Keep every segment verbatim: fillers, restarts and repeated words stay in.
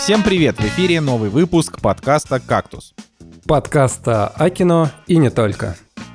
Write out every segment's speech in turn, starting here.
Всем привет! В эфире новый выпуск подкаста «Кактус». Подкаста о кино и не только.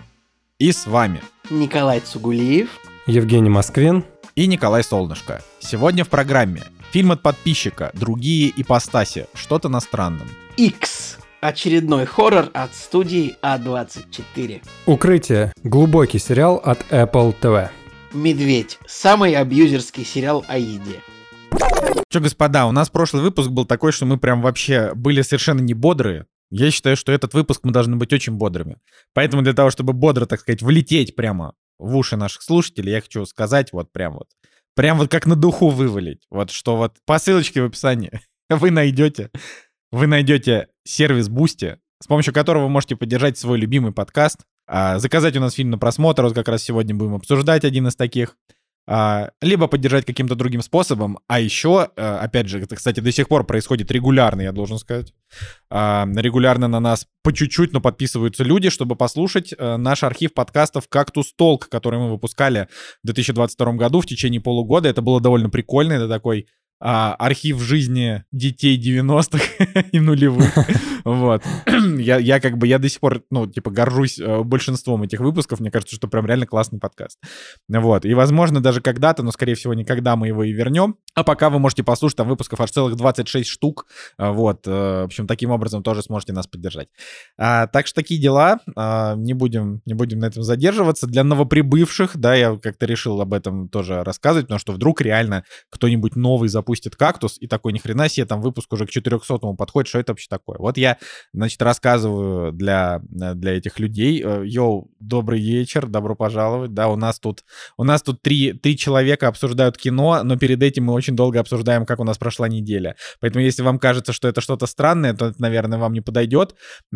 И с вами Николай Цугулиев, Евгений Москвин и Николай Солнышко. Сегодня в программе фильм от подписчика «Другие ипостаси. Что-то на странном». X. Очередной хоррор от студии А двадцать четыре. Укрытие. Глубокий сериал от Apple ти ви. Медведь. Самый абьюзерский сериал о еде. Че, господа, у нас прошлый выпуск был такой, что мы прям вообще были совершенно не бодрые. Я считаю, что этот выпуск мы должны быть очень бодрыми. Поэтому для того, чтобы бодро, так сказать, влететь прямо в уши наших слушателей, я хочу сказать вот прям вот, прям вот как на духу вывалить. Вот что вот по ссылочке в описании вы найдете, вы найдете сервис Boosty, с помощью которого вы можете поддержать свой любимый подкаст, заказать у нас фильм на просмотр, вот как раз сегодня будем обсуждать один из таких, либо поддержать каким-то другим способом. А еще, опять же, это, кстати, до сих пор происходит регулярно, я должен сказать. Регулярно на нас по чуть-чуть, но подписываются люди, чтобы послушать наш архив подкастов «Кактус Толк», который мы выпускали в две тысячи двадцать втором году в течение полугода. Это было довольно прикольно. Это такой а, архив жизни детей девяностых и нулевых. Вот. Я, я как бы, я до сих пор, ну, типа, горжусь большинством этих выпусков. Мне кажется, что прям реально классный подкаст. Вот. И, возможно, даже когда-то, но, скорее всего, никогда мы его и вернем. А пока вы можете послушать, там выпусков аж целых двадцать шесть штук. Вот. В общем, таким образом тоже сможете нас поддержать. А, так что такие дела. А, не будем, не будем на этом задерживаться. Для новоприбывших, да, я как-то решил об этом тоже рассказывать, потому что вдруг реально кто-нибудь новый запустит «Кактус», и такой, ни хрена себе, там выпуск уже к четырехсотому подходит, что это вообще такое? Вот я, значит, рассказываю для, для этих людей. Йоу, добрый вечер, добро пожаловать. Да, у нас тут, у нас тут три, три человека обсуждают кино, но перед этим мы очень долго обсуждаем, как у нас прошла неделя. Поэтому если вам кажется, что это что-то странное, то это, наверное, вам не подойдет.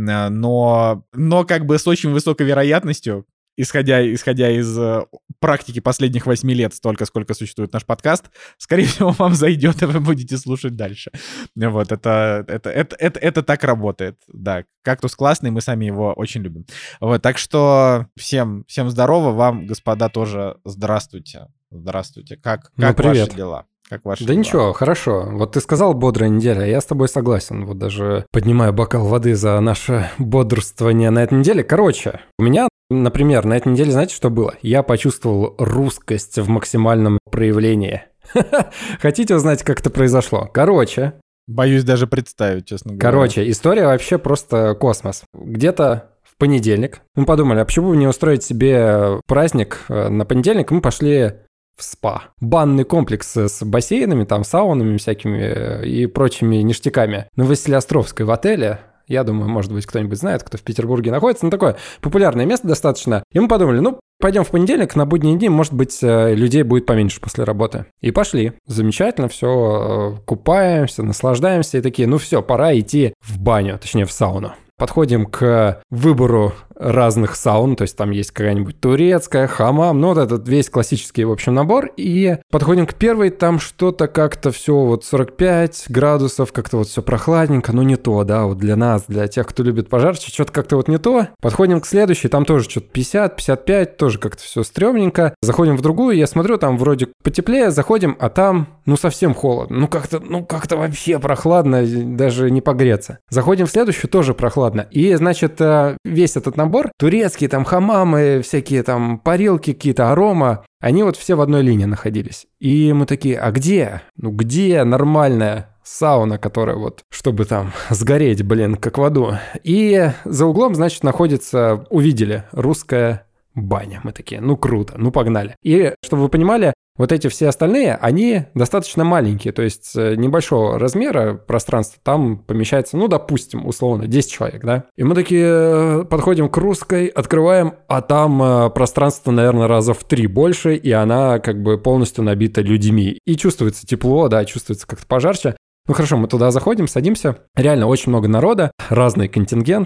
Но, но как бы с очень высокой вероятностью, исходя, исходя из э, практики последних восьми лет, столько, сколько существует наш подкаст, скорее всего, вам зайдет, и вы будете слушать дальше. Вот, это, это, это, это, это так работает. Да, «Кактус» классный, мы сами его очень любим. Вот, так что всем, всем здорово, вам, господа, тоже здравствуйте. Здравствуйте. Как, ну, как привет. ваши дела? Как ваши да дела? Ничего, хорошо. Вот ты сказал «бодрая неделя», я с тобой согласен. Вот даже поднимаю бокал воды за наше бодрствование на этой неделе. Короче, у меня, например, на этой неделе, знаете, что было? Я почувствовал русскость в максимальном проявлении. Хотите узнать, как это произошло? Короче... Боюсь даже представить, честно говоря. Короче, история вообще просто космос. Где-то в понедельник мы подумали, а почему бы не устроить себе праздник на понедельник? Мы пошли... в спа. Банный комплекс с бассейнами, там, саунами всякими и прочими ништяками на Василеостровской в отеле. Я думаю, может быть, кто-нибудь знает, кто в Петербурге находится. Ну, такое популярное место достаточно. И мы подумали, ну, пойдем в понедельник, на будние дни, может быть, людей будет поменьше после работы. И пошли. Замечательно, все, купаемся, наслаждаемся и такие, ну все, пора идти в баню, точнее, в сауну. Подходим к выбору разных саун, то есть там есть какая-нибудь турецкая, хамам, ну вот этот весь классический, в общем, набор. И подходим к первой, там что-то как-то все вот сорок пять градусов, как-то вот все прохладненько, но не то, да, вот для нас, для тех, кто любит пожарче, что-то как-то вот не то. Подходим к следующей, там тоже что-то пятьдесят пятьдесят пять, тоже как-то все стрёмненько. Заходим в другую, я смотрю, там вроде потеплее, заходим, а там, ну, совсем холодно, ну, как-то, ну, как-то вообще прохладно, даже не погреться. Заходим в следующую, тоже прохладно. И, значит, весь этот набор, турецкие там хамамы, всякие там парилки какие-то, арома, они вот все в одной линии находились. И мы такие, а где? Ну где нормальная сауна, которая вот, чтобы там сгореть, блин, как в аду. И за углом, значит, находится, увидели, русская баня. Мы такие, ну круто, ну погнали. И, чтобы вы понимали, вот эти все остальные, они достаточно маленькие, то есть небольшого размера пространства, там помещается, ну, допустим, условно, десять человек, да? И мы такие подходим к русской, открываем, а там пространство, наверное, раза в три больше, и она как бы полностью набита людьми. И чувствуется тепло, да, чувствуется как-то пожарче. Ну хорошо, мы туда заходим, садимся. Реально очень много народа, разный контингент.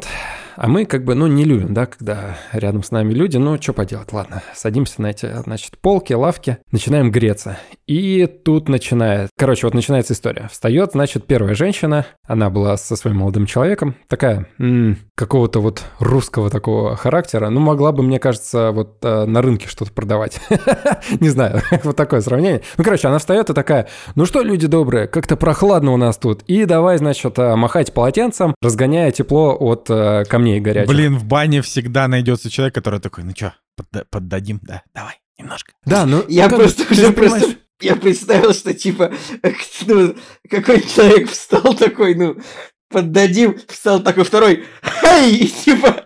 А мы как бы, ну, не любим, да, когда рядом с нами люди, ну, что поделать, ладно, садимся на эти, значит, полки, лавки, начинаем греться. И тут начинает, короче, вот начинается история. Встает, значит, первая женщина, она была со своим молодым человеком, такая, м-м, какого-то вот русского такого характера, ну, могла бы, мне кажется, вот э, на рынке что-то продавать. Не знаю, вот такое сравнение. Ну, короче, она встает и такая, ну что, люди добрые, как-то прохладно у нас тут, и давай, значит, махать полотенцем, разгоняя тепло от э, камней горячих. Блин, в бане всегда найдется человек, который такой, ну что, подда- поддадим? Да, давай, немножко. Да, ну... Я как просто бы, ты уже же понимаешь- просто... Я представил, что типа, ну, какой человек встал такой, ну, поддадим, встал такой второй, эй, и типа,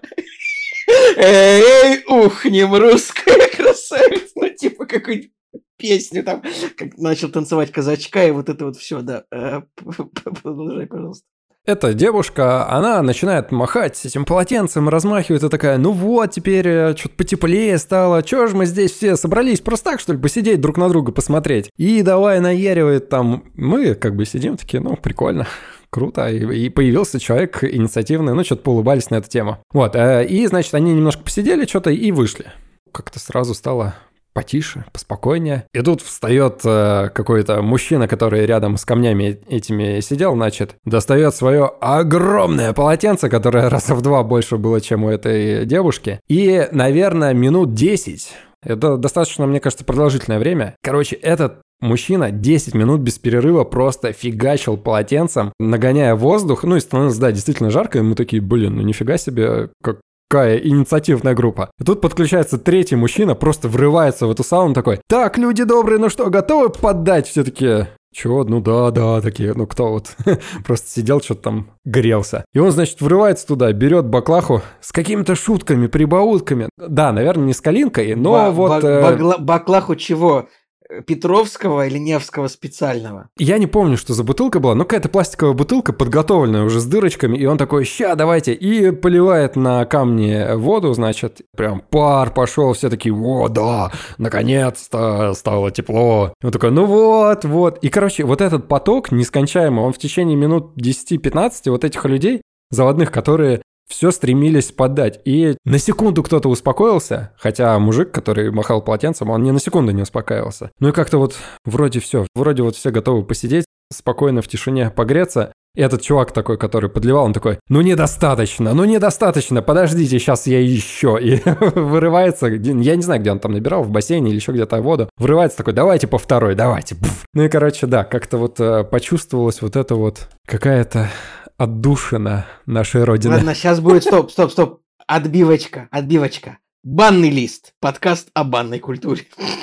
эй, ухнем, русская красавица, ну, типа, какую-нибудь песню там, как начал танцевать казачка, и вот это вот все, да. Э, Продолжай, пожалуйста. Эта девушка, она начинает махать этим полотенцем, размахивает и такая, ну вот, теперь что-то потеплее стало, чё ж мы здесь все собрались, просто так, что ли, посидеть друг на друга, посмотреть. И давай наяривает там, мы как бы сидим такие, ну, прикольно. Круто, и, и появился человек инициативный, ну, что-то поулыбались на эту тему. Вот, э, и, значит, они немножко посидели что-то и вышли. Как-то сразу стало... потише, поспокойнее. И тут встает э, какой-то мужчина, который рядом с камнями этими сидел, значит, достает свое огромное полотенце, которое раза в два больше было, чем у этой девушки. И, наверное, минут десять, это достаточно, мне кажется, продолжительное время. Короче, этот мужчина десять минут без перерыва просто фигачил полотенцем, нагоняя воздух. Ну и становилось, да, действительно жарко, и мы такие, блин, ну нифига себе, как... Какая инициативная группа. И тут подключается третий мужчина, просто врывается в эту сауну такой, так, люди добрые, ну что, готовы поддать? Все такие, чего? Ну да, да, такие, ну кто вот? Просто сидел, что-то там грелся. И он, значит, врывается туда, берет баклаху с какими-то шутками, прибаутками. Да, наверное, не с калинкой, но Ба- вот... ба- э, багла- Баклаху чего? Петровского или Невского специального? Я не помню, что за бутылка была, но какая-то пластиковая бутылка, подготовленная уже с дырочками, и он такой, ща, давайте, и поливает на камни воду, значит, прям пар пошел, все такие, о, да, наконец-то стало тепло. И он такой, ну вот, вот. И, короче, вот этот поток нескончаемый, он в течение минут десять-пятнадцать вот этих людей заводных, которые... все стремились поддать. И на секунду кто-то успокоился, хотя мужик, который махал полотенцем, он ни на секунду не успокаивался. Ну и как-то вот вроде все, вроде вот все готовы посидеть, спокойно в тишине погреться. И этот чувак такой, который подливал, он такой, ну недостаточно, ну недостаточно, подождите, сейчас я еще. И вырывается, я не знаю, где он там набирал, в бассейне или еще где-то воду, вырывается такой, давайте по второй, давайте. Пфф. Ну и, короче, да, как-то вот э, почувствовалась вот эта вот какая-то... отдушина нашей родины. Ладно, сейчас будет, стоп, стоп, стоп. Отбивочка, отбивочка. Банный лист. Подкаст о банной культуре.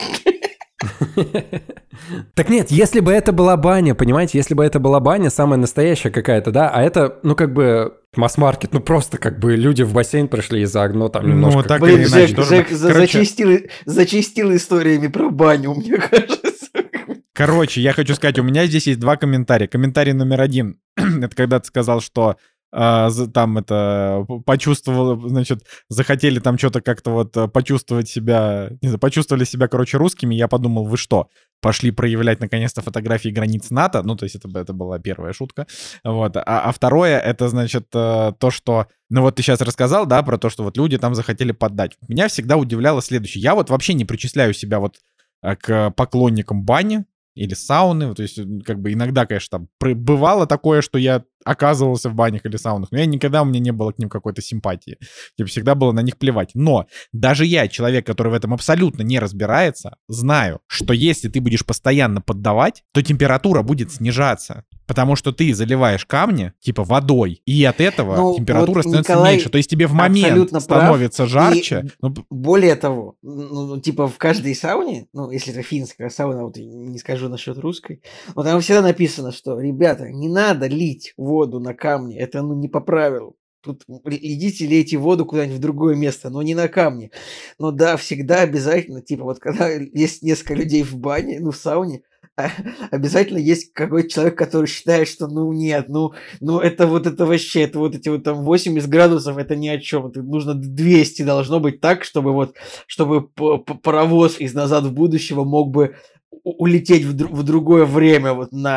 Так нет, если бы это была баня, понимаете, если бы это была баня, самая настоящая какая-то, да, а это, ну, как бы масс-маркет, ну, просто как бы люди в бассейн пришли и заодно там немножко... Ну, так Блин, или иначе. Жек, тоже- Жек за- Короче, зачастил, зачастил историями про баню, мне кажется. Короче, я хочу сказать, у меня здесь есть два комментария. Комментарий номер один. Это когда ты сказал, что а, за- там это почувствовал, значит, захотели там что-то как-то вот а, почувствовать себя, не знаю, почувствовали себя, короче, русскими. Я подумал, вы что, пошли проявлять наконец-то фотографии границ НАТО? Ну, то есть это, это была первая шутка. Вот. А, а второе, это, значит, а, то, что... Ну вот ты сейчас рассказал, да, про то, что вот люди там захотели поддать. Меня всегда удивляло следующее. Я вот вообще не причисляю себя вот а, к поклонникам бани или сауны, то есть как бы иногда, конечно, там пры- бывало такое, что я оказывался в банях или саунах, но я никогда, у меня не было к ним какой-то симпатии, типа всегда было на них плевать. Но даже я, человек, который в этом абсолютно не разбирается, знаю, что если ты будешь постоянно поддавать, то температура будет снижаться, потому что ты заливаешь камни, типа, водой, и от этого Ну, температура вот становится Николай меньше, то есть тебе в момент абсолютно прав. становится И жарче. Ну, более того, ну, ну, типа в каждой сауне, ну, если это финская сауна, вот не скажу насчет русской, но там всегда написано, что, ребята, не надо лить воду на камни, это, ну, не по правилам. Тут идите лейте воду куда-нибудь в другое место, но не на камни. Но да, всегда обязательно, типа, вот когда есть несколько людей в бане, ну, в сауне, обязательно есть какой-то человек, который считает, что ну нет, ну, ну это вот это вообще, это вот эти вот там восемьдесят градусов, это ни о чем. Это нужно двести должно быть так, чтобы вот, чтобы паровоз из «Назад в будущего» мог бы улететь в, дру- в другое время вот на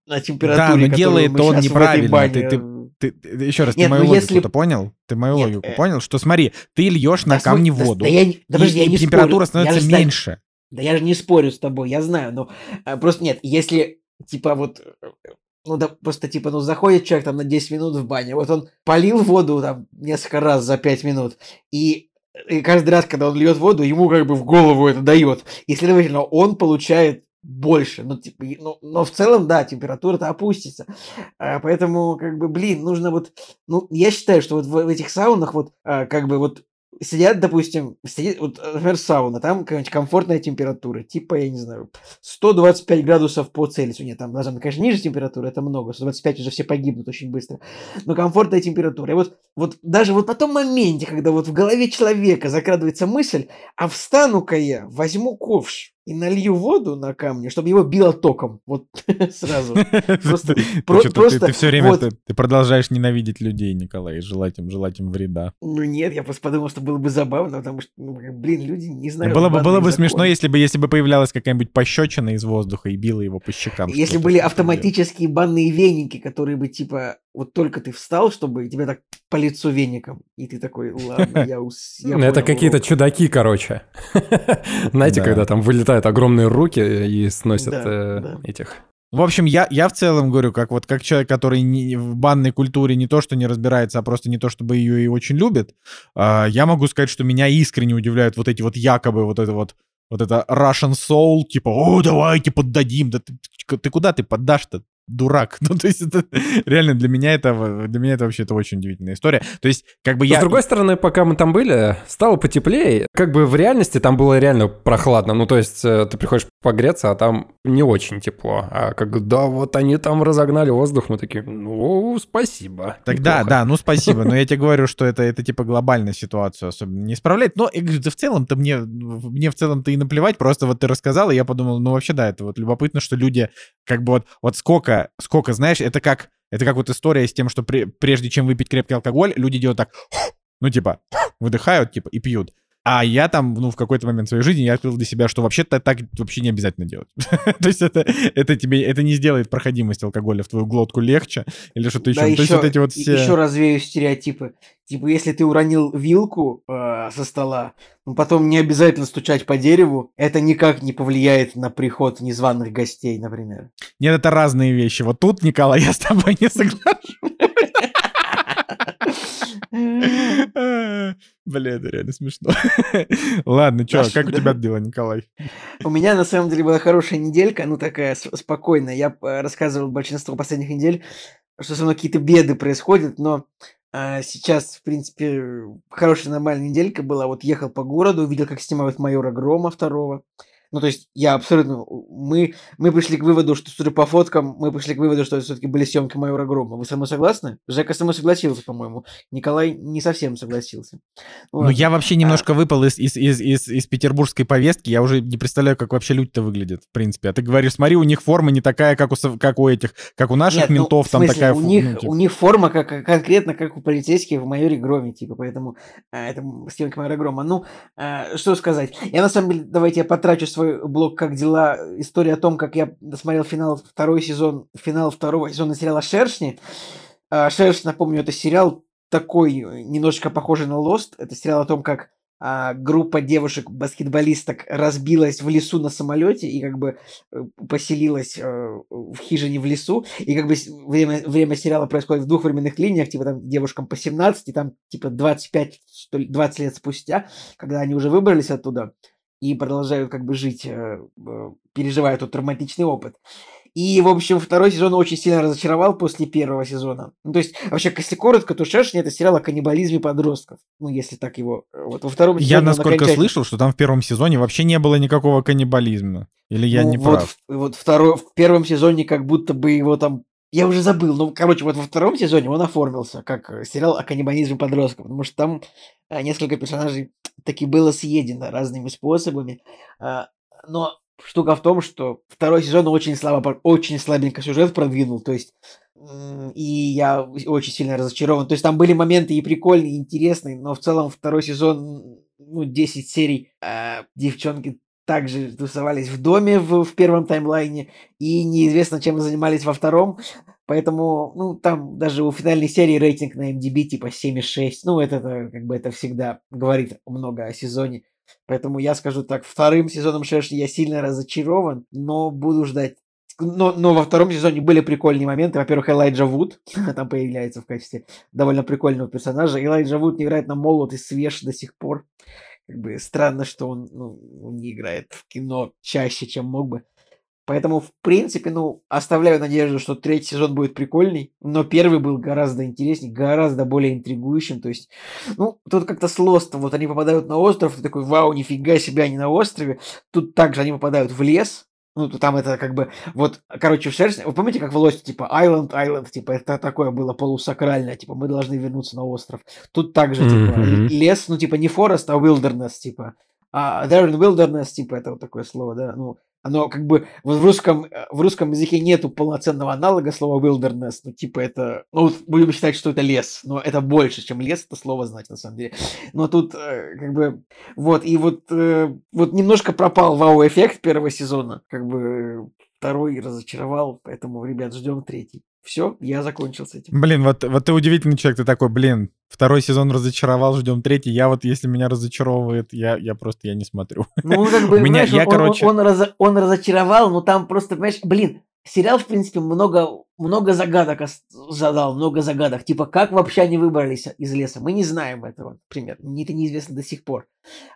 на Да, температуре, но которую делает мы он сейчас в этой неправильно. Ты, бане. ты, ты, ты- еще раз, ты Нет, ну мою логику если... то понял? Ты мою Нет, логику э, понял? Что смотри, ты льешь да, на камни смо- да, да воду, я, не- да и, подожди, я и не температура спорю. Я становится же, знаю- меньше. да я же не спорю с тобой, я знаю, но э, просто нет, если, типа, вот, э, ну, да, просто, типа, ну, заходит человек там на десять минут в баню, вот он полил воду там несколько раз за пять минут, и, и каждый раз, когда он льет воду, ему как бы в голову это дает, и, следовательно, он получает больше, ну, типа, и- ну, но в целом, да, температура-то опустится, А, поэтому, как бы, блин, нужно вот, ну, я считаю, что вот в, в этих саунах вот, а, как бы, вот, сидят, допустим, сидит, вот, например, сауна, там какая-нибудь комфортная температура, типа, я не знаю, сто двадцать пять градусов по Цельсию. Нет, там должна быть, конечно, ниже температура, это много, сто двадцать пять уже все погибнут очень быстро. Но комфортная температура. И вот, вот даже вот на том моменте, когда вот в голове человека закрадывается мысль, а встану-ка я, возьму ковш и налью воду на камни, чтобы его било током. Вот сразу. Просто, Ты про- что-то, ты, просто ты все время вот. ты, ты продолжаешь ненавидеть людей, Николай, и желать им, желать им вреда. Ну нет, я просто подумал, что было бы забавно, потому что, ну, как, блин, люди не Ну, знают было бы, было банных бы смешно, законов. если бы, если бы появлялась какая-нибудь пощечина из воздуха и била его по щекам. Если что-то, были что-то делать. автоматические банные веники, которые бы, типа, вот только ты встал, чтобы тебя так по лицу веником, и ты такой, ладно, я, ус... я Ну, это понял какие-то урок. чудаки, короче. Знаете, Да. когда там вылетают огромные руки и сносят Да, э, да. этих. В общем, я, я в целом говорю, как вот как человек, который не- в банной культуре не то, что не разбирается, а просто не то, чтобы ее и очень любит, а, я могу сказать, что меня искренне удивляют вот эти вот якобы вот это вот вот это Russian Soul, типа, о, давайте поддадим, да ты, ты куда ты поддашь-то, дурак? Ну, то есть это реально для меня это, для меня это вообще это очень удивительная история. То есть как бы Но я... с другой стороны, пока мы там были, стало потеплее. Как бы в реальности там было реально прохладно. Ну, то есть э, ты приходишь погреться, а там не очень тепло. А как, да, вот они там разогнали воздух, мы такие, ну, спасибо. Тогда, неплохо. да, ну спасибо, но я тебе говорю, что это, это типа глобальная ситуацию особенно не исправляет. Но я говорю, да в целом-то мне, мне в целом-то и наплевать, просто вот ты рассказал, и я подумал, ну вообще да, это вот любопытно, что люди как бы вот, вот сколько, сколько, знаешь, это как, это как вот история с тем, что при- прежде чем выпить крепкий алкоголь, люди делают так, ну типа, выдыхают, типа, и пьют. А я там, ну, в какой-то момент своей жизни я открыл для себя, что вообще-то так вообще не обязательно делать. То есть это, это тебе, это не сделает проходимость алкоголя в твою глотку легче или что-то еще. Да, Ну, то есть еще, вот эти вот все... еще развею стереотипы. Типа, если ты уронил вилку э, со стола, ну, потом не обязательно стучать по дереву, это никак не повлияет на приход незваных гостей, например. Нет, это разные вещи. Вот тут, Николай, я с тобой не соглашусь. Бля, это реально смешно. Ладно, чё, Наш- как у тебя дела, Николай? У меня на самом деле была хорошая неделька, ну такая с- спокойная. Я э, рассказывал большинство последних недель, что со мной какие-то беды происходят, но а, сейчас, в принципе, хорошая нормальная неделька была. Вот ехал по городу, увидел, как снимают майора Грома второго. Ну, то есть я абсолютно... Мы, мы пришли к выводу, что, судя по фоткам, мы пришли к выводу, что это все-таки были съемки майора Грома. Вы со мной согласны? Жека со мной согласился, по-моему. Николай не совсем согласился. Ну, Ладно. я вообще А, немножко выпал из, из, из, из, из петербургской повестки. Я уже не представляю, как вообще люди-то выглядят, в принципе. А ты говоришь, смотри, у них форма не такая, как у, сов- как у этих, как у наших Нет, ну, ментов. в Там смысле, такая... у фу- них, ну, типа. у них форма как, как- конкретно, как у полицейских в майоре Громе, типа, поэтому а, это м, съемки майора Грома. Ну, а, что сказать. Я, на самом деле, давайте я потрачу свой блог «Как дела?» История о том, как я досмотрел финал второй сезон, финал второго сезона сериала «Шершни». А, «Шершни», напомню, это сериал такой, э, немножечко похожий на «Лост». Это сериал о том, как а, группа девушек-баскетболисток разбилась в лесу на самолете и как бы э, поселилась э, в хижине в лесу. И как бы с- время, время сериала происходит в двух временных линиях, типа там девушкам по семнадцать, и там типа двадцать пять, что ли, двадцать лет спустя, когда они уже выбрались оттуда и продолжают как бы жить, э, э, переживая тот травматичный опыт. И, в общем, второй сезон очень сильно разочаровал после первого сезона. Ну, то есть, вообще, если коротко, то «Шершни» — это сериал о каннибализме подростков. Ну, если так его... э, Вот во втором сезоне Я, он насколько окончательно- слышал, что там в первом сезоне вообще не было никакого каннибализма. Или я Ну, не вот, прав? в- вот второй, в первом сезоне как будто бы его там... Я уже забыл. Ну, короче, вот во втором сезоне он оформился как э, сериал о каннибализме подростков. Потому что там э, несколько персонажей таки было съедено разными способами. А, Но штука в том, что второй сезон очень слабо, про- очень слабенько сюжет продвинул. То есть... м, И я очень сильно разочарован. То есть там были моменты и прикольные, и интересные, но в целом второй сезон, ну, десять серий, а девчонки также тусовались в доме в, в первом таймлайне, и неизвестно, чем занимались во втором. Поэтому, ну, там даже у финальной серии рейтинг на эм ди би типа семь и шесть. Ну, это, это как бы это всегда говорит много о сезоне. Поэтому я скажу так, вторым сезоном Шершни я сильно разочарован, но буду ждать. Но, но во втором сезоне были прикольные моменты. Во-первых, Элайджа Вуд там появляется в качестве довольно прикольного персонажа. Элайджа Вуд невероятно молод и свеж до сих пор. Как бы странно, что он, ну, не играет в кино чаще, чем мог бы. Поэтому, в принципе, ну, оставляю надежду, что третий сезон будет прикольный, но первый был гораздо интереснее, гораздо более интригующим. То есть, ну, тут как-то с Лостом, вот они попадают на остров, ты такой, вау, нифига себе, они на острове. Тут также они попадают в лес, ну, то там это как бы, вот, короче, в шерсть, вы помните, как в Лосте, типа, Island, Island, типа, это такое было полусакральное, типа, мы должны вернуться на остров. Тут также, типа, Мгм. лес, ну, типа, не forest, а wilderness, типа. А they're in wilderness, типа, это вот такое слово, да, ну, оно как бы вот в русском, э, в русском языке нету полноценного аналога слова wilderness, ну, типа, это, ну, вот будем считать, что это лес, но это больше, чем лес, это слово знать, на самом деле. Но тут, э, как бы, вот, и вот, э, вот немножко пропал вау-эффект первого сезона, как бы, э, второй разочаровал, поэтому, ребят, ждем третий. Все, я закончил с этим. Блин, вот, вот ты удивительный человек, ты такой, блин, второй сезон разочаровал, ждем третий. Я вот, если меня разочаровывает, я, я просто, я не смотрю. Ну, он как У бы, меня, знаешь, я, он, он, короче, он, разо- он разочаровал, но там просто, понимаешь, блин, сериал, в принципе, много, много загадок ос- задал, много загадок. Типа, как вообще они выбрались из леса? Мы не знаем этого, например. Мне это неизвестно до сих пор.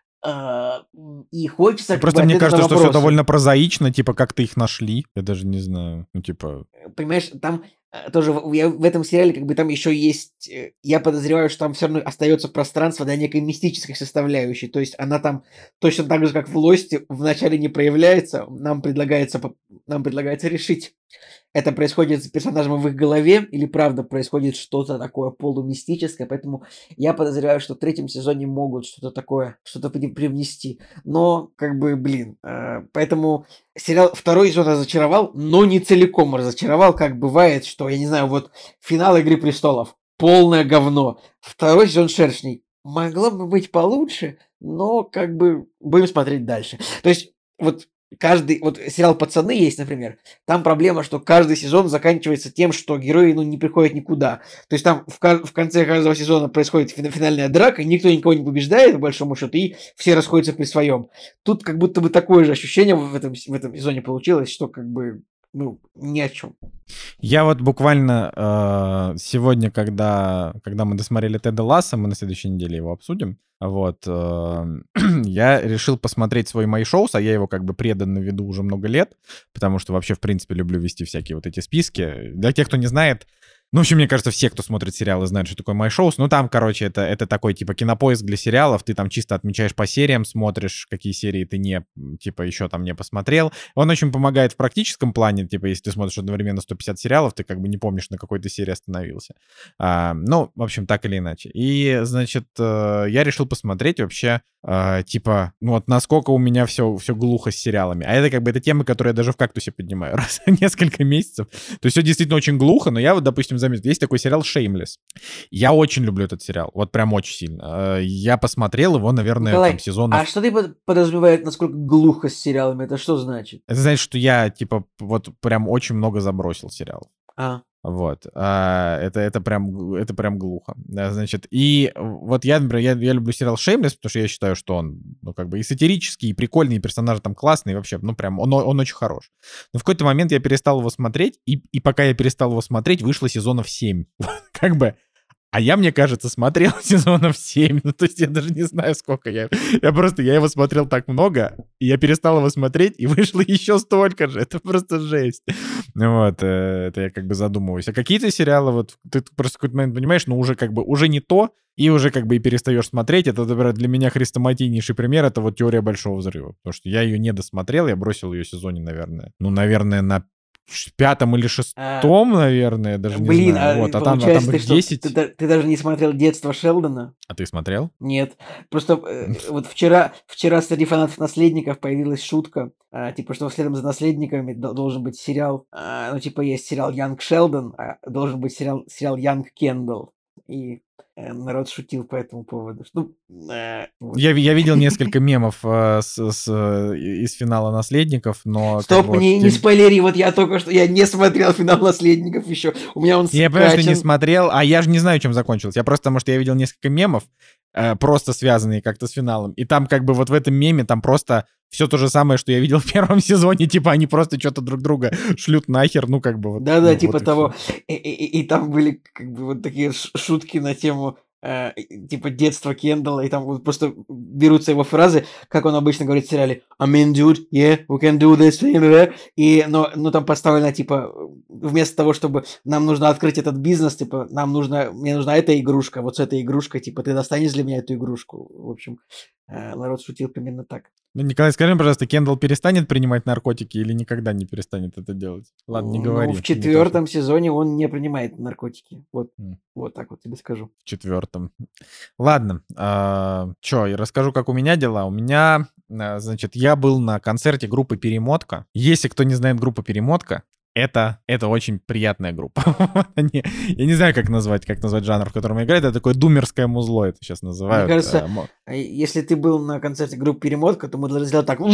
А, м, И хочется как бы просто мне ответа на кажется, что все вопросы. довольно прозаично, типа, как ты их нашли. Я даже не знаю, ну, типа... Понимаешь, там э, тоже в, я в этом сериале как бы там еще есть, э, я подозреваю, что там все равно остается пространство для некой мистической составляющей, то есть она там точно так же, как в Лосте, вначале не проявляется, нам предлагается, поп- нам предлагается решить, это происходит с персонажем в их голове или правда происходит что-то такое полумистическое, поэтому я подозреваю, что в третьем сезоне могут что-то такое, что-то при- привнести, но как бы, блин, э, поэтому сериал второй сезон разочаровал, но не целиком разочаровал, как бывает, что, я не знаю, вот финал «Игры престолов» полное говно, второй сезон «Шершней» могло бы быть получше, но как бы будем смотреть дальше. То есть вот каждый, вот сериал «Пацаны» есть, например, там проблема, что каждый сезон заканчивается тем, что герои, ну, не приходят никуда. То есть там в, ка- в конце каждого сезона происходит фина- финальная драка, никто никого не побеждает, по большому счету, и все расходятся при своем. Тут как будто бы такое же ощущение в этом, в этом сезоне получилось, что как бы, ну, ни о чем. Я вот буквально э, сегодня, когда, когда мы досмотрели Теда Ласса, мы на следующей неделе его обсудим, вот, э, я решил посмотреть свой My Shows, а я его как бы преданно веду уже много лет, потому что вообще, в принципе, люблю вести всякие вот эти списки. Для тех, кто не знает, ну, в общем, мне кажется, все, кто смотрит сериалы, знают, что такое My Shows. Ну, там, короче, это, это такой, типа, кинопоиск для сериалов. Ты там чисто отмечаешь по сериям, смотришь, какие серии ты не, м, типа, еще там не посмотрел. Он очень помогает в практическом плане, типа, если ты смотришь одновременно сто пятьдесят сериалов, ты как бы не помнишь, на какой ты серии остановился. А, ну, в общем, так или иначе. И, значит, э, я решил посмотреть вообще, э, типа, ну, вот насколько у меня все, все глухо с сериалами. А это как бы, это темы, которые я даже в «Кактусе» поднимаю раз в несколько месяцев. То есть все действительно очень глухо, но я вот, допустим, заметил, есть такой сериал «Shameless». Я очень люблю этот сериал, вот прям очень сильно. Э, Я посмотрел его, наверное, там Николай, сезонов... а что ты под- подразумеваешь, насколько глухо с сериалами? Это что значит? Это значит, что я, типа, вот прям очень много забросил сериалов. А, Вот. А, это, это, прям, г- это прям глухо. Да, значит, и вот я, например, я, я люблю сериал «Shameless», потому что я считаю, что он, ну, как бы и сатирический, и прикольный, и персонажи там классные, и вообще, ну, прям, он, он очень хорош. Но в какой-то момент я перестал его смотреть, и, и пока я перестал его смотреть, вышло сезонов семь. Как бы... А я, мне кажется, смотрел сезонов семь. Ну, то есть я даже не знаю, сколько я... Я просто, я его смотрел так много, и я перестал его смотреть, и вышло еще столько же. Это просто жесть. Вот, э, это я как бы задумываюсь. А какие-то сериалы, вот, ты просто в какой-то момент понимаешь, ну, уже как бы, уже не то, и уже как бы и перестаешь смотреть. Это, например, для меня хрестоматийнейший пример, это вот «Теория большого взрыва». Потому что я ее не досмотрел, я бросил ее в сезоне, наверное, ну, наверное, на ш- пятом или а, шестом, наверное, даже не блин, знаю. а Вот, а там, а там получается, ты их что, десять. ты, да- ты даже не смотрел «Детство Шелдона»? А ты смотрел? Нет. Просто э, вот вчера, вчера среди фанатов «Наследников» появилась шутка, а, типа, что следом за «Наследниками» дол- должен быть сериал, а, ну, типа, есть сериал «Янг Шелдон», а должен быть сериал, сериал «Янг Кендалл». И э, народ шутил по этому поводу. Ну, э, вот. Я, я видел несколько мемов э, с, с, э, из финала «Наследников», но... Стоп, как бы, не, вот, не тем- спойлери, вот я только что, я не смотрел финал «Наследников» еще, у меня он Я понимаю, что ты не скачан. смотрел, а я же не знаю, чем закончилось. Я просто, потому что я видел несколько мемов, э, просто связанные как-то с финалом. И там как бы вот в этом меме там просто все то же самое, что я видел в первом сезоне. Типа они просто что-то друг друга шлют нахер, ну как бы вот. Да-да, ну, типа вот и того. всё. И, и- и там были как бы вот такие ш- шутки на тему э, типа детства Кендалла, и там вот просто берутся его фразы, как он обычно говорит в сериале I mean, dude, yeah, we can do this, yeah. И, но, но там поставлено, типа, вместо того, чтобы нам нужно открыть этот бизнес, типа, нам нужно, мне нужна эта игрушка, вот с этой игрушкой, типа, ты достанешь для меня эту игрушку. В общем, э, народ шутил примерно так. Ну, Николай, скажи мне, пожалуйста, Кендалл перестанет принимать наркотики или никогда не перестанет это делать? Ладно, не Ну, говори. в не то, четвертом сезоне он не принимает наркотики. Вот, М. вот так вот тебе скажу. В четвертом. Ладно, а, чё, я расскажу, как у меня дела. У меня, а, значит, я был на концерте группы «Перемотка». Если кто не знает группу «Перемотка», это, это очень приятная группа. Они- я не знаю, как назвать, как назвать жанр, в котором играет. Это такое думерское музло, это сейчас называют. Мне кажется, А, мо- а если ты был на концерте группы «Перемотка», то мы должны сделать так.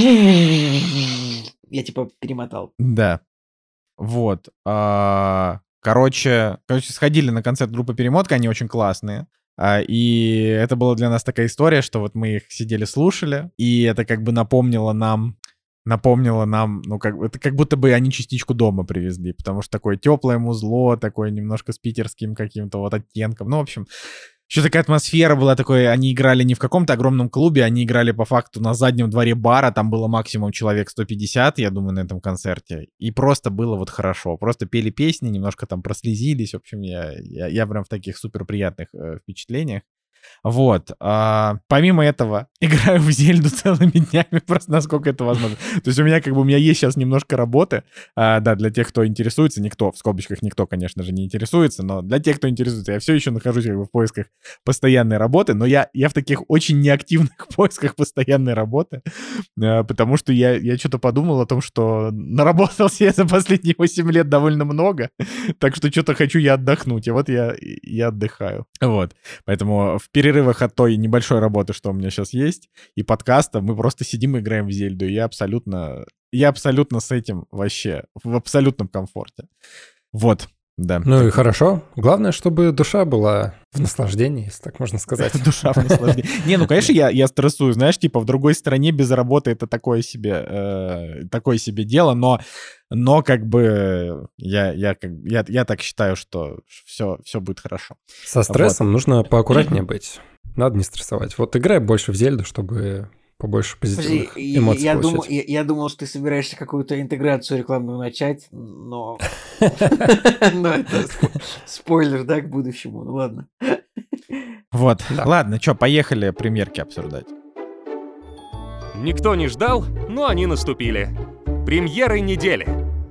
Я типа перемотал. Да. Вот. а, Короче, короче, сходили на концерт группы «Перемотка», они очень классные. А, И это была для нас такая история, что вот мы их сидели, слушали, и это как бы напомнило нам, напомнило нам, ну, как, бы- это как будто бы они частичку дома привезли, потому что такое теплое музло, такое немножко с питерским каким-то вот оттенком. Ну, в общем, еще такая атмосфера была, такой, они играли не в каком-то огромном клубе, они играли по факту на заднем дворе бара, там было максимум человек сто пятьдесят, я думаю, на этом концерте, и просто было вот хорошо, просто пели песни, немножко там прослезились, в общем, я, я, я прям в таких супер приятных э, впечатлениях. Вот. а, помимо этого, играю в Зельду целыми днями, просто насколько это возможно. То есть у меня как бы, у меня есть сейчас немножко работы. А, да, для тех, кто интересуется, никто, в скобочках никто, конечно же, не интересуется, но для тех, кто интересуется, я все еще нахожусь как бы в поисках постоянной работы, но я, я в таких очень неактивных поисках постоянной работы, а, потому что я, я что-то подумал о том, что наработался я за последние восемь лет довольно много, так что что-то хочу я отдохнуть, и вот я, я отдыхаю. Вот. Поэтому в перерывах от той небольшой работы, что у меня сейчас есть, и подкаста, мы просто сидим и играем в Зельду. И я абсолютно, я абсолютно с этим вообще в абсолютном комфорте. Вот, да. Ну и Так, хорошо. Главное, чтобы душа была в наслаждении, если так можно сказать. душа в наслаждении. Не, ну, конечно, я, я стрессую, знаешь, типа в другой стране без работы это такое себе, э, такое себе дело, но, но как бы я, я, как, я, я так считаю, что все, все будет хорошо. Со стрессом нужно поаккуратнее быть. Надо не стрессовать. Вот играй больше в Зельду, чтобы побольше Подожди, позитивных я, эмоций я, думал, получать. я, я думал, что ты собираешься какую-то интеграцию рекламную начать, но... Но это спо- спойлер, да, к будущему. Ну ладно. Вот, Да. ладно, что, поехали премьерки обсуждать. Никто не ждал, но они наступили. Премьеры недели.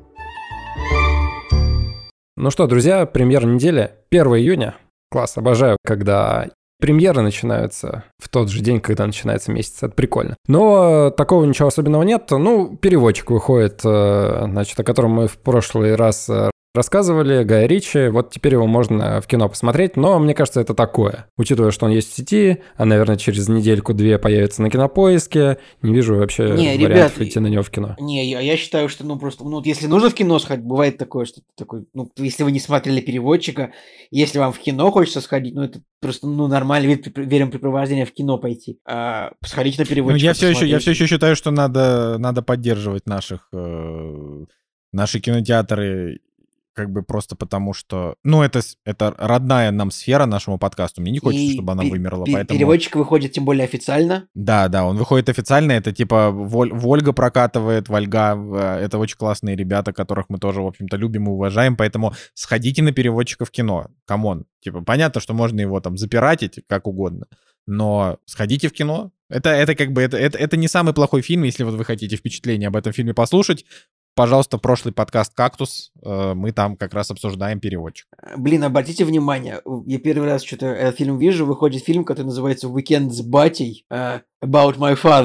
Ну что, друзья, премьера недели первого июня. Класс, обожаю, когда премьеры начинаются в тот же день, когда начинается месяц. Это прикольно. Но э, такого ничего особенного нет. Ну, переводчик выходит, э, значит, о котором мы в прошлый раз э, рассказывали, Гая Ричи. Вот теперь его можно в кино посмотреть, но мне кажется, это такое. Учитывая, что он есть в сети, а, наверное, через недельку-две появится на Кинопоиске, не вижу вообще Не, вариантов ребят, идти на него в кино. Не, я, я считаю, что, ну, просто, ну, вот если нужно в кино сходить, бывает такое, что ты такой, ну, если вы не смотрели переводчика, если вам в кино хочется сходить, ну, это просто, ну, нормальный вид препр- времяпрепровождения в кино пойти. А, сходите на Ну, переводчика. я все еще, я посмотреть. все еще считаю, что надо, надо поддерживать наших, э, наши кинотеатры, как бы просто потому что, ну, это, с- это родная нам сфера нашему подкасту. Мне не хочется, И чтобы она пе- вымерла, пе- поэтому... Переводчик выходит тем более официально. Да, да, он выходит официально, это типа Воль- Вольга прокатывает, Вольга, э, это очень классные ребята, которых мы тоже, в общем-то, любим и уважаем, поэтому сходите на переводчика в кино, камон. Типа, понятно, что можно его там запиратить как угодно, но сходите в кино. Это, это как бы, это, это, это не самый плохой фильм, если вот вы хотите впечатление об этом фильме послушать. Пожалуйста, прошлый подкаст «Кактус», э, мы там как раз обсуждаем переводчик. А, Блин, обратите внимание, я первый раз что-то этот фильм вижу, выходит фильм, который называется «Weekend с батей», э, «About my father».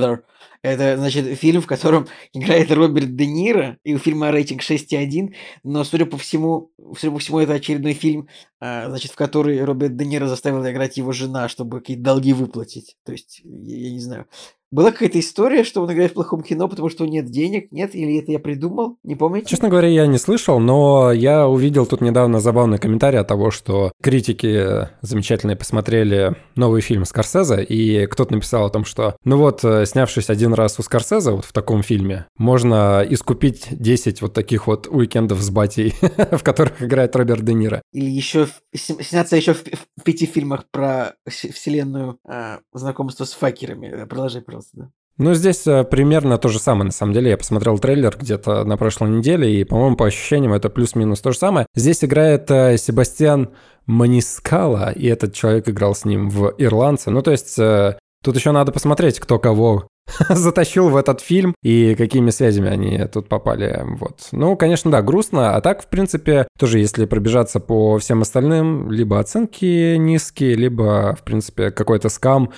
Это, значит, фильм, в котором играет Роберт Де Ниро, и у фильма рейтинг шесть и один, но, судя по всему, судя по всему, это очередной фильм, а, значит, в который Роберт Де Ниро заставил играть его жена, чтобы какие-то долги выплатить. То есть, я, я не знаю. Была какая-то история, что он играет в плохом кино, потому что нет денег, нет? Или это я придумал? Не помните? Честно говоря, я не слышал, но я увидел тут недавно забавный комментарий от того, что критики замечательные посмотрели новый фильм Скорсезе, и кто-то написал о том, что, ну вот, снявшись один раз у Скорсезе, вот в таком фильме, можно искупить десять вот таких вот уикендов с батей, в которых играет Роберт Де Ниро. Или еще сняться еще в, в пяти фильмах про вселенную а, знакомства с факерами. Продолжай, пожалуйста. Да. Ну, здесь а, примерно то же самое, на самом деле. Я посмотрел трейлер где-то на прошлой неделе, и, по-моему, по ощущениям это плюс-минус то же самое. Здесь играет а, Себастьян Манискала, и этот человек играл с ним в «Ирландце». Ну, то есть, а, тут еще надо посмотреть, кто кого затащил в этот фильм и какими связями они тут попали. Вот. Ну, конечно, да, грустно. А так, в принципе, тоже если пробежаться по всем остальным, либо оценки низкие, либо, в принципе, какой-то скам.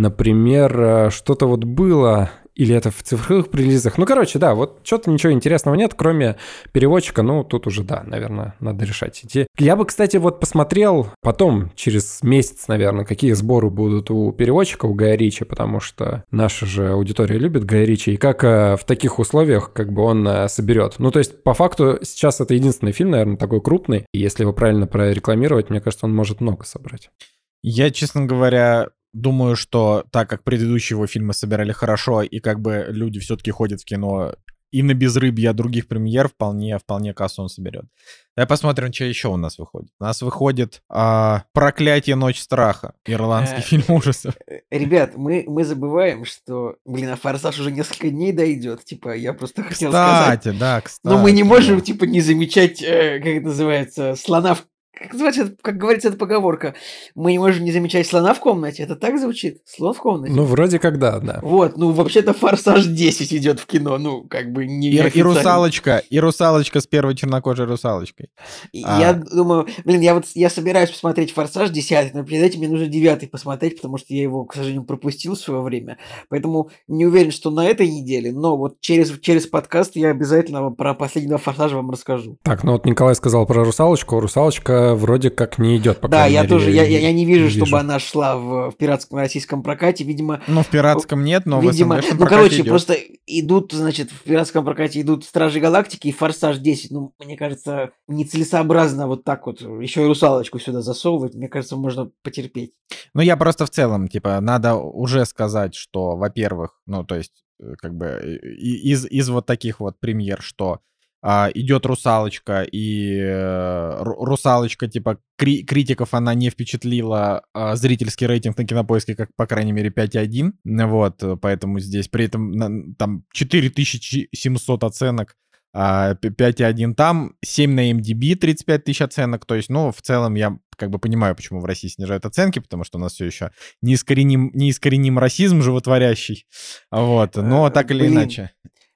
Например, что-то вот было... Или это в цифровых релизах. Ну, короче, да, вот что-то ничего интересного нет, кроме переводчика. Ну, тут уже, да, наверное, надо решать идти. Я бы, кстати, вот посмотрел потом, через месяц, наверное, какие сборы будут у переводчика, у Гая Ричи, потому что наша же аудитория любит Гая Ричи, и как э, в таких условиях как бы он э, соберет. Ну, то есть, по факту, сейчас это единственный фильм, наверное, такой крупный, и если его правильно прорекламировать, мне кажется, он может много собрать. Я, честно говоря... Думаю, что так как предыдущие его фильмы собирали хорошо, и как бы люди все-таки ходят в кино и на безрыбье от других премьер, вполне, вполне кассу он соберет. Давай посмотрим, что еще у нас выходит. У нас выходит а, «Проклятие. Ночь страха». Ирландский фильм ужасов. Ребят, мы, мы забываем, что, блин, а «Форсаж» уже несколько дней дойдет. Типа, я просто хотел кстати, сказать. Да, кстати. Но мы не можем, да. типа, не замечать, э, как это называется, слона в... Как называется, как говорится, эта поговорка? Мы не можем не замечать слона в комнате. Это так звучит? Слон в комнате? Ну, вроде как да, да. Вот, ну, вообще-то «Форсаж десять» идет в кино. Ну, как бы не И, и «Русалочка», и «Русалочка» с первой чернокожей русалочкой. Я а... думаю, блин, я вот я собираюсь посмотреть «Форсаж» десять, но перед этим мне нужно девятый посмотреть, потому что я его, к сожалению, пропустил в свое время. Поэтому не уверен, что на этой неделе, но вот через, через подкаст я обязательно про последние два «Форсажа» вам расскажу. Так, ну вот Николай сказал про «Русалочку». «Русалочка» вроде как не идет, пока. Да, я мере, тоже, я, я, я не вижу, не чтобы вижу. она шла в, в пиратском российском прокате, видимо... Ну, в пиратском нет, но видимо, в СНГшном ну, прокате короче, идет. просто идут, значит, в пиратском прокате идут «Стражи Галактики» и «Форсаж десять». Ну, мне кажется, нецелесообразно вот так вот еще и «Русалочку» сюда засовывать. Мне кажется, можно потерпеть. Ну, я просто в целом, типа, надо уже сказать, что, во-первых, ну, то есть, как бы, из, из вот таких вот премьер, что а, идет «Русалочка», и э, «Русалочка», типа, кри- критиков она не впечатлила, а зрительский рейтинг на Кинопоиске, как, по крайней мере, пять и один, вот, поэтому здесь, при этом, на, там, четыре тысячи семьсот оценок, а, пять и один там, семь на эм ди би, тридцать пять тысяч оценок, то есть, ну, в целом, я как бы понимаю, почему в России снижают оценки, потому что у нас все еще неискореним, неискореним расизм животворящий, вот, но так или Блин. иначе.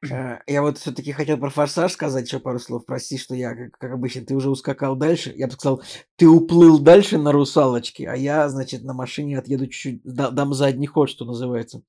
Я вот все-таки хотел про «Форсаж» сказать еще пару слов. Прости, что я, как, как обычно, ты уже ускакал дальше. Я бы сказал, ты уплыл дальше на «Русалочке», а я, значит, на машине отъеду чуть-чуть, дам задний ход, что называется.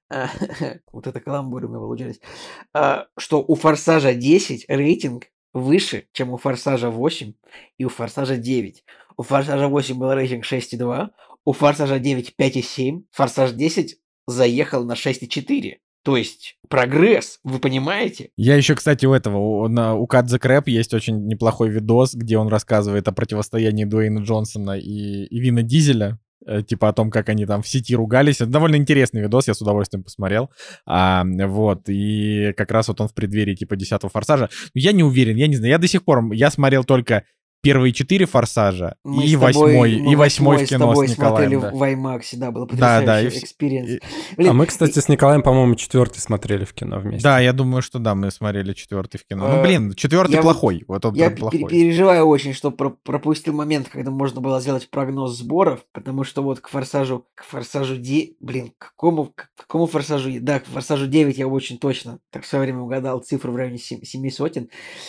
Вот это каламбуры у меня получались. Что у «Форсажа десять» рейтинг выше, чем у «Форсажа восемь» и у «Форсажа девять». У «Форсажа восемь» был рейтинг шесть и два, у «Форсажа девять» пять и семь, «Форсаж десять» заехал на шесть и четыре. То есть прогресс, вы понимаете? Я еще, кстати, у этого, у, на, у Cut the Crap есть очень неплохой видос, где он рассказывает о противостоянии Дуэйна Джонсона и, и Вина Дизеля, э, типа о том, как они там в сети ругались. Это довольно интересный видос, я с удовольствием посмотрел. А, вот, и как раз вот он в преддверии типа десятого «Форсажа». Я не уверен, я не знаю, я до сих пор, я смотрел только первые четыре «Форсажа» мы и тобой, восьмой, и восьмой в кино с, с Николаем. смотрели Да. в IMAX, да, было потрясающий да, да, экспириенс. и... А мы, кстати, с Николаем, по-моему, четвертый смотрели в кино вместе. Да, я думаю, что да, мы смотрели четвертый в кино. Ну, блин, четвертый я плохой. Вот он я плохой. переживаю очень, что про- пропустил момент, когда можно было сделать прогноз сборов, потому что вот к «Форсажу», к «Форсажу девять», блин, к какому, к какому «Форсажу», да, к «Форсажу девять» я очень точно, так в свое время угадал цифру в районе семи сотен.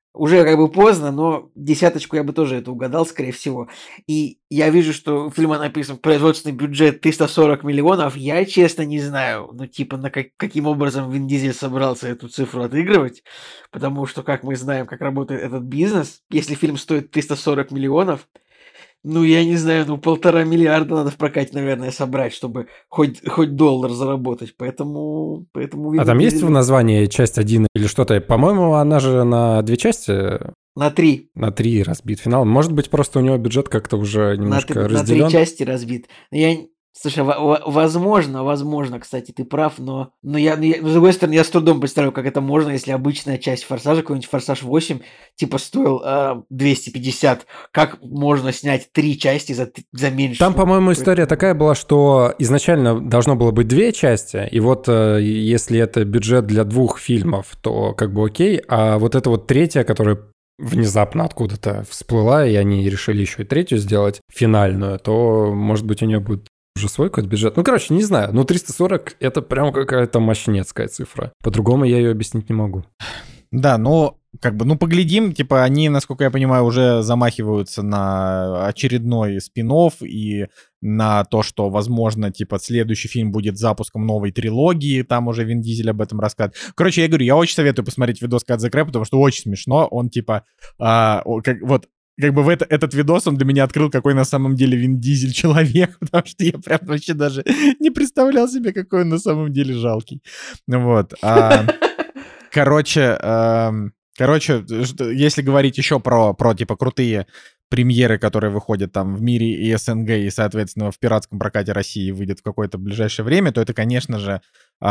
уже как бы поздно, но десяточку я бы тоже это угадал, скорее всего. И я вижу, что у фильма написан производственный бюджет триста сорок миллионов. Я, честно, не знаю, ну, типа, на как, каким образом Вин Дизель собрался эту цифру отыгрывать. Потому что, как мы знаем, как работает этот бизнес, если фильм стоит триста сорок миллионов, ну, я не знаю, ну, полтора миллиарда надо в прокате, наверное, собрать, чтобы хоть, хоть доллар заработать. Поэтому... поэтому А там Вин есть Дизель- в названии часть один или что-то? По-моему, она же на две части, На три. на три разбит финал. Может быть, просто у него бюджет как-то уже На, немножко три- на три разделен. части разбит. Но я... Слушай, во- во- возможно, возможно, кстати, ты прав, но, но, я, но я- но с другой стороны, я с трудом представляю, как это можно, если обычная часть Форсажа, какой-нибудь Форсаж восемь, типа, стоил а, двести пятьдесят. Как можно снять три части за, т- за меньше? Там, по-моему, Поэтому- история такая была, что изначально должно было быть две части, и вот э, если это бюджет для двух фильмов, то как бы окей, а вот эта вот третья, которая внезапно откуда-то всплыла, и они решили еще и третью сделать, финальную, то, может быть, у нее будет уже свой какой-то бюджет. Ну, короче, не знаю, ну, триста сорок — это прям какая-то мощнецкая цифра. По-другому я ее объяснить не могу. Да, ну, как бы, ну, поглядим, типа, они, насколько я понимаю, уже замахиваются на очередной спин-офф и на то, что, возможно, типа, следующий фильм будет запуском новой трилогии, там уже Вин Дизель об этом рассказывает. Короче, я говорю, я очень советую посмотреть видос Cut the Crap, потому что очень смешно, он, типа, а, о, как, вот, как бы в это, этот видос, он для меня открыл, какой на самом деле Вин Дизель человек, потому что я прям вообще даже не представлял себе, какой он на самом деле жалкий. Вот. А, короче, эм, короче, что- если говорить еще про, про, типа, крутые премьеры, которые выходят там в мире и СНГ, и, соответственно, в пиратском прокате России выйдет в какое-то ближайшее время, то это, конечно же,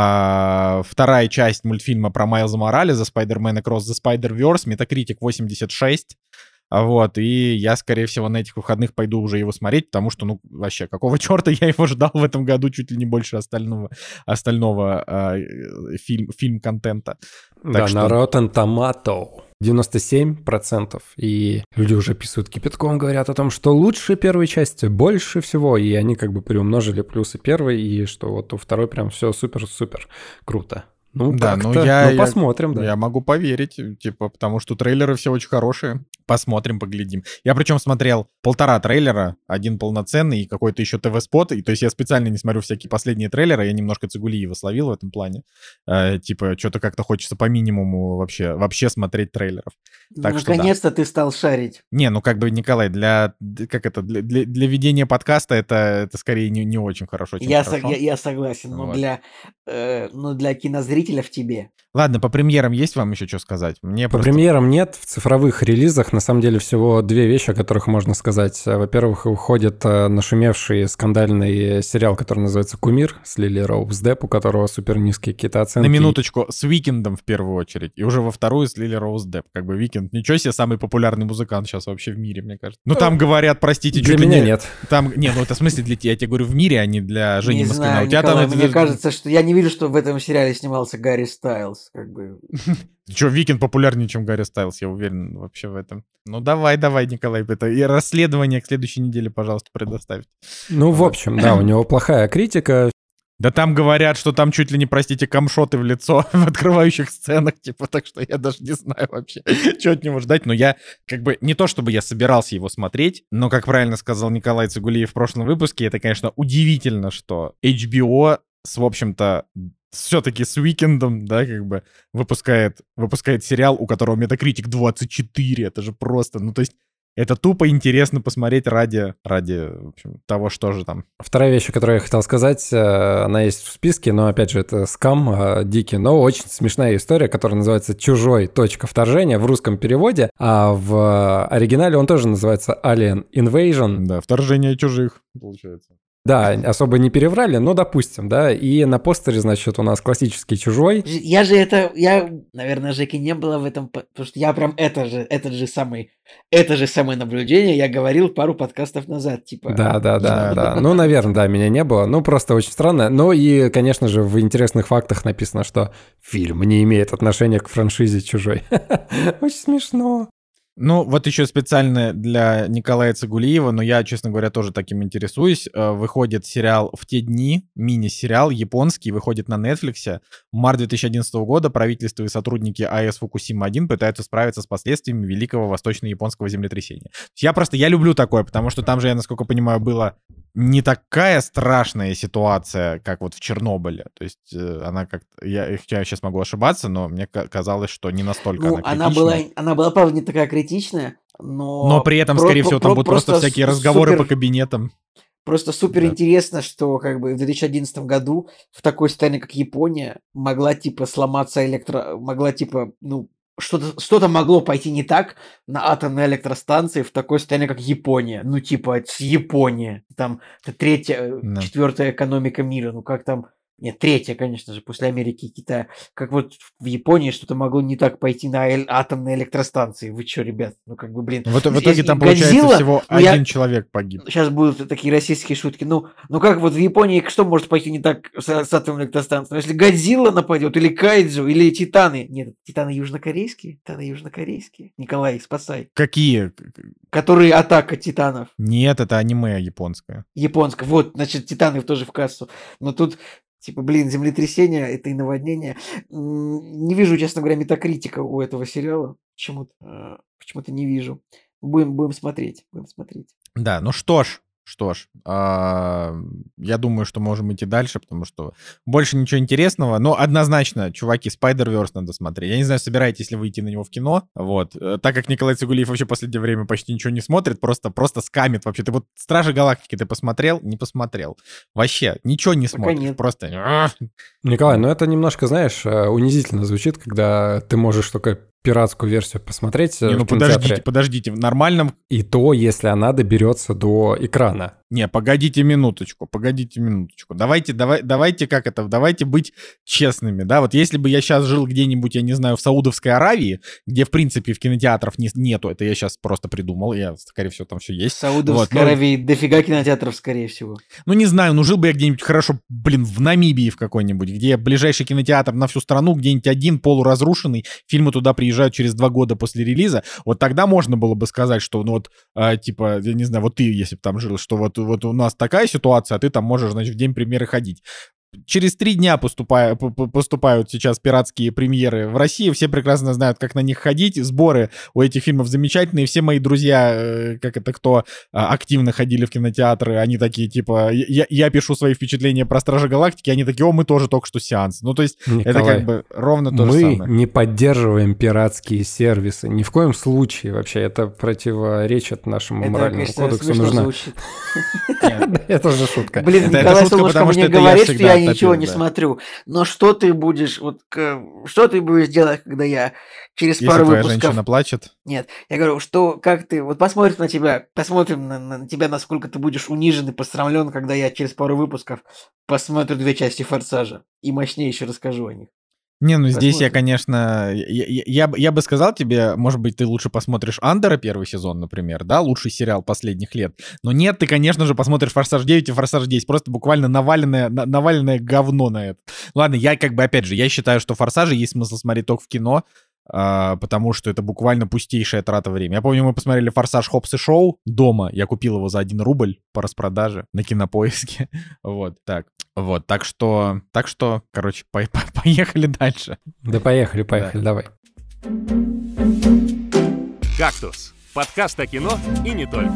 а, вторая часть мультфильма про Майлза Моралеса «Spider-Man Across the Spider-Verse», Metacritic восемьдесят шесть. А Вот, и я, скорее всего, на этих выходных пойду уже его смотреть, потому что, ну, вообще, какого черта я его ждал в этом году чуть ли не больше остального, остального э, фильм, фильм-контента. Так Да, что- на Rotten Tomato девяносто семь процентов, и люди уже писают кипятком, говорят о том, что лучше первой части, больше всего, и они как бы приумножили плюсы первой, и что вот у второй прям все супер-супер круто. Ну, Да, как-то, ну я- ну, я- посмотрим, да. Я могу поверить, типа, потому что трейлеры все очень хорошие. Посмотрим, поглядим. Я причем смотрел полтора трейлера, один полноценный и какой-то еще ТВ-спот. И, то есть я специально не смотрю всякие последние трейлеры, я немножко Цигулиева словил в этом плане. Э, типа, что-то как-то хочется по минимуму вообще, вообще смотреть трейлеров. Так Ну, что да. наконец-то ты стал шарить. Не, ну как бы, Николай, для, д- как это, для, для, для ведения подкаста это, это скорее не, не очень хорошо, чем Я, хорошо. сог- я, я согласен, но Вот. для, э, но для кинозрителя в тебе. Ладно, по премьерам есть вам еще что сказать? Мне По просто... премьерам нет, в цифровых релизах на самом деле всего две вещи, о которых можно сказать. Во-первых, выходит э, нашумевший скандальный сериал, который называется «Кумир» с Лили Роуз Депп, у которого супер низкие какие-то оценки. На минуточку, с Уикендом в первую очередь, и уже во вторую с Лили Роуз Депп. Как бы Уикенд, ничего себе, самый популярный музыкант сейчас вообще в мире, мне кажется. Ну там говорят, простите, Для чуть ли меня не... нет. Там, не, ну это в смысле для тебя, я тебе говорю, в мире, а не для Жени не Москвина. знаю, У тебя Николай, там... мне кажется, что я не вижу, что в этом сериале снимался Гарри Стайлз. Как бы. Что, Уикенд популярнее, чем Гарри Стайлз, я уверен вообще в этом. Ну давай, давай, Николай, это и расследование к следующей неделе, пожалуйста, предоставь. Ну, в Вот. общем, да, у него плохая критика. Да там говорят, что там чуть ли не, простите, камшоты в лицо в открывающих сценах, типа, так что я даже не знаю вообще, что от него ждать. Но я, как бы, не то чтобы я собирался его смотреть, но, как правильно сказал Николай Цигулиев в прошлом выпуске, это, конечно, удивительно, что эйч би о с, в общем-то, все-таки с Уикендом, да, как бы, выпускает, выпускает сериал, у которого Metacritic двадцать четыре, это же просто, ну, то есть, это тупо интересно посмотреть ради, ради, в общем, того, что же там. Вторая вещь, которую я хотел сказать, э, она есть в списке, но, опять же, это скам э, дикий, но очень смешная история, которая называется «Чужой. Точка вторжения» в русском переводе, а в оригинале он тоже называется «Alien Invasion». Да, вторжение чужих, получается. Да, особо не переврали, но допустим, да. И на постере, значит, у нас классический «Чужой». Ж- Я же это, я, наверное, Жеки не было в этом, по- потому что я прям это же, этот же самый, это же самое наблюдение я говорил пару подкастов назад, типа. Да, да, да, Да. да. Ну, наверное, да, меня не было. Ну, просто очень странно. Ну и, конечно же, в интересных фактах написано, что фильм не имеет отношения к франшизе «Чужой». Очень смешно. Ну, вот еще специально для Николая Цигулиева, но я, честно говоря, тоже таким интересуюсь. Э, Выходит сериал «В те дни», мини-сериал японский, выходит на Netflix. Март две тысячи одиннадцатого года правительство и сотрудники АЭС Фукусима-один пытаются справиться с последствиями великого восточно-японского землетрясения. Я просто, я люблю такое, потому что там же, я, насколько понимаю, была не такая страшная ситуация, как вот в Чернобыле. То есть э, она как-то, я, я сейчас могу ошибаться, но мне ка- казалось, что не настолько Ну, она она была, критичная. она была, правда, не такая критичная, но... Но при этом, про- скорее про- всего, там про- будут просто просто всякие с- разговоры по супер- кабинетам. Просто супер Да. интересно, что как бы в две тысячи одиннадцатом году в такой стране, как Япония, могла типа сломаться электро... Могла типа, ну, что-то, что-то могло пойти не так на атомной электростанции в такой стране, как Япония. Ну, типа, это Япония. Там это третья, Да. четвертая экономика мира. Ну, как там... Нет, третья, конечно же, после Америки и Китая. Как вот в Японии что-то могло не так пойти на эль- атомной электростанции. Вы чё, ребят? Ну, как бы, блин. В, ит- в Если итоге там, получается, Годзилла, всего ну, я- один человек погиб. Сейчас будут такие российские шутки. Ну, ну как вот в Японии, что может пойти не так с, с атомной электростанцией? Ну, если Годзилла нападет, или Кайдзю, или Титаны. Нет, Титаны южнокорейские. Титаны южнокорейские. Николай, спасай. Какие? Которые атака Титанов. Нет, это аниме японское. Японская. Вот, значит, Титаны тоже в кассу. Но тут, типа, блин, землетрясение, это и наводнение. М, Не вижу, честно говоря, метакритика у этого сериала. Почему-то, э, почему-то не вижу. Будем, будем смотреть, будем смотреть. Да, ну что ж, что ж, а, я думаю, что можем идти дальше, потому что больше ничего интересного. Но однозначно, чуваки, Spider-Verse надо смотреть. Я не знаю, собираетесь ли вы идти на него в кино. Вот. Э, Так как Николай Цигулиев вообще в последнее время почти ничего не смотрит, просто, просто скамит вообще. Ты вот «Стражи Галактики» ты посмотрел? Не посмотрел. Вообще, ничего не Пока смотришь. нет. Просто... Николай, ну это немножко, знаешь, э, унизительно звучит, когда ты можешь только пиратскую версию посмотреть э, Не, ну в кинотеатре. подождите, подождите. В нормальном... И то, если она доберется до экрана. Не, погодите минуточку, погодите минуточку. Давайте, давай, давайте как это, давайте быть честными, да? Вот если бы я сейчас жил где-нибудь, я не знаю, в Саудовской Аравии, где, в принципе, в кинотеатров не, нету, это я сейчас просто придумал, я, скорее всего, там все В есть. Саудовской Вот, ну- Аравии дофига кинотеатров, скорее всего. Ну, не знаю, ну жил бы я где-нибудь хорошо, блин, в Намибии в какой-нибудь, где ближайший кинотеатр на всю страну, где-нибудь один, полуразрушенный, фильмы туда приезжают через два года после релиза, вот тогда можно было бы сказать, что, ну вот, а, типа, я не знаю, вот ты, если бы там жил, что вот, вот у нас такая ситуация, а ты там можешь, значит, в день премьеры ходить. Через три дня поступая, п- п- поступают сейчас пиратские премьеры в России, все прекрасно знают, как на них ходить, сборы у этих фильмов замечательные, все мои друзья, э, как это, кто а, активно ходили в кинотеатры, они такие, типа, я, я пишу свои впечатления про Стражи Галактики, они такие, о, мы тоже только что сеанс. Ну, то есть, это Николай, как бы ровно то же мы самое. не поддерживаем пиратские сервисы. Ни в коем случае вообще. Это противоречит нашему Это, моральному конечно, кодексу. смешно Нужно... звучит. Это же шутка. Блин, Это- это Николай шутка, Солнышко потому что мне это я говорит, что всегда я ничего топил, не да. смотрю. Но что ты будешь, вот, к- что ты будешь делать, когда я через Если пару твоя выпусков... женщина плачет, Нет, я говорю, что, как ты, вот посмотрим на тебя, посмотрим на, на тебя, насколько ты будешь унижен и посрамлен, когда я через пару выпусков посмотрю две части «Форсажа» и мощнее еще расскажу о них. не, ну здесь я, Посмотрим. конечно, я, я- я бы- я бы сказал тебе, может быть, ты лучше посмотришь «Андера» первый сезон, например, да, лучший сериал последних лет. Но нет, ты, конечно же, посмотришь «Форсаж девять» и «Форсаж десять», просто буквально наваленное, на- наваленное говно на это. Ладно, я как бы, опять же, я считаю, что «Форсажи» есть смысл смотреть только в кино, а, потому что это буквально пустейшая трата времени. Я помню, мы посмотрели «Форсаж Хопс и Шоу» дома, я купил его за один рубль по распродаже на Кинопоиске, вот, так. Вот, так что, так что, короче, по- по- поехали дальше. Да поехали, поехали, давай. «Кактус» — подкаст о кино и не только.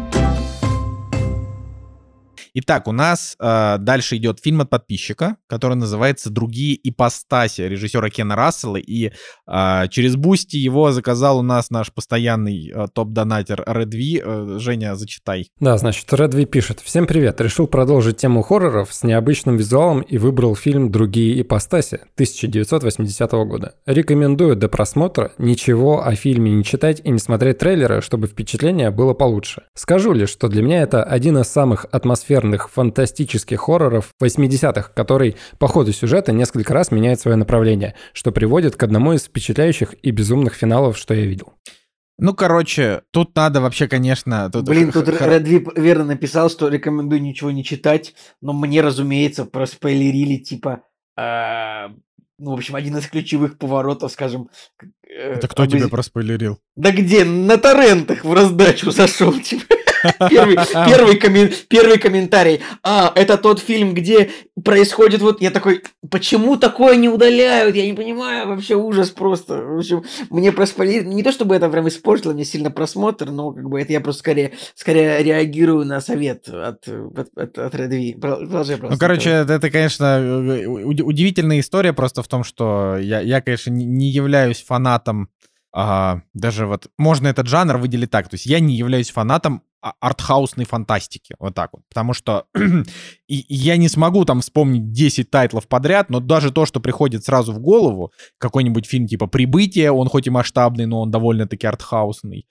Итак, у нас э, дальше идет фильм от подписчика, который называется «Другие ипостаси» режиссера Кена Рассела. И э, через Бусти его заказал у нас наш постоянный э, топ-донатер Редви. Э, Женя, зачитай. Да, значит, Редви пишет. Всем привет. Решил продолжить тему хорроров с необычным визуалом и выбрал фильм «Другие ипостаси» тысяча девятьсот восьмидесятого года. Рекомендую до просмотра ничего о фильме не читать и не смотреть трейлеры, чтобы впечатление было получше. Скажу лишь, что для меня это один из самых атмосферных фантастических хорроров восьмидесятых, который по ходу сюжета несколько раз меняет свое направление, что приводит к одному из впечатляющих и безумных финалов, что я видел. Ну, короче, тут надо вообще, конечно... Тут Блин, х- тут х- Редви верно написал, что рекомендую ничего не читать, но мне, разумеется, проспойлерили, типа, а, ну, в общем, один из ключевых поворотов, скажем, к- э, Это кто об из- тебе проспойлерил? Да где? На торрентах в раздачу зашел, типа. Первый, первый, коммен- первый комментарий. А, это тот фильм, где происходит вот... Я такой, почему такое не удаляют? Я не понимаю, вообще ужас просто. В общем, мне проспойлерили. Не то, чтобы это прям испортило мне сильно просмотр, но как бы это я просто скорее, скорее реагирую на совет от, от, от, от Red V. Продолжай просто. Ну, короче, это, это, конечно, уд- удивительная история просто в том, что я, я конечно, не- не являюсь фанатом, а, даже вот, можно этот жанр выделить так, то есть я не являюсь фанатом а- артхаусной фантастики, вот так вот, потому что и, и я не смогу там вспомнить десять тайтлов подряд, но даже то, что приходит сразу в голову, какой-нибудь фильм типа «Прибытие», он хоть и масштабный, но он довольно-таки артхаусный,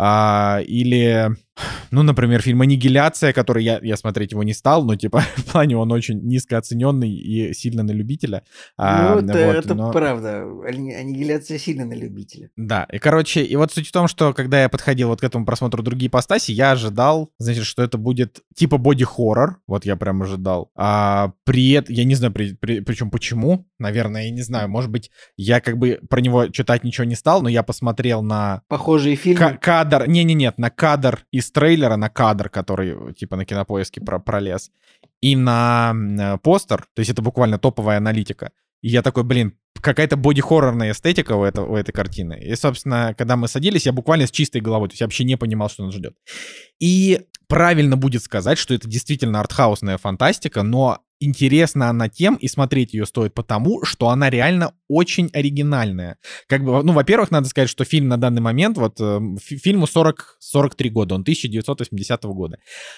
а, или... Ну, например, фильм «Аннигиляция», который я, я смотреть его не стал, но, типа, в плане он очень низкооцененный и сильно на любителя. А, Ну, это, вот, это но- правда. Ани- Аннигиляция сильно на любителя. Да, и, короче, и вот суть в том, что когда я подходил вот к этому просмотру другие ипостаси, я ожидал, значит, что это будет типа боди-хоррор, вот я прям ожидал. А при этом, я не знаю, при, при- причем почему, наверное, я не знаю, может быть, я как бы про него читать ничего не стал, но я посмотрел на Похожие фильмы. Ка- кадр, не-не-нет, на кадр из трейлера, на кадр, который типа на Кинопоиске про- пролез, и на м, постер, то есть это буквально топовая аналитика. И я такой, блин, какая-то боди-хоррорная эстетика у, этого, у этой картины. И, собственно, когда мы садились, я буквально с чистой головой, то есть я вообще не понимал, что нас ждет. И правильно будет сказать, что это действительно артхаусная фантастика, но интересна она тем, и смотреть ее стоит потому, что она реально очень оригинальная. Как бы, ну, во-первых, надо сказать, что фильм на данный момент, вот э, фи- фильму сорок, сорок три года, он тысяча девятьсот восьмидесятого года.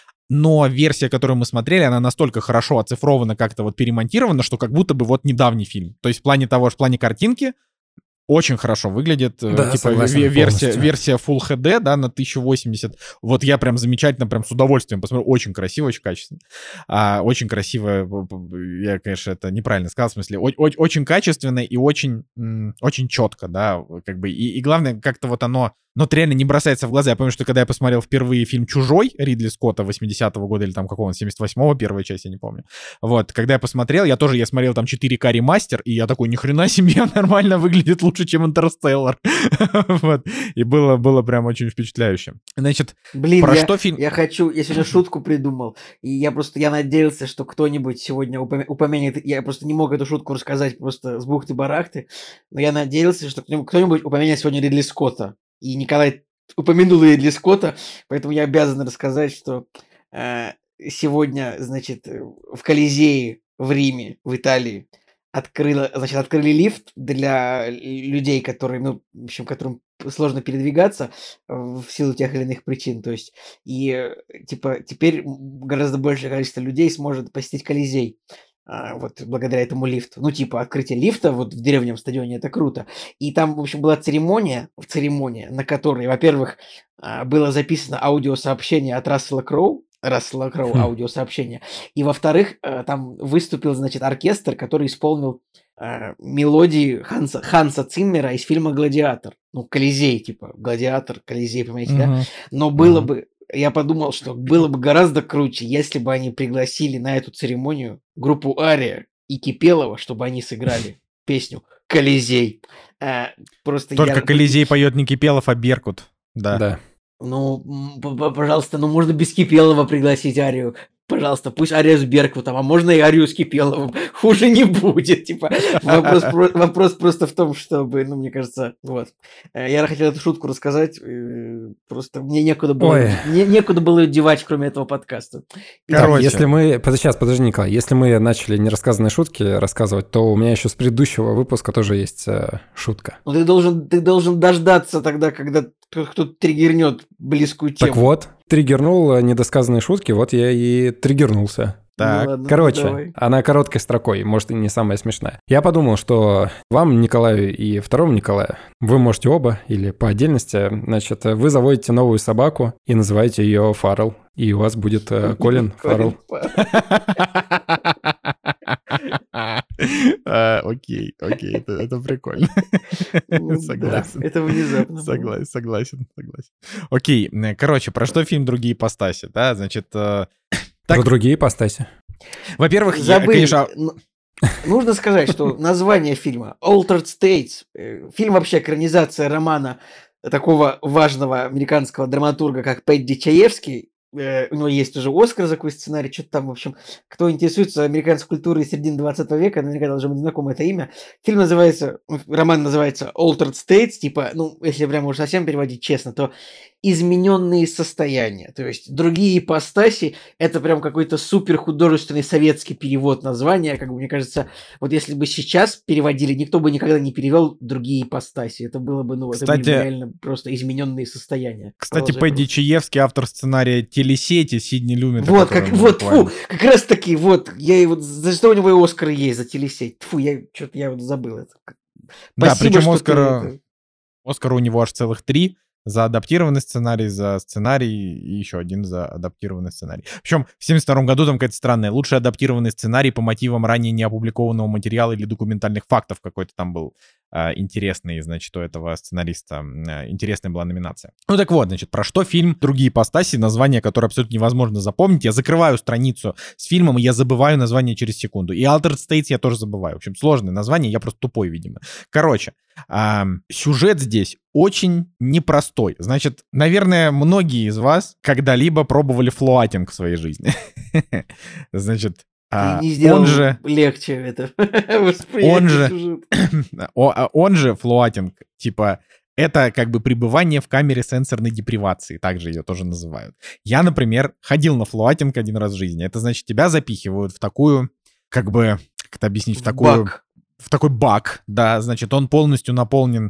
Но версия, которую мы смотрели, она настолько хорошо оцифрована, как-то вот перемонтирована, что как будто бы вот недавний фильм. То есть в плане того, что в плане картинки очень хорошо выглядит. э, Да, типа согласен ве- версия, полностью. версия Full эйч ди, да, на тысяча восемьдесят. Вот я прям замечательно, прям с удовольствием посмотрел. Очень красиво, очень качественно. А, очень красиво. Я, конечно, это неправильно сказал, в смысле, о- о- очень качественно и очень, м, очень четко, да, как бы. И, и главное, как-то вот оно, ну, вот реально не бросается в глаза. Я помню, что когда я посмотрел впервые фильм «Чужой» Ридли Скотта восьмидесятого года или там какого он, семьдесят восьмого, первая часть, я не помню. Вот, когда я посмотрел, я тоже, я смотрел там четыре ка ремастер, и я такой, ни хрена себе, нормально выглядит лучше, чем «Интерстеллар». Вот, и было, было прям очень впечатляюще. Значит, Блин, про я, что фильм? я хочу, я сегодня шутку придумал, и я просто, я надеялся, что кто-нибудь сегодня упомя- упомянет, я просто не мог эту шутку рассказать просто с бухты-барахты, но я надеялся, что кто-нибудь, кто-нибудь упомянет сегодня Ридли Скотта, и Николай упомянул Ридли Скотта, поэтому я обязан рассказать, что э, сегодня, значит, э, в Колизее в Риме, в Италии, открыла, значит, открыли лифт для людей, которые, ну, в общем, которым сложно передвигаться э, в силу тех или иных причин, то есть, и, э, типа, теперь м, гораздо большее количество людей сможет посетить Колизей, а, вот, благодаря этому лифту. Ну, типа, открытие лифта вот в древнем стадионе, это круто. И там, в общем, была церемония, церемония, на которой, во-первых, а, было записано аудиосообщение от Рассела Кроу, Рассела Кроу Хм. аудиосообщение, и, во-вторых, э, там выступил, значит, оркестр, который исполнил э, мелодии Ханса, Ханса Циммера из фильма «Гладиатор». Ну, Колизей, типа, «Гладиатор», Колизей, понимаете, да? Мгм. Но было Мгм. бы, я подумал, что было бы гораздо круче, если бы они пригласили на эту церемонию группу Ария и Кипелова, чтобы они сыграли песню «Колизей». Э, просто Только я... Колизей поет не Кипелов, а Беркут. Да. Да. Ну, м, п- п- пожалуйста, ну можно без Кипелова пригласить Арию. Пожалуйста, пусть Ария с Беркутом, а можно и Арию с Кипеловым. Хуже не будет, типа. Вопрос, про- вопрос просто в том, чтобы, ну, мне кажется, вот. Э, Я хотел эту шутку рассказать, э, просто мне некуда было, Ой. не- некуда было ее девать, кроме этого подкаста. Так, Короче. если мы... под- Сейчас, подожди, Николай. Если мы начали нерассказанные шутки рассказывать, то у меня еще с предыдущего выпуска тоже есть э, шутка. Ну, ты должен, ты должен дождаться тогда, когда кто- кто-то триггернет близкую тему. Так вот, триггернул э, недосказанные шутки, вот я и триггернулся. Ну Так. ладно, ну Короче, давай. она короткой строкой, может, и не самая смешная. Я подумал, что вам, Николаю, и второму Николаю, вы можете оба или по отдельности, значит, вы заводите новую собаку и называете ее Фаррелл, и у вас будет э, Колин Фаррелл. А, Окей, окей, это это прикольно. Ну, Согласен. да, это внезапно. было. Согласен, согласен, согласен. Окей, э, короче, про что фильм «Другие ипостаси», да, значит, э, Про так, другие ипостаси. во-первых, я, Забыли. конечно, Ну, Нужно сказать, что название фильма Altered States, э, фильм вообще экранизация романа такого важного американского драматурга, как Пэдди Чаевский. Э, у него есть уже Оскар за какой сценарий, что-то там, в общем, кто интересуется американской культурой середины двадцатого века, наверняка должно быть знакомо это имя. Фильм называется, роман называется Altered States, типа, ну, если прямо уж совсем переводить честно, то измененные состояния, то есть другие ипостаси, это прям какой-то супер художественный советский перевод названия, как бы, мне кажется, вот если бы сейчас переводили, никто бы никогда не перевел другие ипостаси, это было бы, ну, Кстати, это были бы реально просто измененные состояния. Кстати, Продолжай Пэдди просто. Чаевский, автор сценария телесети Сидни Люмета. Вот, который как, он вот, буквально- фу, как раз таки, вот, я и вот, за что у него и Оскар есть, за телесеть. Фу, я что-то я вот забыл это. Да, Спасибо, причем что ты Оскара, это- Оскара у него аж целых три. За адаптированный сценарий, за сценарий и еще один за адаптированный сценарий. Причем в семьдесят втором году там какая-то странная. Лучший адаптированный сценарий по мотивам ранее не опубликованного материала или документальных фактов какой-то там был а, интересный, значит, у этого сценариста. а, интересная была номинация. Ну так вот, значит, про что фильм «Другие ипостаси», название, которое абсолютно невозможно запомнить. Я закрываю страницу с фильмом, и я забываю название через секунду. И Altered States я тоже забываю. В общем, сложное название, я просто тупой, видимо. Короче, а, сюжет здесь очень непростой. Значит, наверное, многие из вас когда-либо пробовали флоатинг в своей жизни. Значит, Ты а, не сделал он же, легче это он восприятие же, сюжета. о- а он же флоатинг, типа, это как бы пребывание в камере сенсорной депривации, также ее тоже называют. Я, например, ходил на флоатинг один раз в жизни. Это значит, тебя запихивают в такую, как бы, как это объяснить, в В такую... бак. в такой бак, да, значит, он полностью наполнен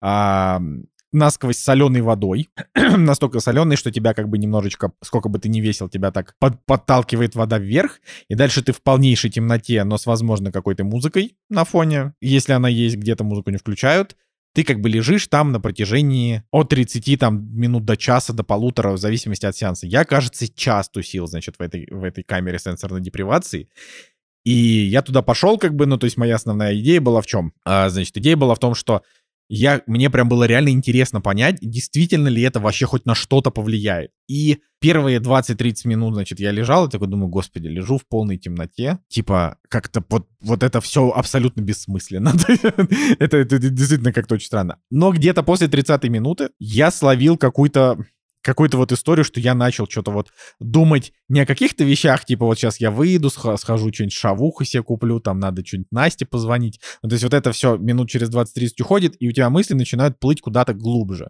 а, насквозь соленой водой, настолько соленой, что тебя как бы немножечко, сколько бы ты ни весил, тебя так под- подталкивает вода вверх, и дальше ты в полнейшей темноте, но с, возможно, какой-то музыкой на фоне, если она есть, где-то музыку не включают, ты как бы лежишь там на протяжении от тридцати там, минут до часа, до полутора, в зависимости от сеанса. Я, кажется, час тусил, значит, в этой, в этой камере сенсорной депривации. И я туда пошел, как бы, ну, то есть моя основная идея была в чем? А, значит, идея была в том, что я, мне прям было реально интересно понять, действительно ли это вообще хоть на что-то повлияет. И первые двадцать-тридцать минут, значит, я лежал и такой думаю, господи, лежу в полной темноте. Типа, как-то вот, вот это все абсолютно бессмысленно. это, это действительно как-то очень странно. Но где-то после тридцатой минуты я словил какую-то какую-то вот историю, что я начал что-то вот думать не о каких-то вещах, типа вот сейчас я выйду, сх- схожу, что-нибудь шавуху себе куплю, там надо что-нибудь Насте позвонить. Ну, то есть вот это все минут через двадцать-тридцать уходит, и у тебя мысли начинают плыть куда-то глубже.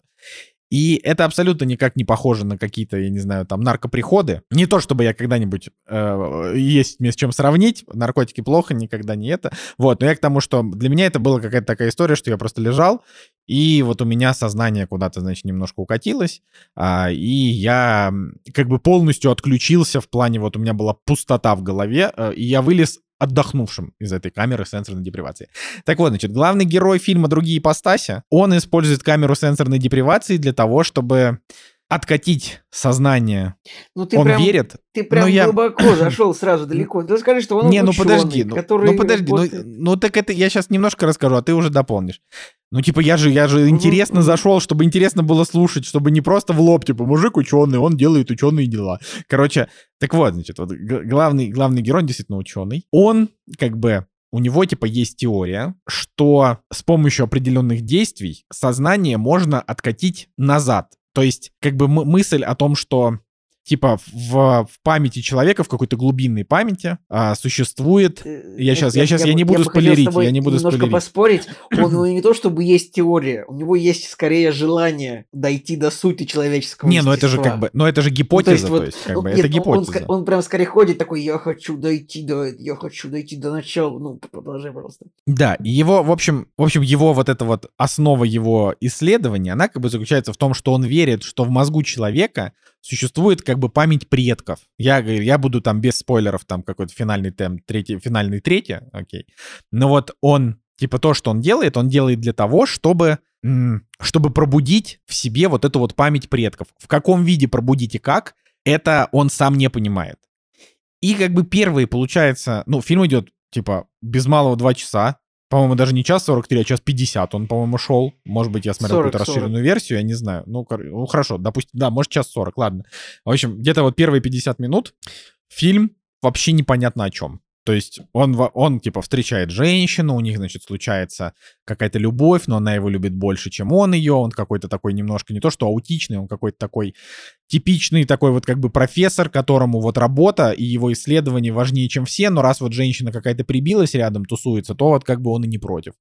И это абсолютно никак не похоже на какие-то, я не знаю, там, наркоприходы. Не то, чтобы я когда-нибудь э, есть мне с чем сравнить. Наркотики плохо, никогда не это. Вот, но я к тому, что для меня это была какая-то такая история, что я просто лежал, и вот у меня сознание куда-то, значит, немножко укатилось, а, и я м, как бы полностью отключился в плане, вот у меня была пустота в голове, э, и я вылез отдохнувшим из этой камеры сенсорной депривации. Так вот, значит, главный герой фильма «Другие ипостаси», он использует камеру сенсорной депривации для того, чтобы откатить сознание. Ну, ты Он прям, верит, ты прям но я- глубоко зашел сразу далеко. Ты скажи, что он Не, ну ученый, подожди, ну, который ну подожди, ну, работает- ну так это я сейчас немножко расскажу, а ты уже дополнишь. Ну типа я же, я же Мгм, интересно мгм. зашел, чтобы интересно было слушать, чтобы не просто в лоб, типа мужик ученый, он делает ученые дела. Короче, так вот, значит, вот г- главный, главный герой, он действительно ученый. Он как бы, у него типа есть теория, что с помощью определенных действий сознание можно откатить назад. То есть как бы м- мысль о том, что типа в, в памяти человека, в какой-то глубинной памяти а, существует... Э, Я нет, щас- я щас- я бы- не буду бы хотел с спойлерить, тобой я не буду немножко спойлерить. поспорить. Он, у него не то, чтобы есть теория, у него есть скорее желание дойти до сути человеческого Не, ну это же естества. как бы, ну это же Ну, гипотеза, то вот, есть, как ну, бы, нет, это ну, он, гипотеза. ска- он прям скорее ходит такой, я хочу дойти до, я хочу дойти до начала. Ну, продолжай, пожалуйста. Да, и его, в общем, в общем, его вот эта вот основа его исследования, она как бы заключается в том, что он верит, что в мозгу человека существует как бы память предков. Я говорю, я буду там без спойлеров, там какой-то финальный тем, третий, финальный третий, окей. Но вот он, типа то, что он делает, он делает для того, чтобы, м, чтобы пробудить в себе вот эту вот память предков. В каком виде пробудить и как, это он сам не понимает. И как бы первый, получается, ну, фильм идет, типа, без малого два часа. По-моему, даже не час сорок три, а час пятьдесят он, по-моему, шел. Может быть, я смотрел сорок, какую-то расширенную версию, я не знаю. Ну, кор- ну, хорошо, допустим, да, может, час сорок, ладно. В общем, где-то вот первые пятьдесят минут фильм вообще непонятно о чем. То есть он, он, типа, встречает женщину, у них, значит, случается какая-то любовь, но она его любит больше, чем он ее. Он какой-то такой немножко, не то что аутичный, он какой-то такой типичный такой вот как бы профессор, которому вот работа и его исследования важнее, чем все, но раз вот женщина какая-то прибилась рядом, тусуется, то вот как бы он и не против.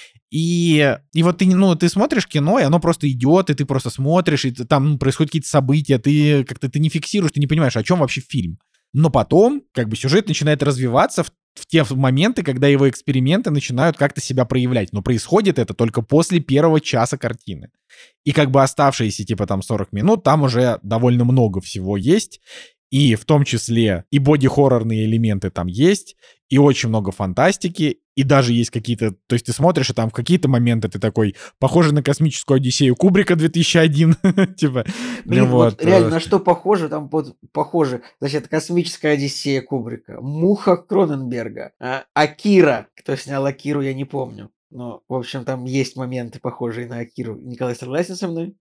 И, и вот ты, ну, ты смотришь кино, и оно просто идет, и ты просто смотришь, и там ну, происходят какие-то события, ты как-то ты не фиксируешь, ты не понимаешь, о чем вообще фильм. Но потом, как бы, сюжет начинает развиваться в, в те моменты, когда его эксперименты начинают как-то себя проявлять. Но происходит это только после первого часа картины. И как бы оставшиеся, типа, там, сорок минут, там уже довольно много всего есть. И в том числе и боди-хоррорные элементы там есть, и очень много фантастики, и даже есть какие-то... То есть ты смотришь, и там в какие-то моменты ты такой, похоже на космическую Одиссею Кубрика две тысячи один. Типа, Блин, вот реально, на что похоже? Там похоже, значит, космическая Одиссея Кубрика, Муха Кроненберга, Акира. Кто снял Акиру, я не помню. Но, в общем, там есть моменты, похожие на Акиру. Николай, согласен со мной?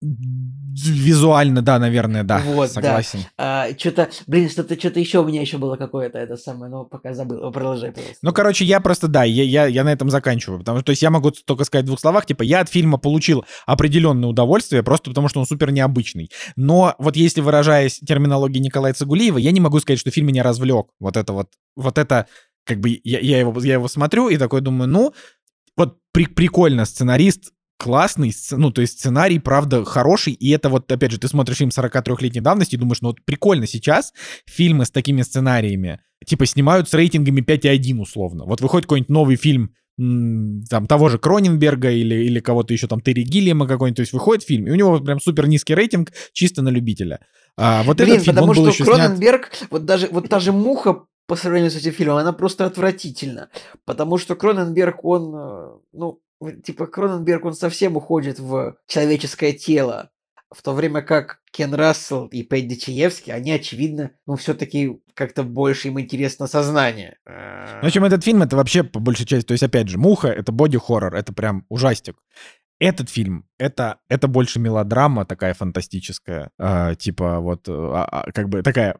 Визуально, да, наверное, да. Вот, согласен. Да. А, что-то, блин, что-то, что-то еще у меня еще было какое-то это самое, но пока забыл. Продолжай, пожалуйста. Ну, короче, я просто, да, я, я, я на этом заканчиваю. Потому что, то есть я могу только сказать в двух словах, типа, я от фильма получил определенное удовольствие, просто потому что он супер необычный. Но вот если выражаясь терминологией Николая Цигулиева, я не могу сказать, что фильм меня развлек. Вот это вот, вот это, как бы, я, я, его, я его смотрю и такой думаю, ну, вот при, прикольно, сценарист классный, ну, то есть сценарий, правда, хороший, и это вот, опять же, ты смотришь фильм сорокатрёхлетней давности и думаешь, ну, вот прикольно сейчас фильмы с такими сценариями, типа, снимают с рейтингами пять и один условно. Вот выходит какой-нибудь новый фильм, м- там, того же Кроненберга или, или кого-то еще, там, Терри Гиллиама какой-нибудь, то есть выходит фильм, и у него прям супер низкий рейтинг, чисто на любителя. А вот Блин, этот фильм, потому он был что еще Кроненберг, снят... вот даже, вот та же «Муха», по сравнению с этим фильмом, она просто отвратительна. Потому что Кроненберг, он, ну, типа, Кроненберг, он совсем уходит в человеческое тело. В то время как Кен Рассел и Пэдди Чаевский, они, очевидно, ну, все-таки как-то больше им интересно сознание. В общем, этот фильм, это вообще, по большей части, то есть, опять же, «Муха» — это боди-хоррор, это прям ужастик. Этот фильм, это, это больше мелодрама такая фантастическая, э, типа вот, э, как бы такая,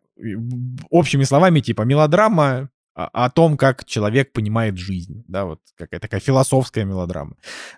общими словами, типа мелодрама о, о том, как человек понимает жизнь, да, вот какая такая философская мелодрама,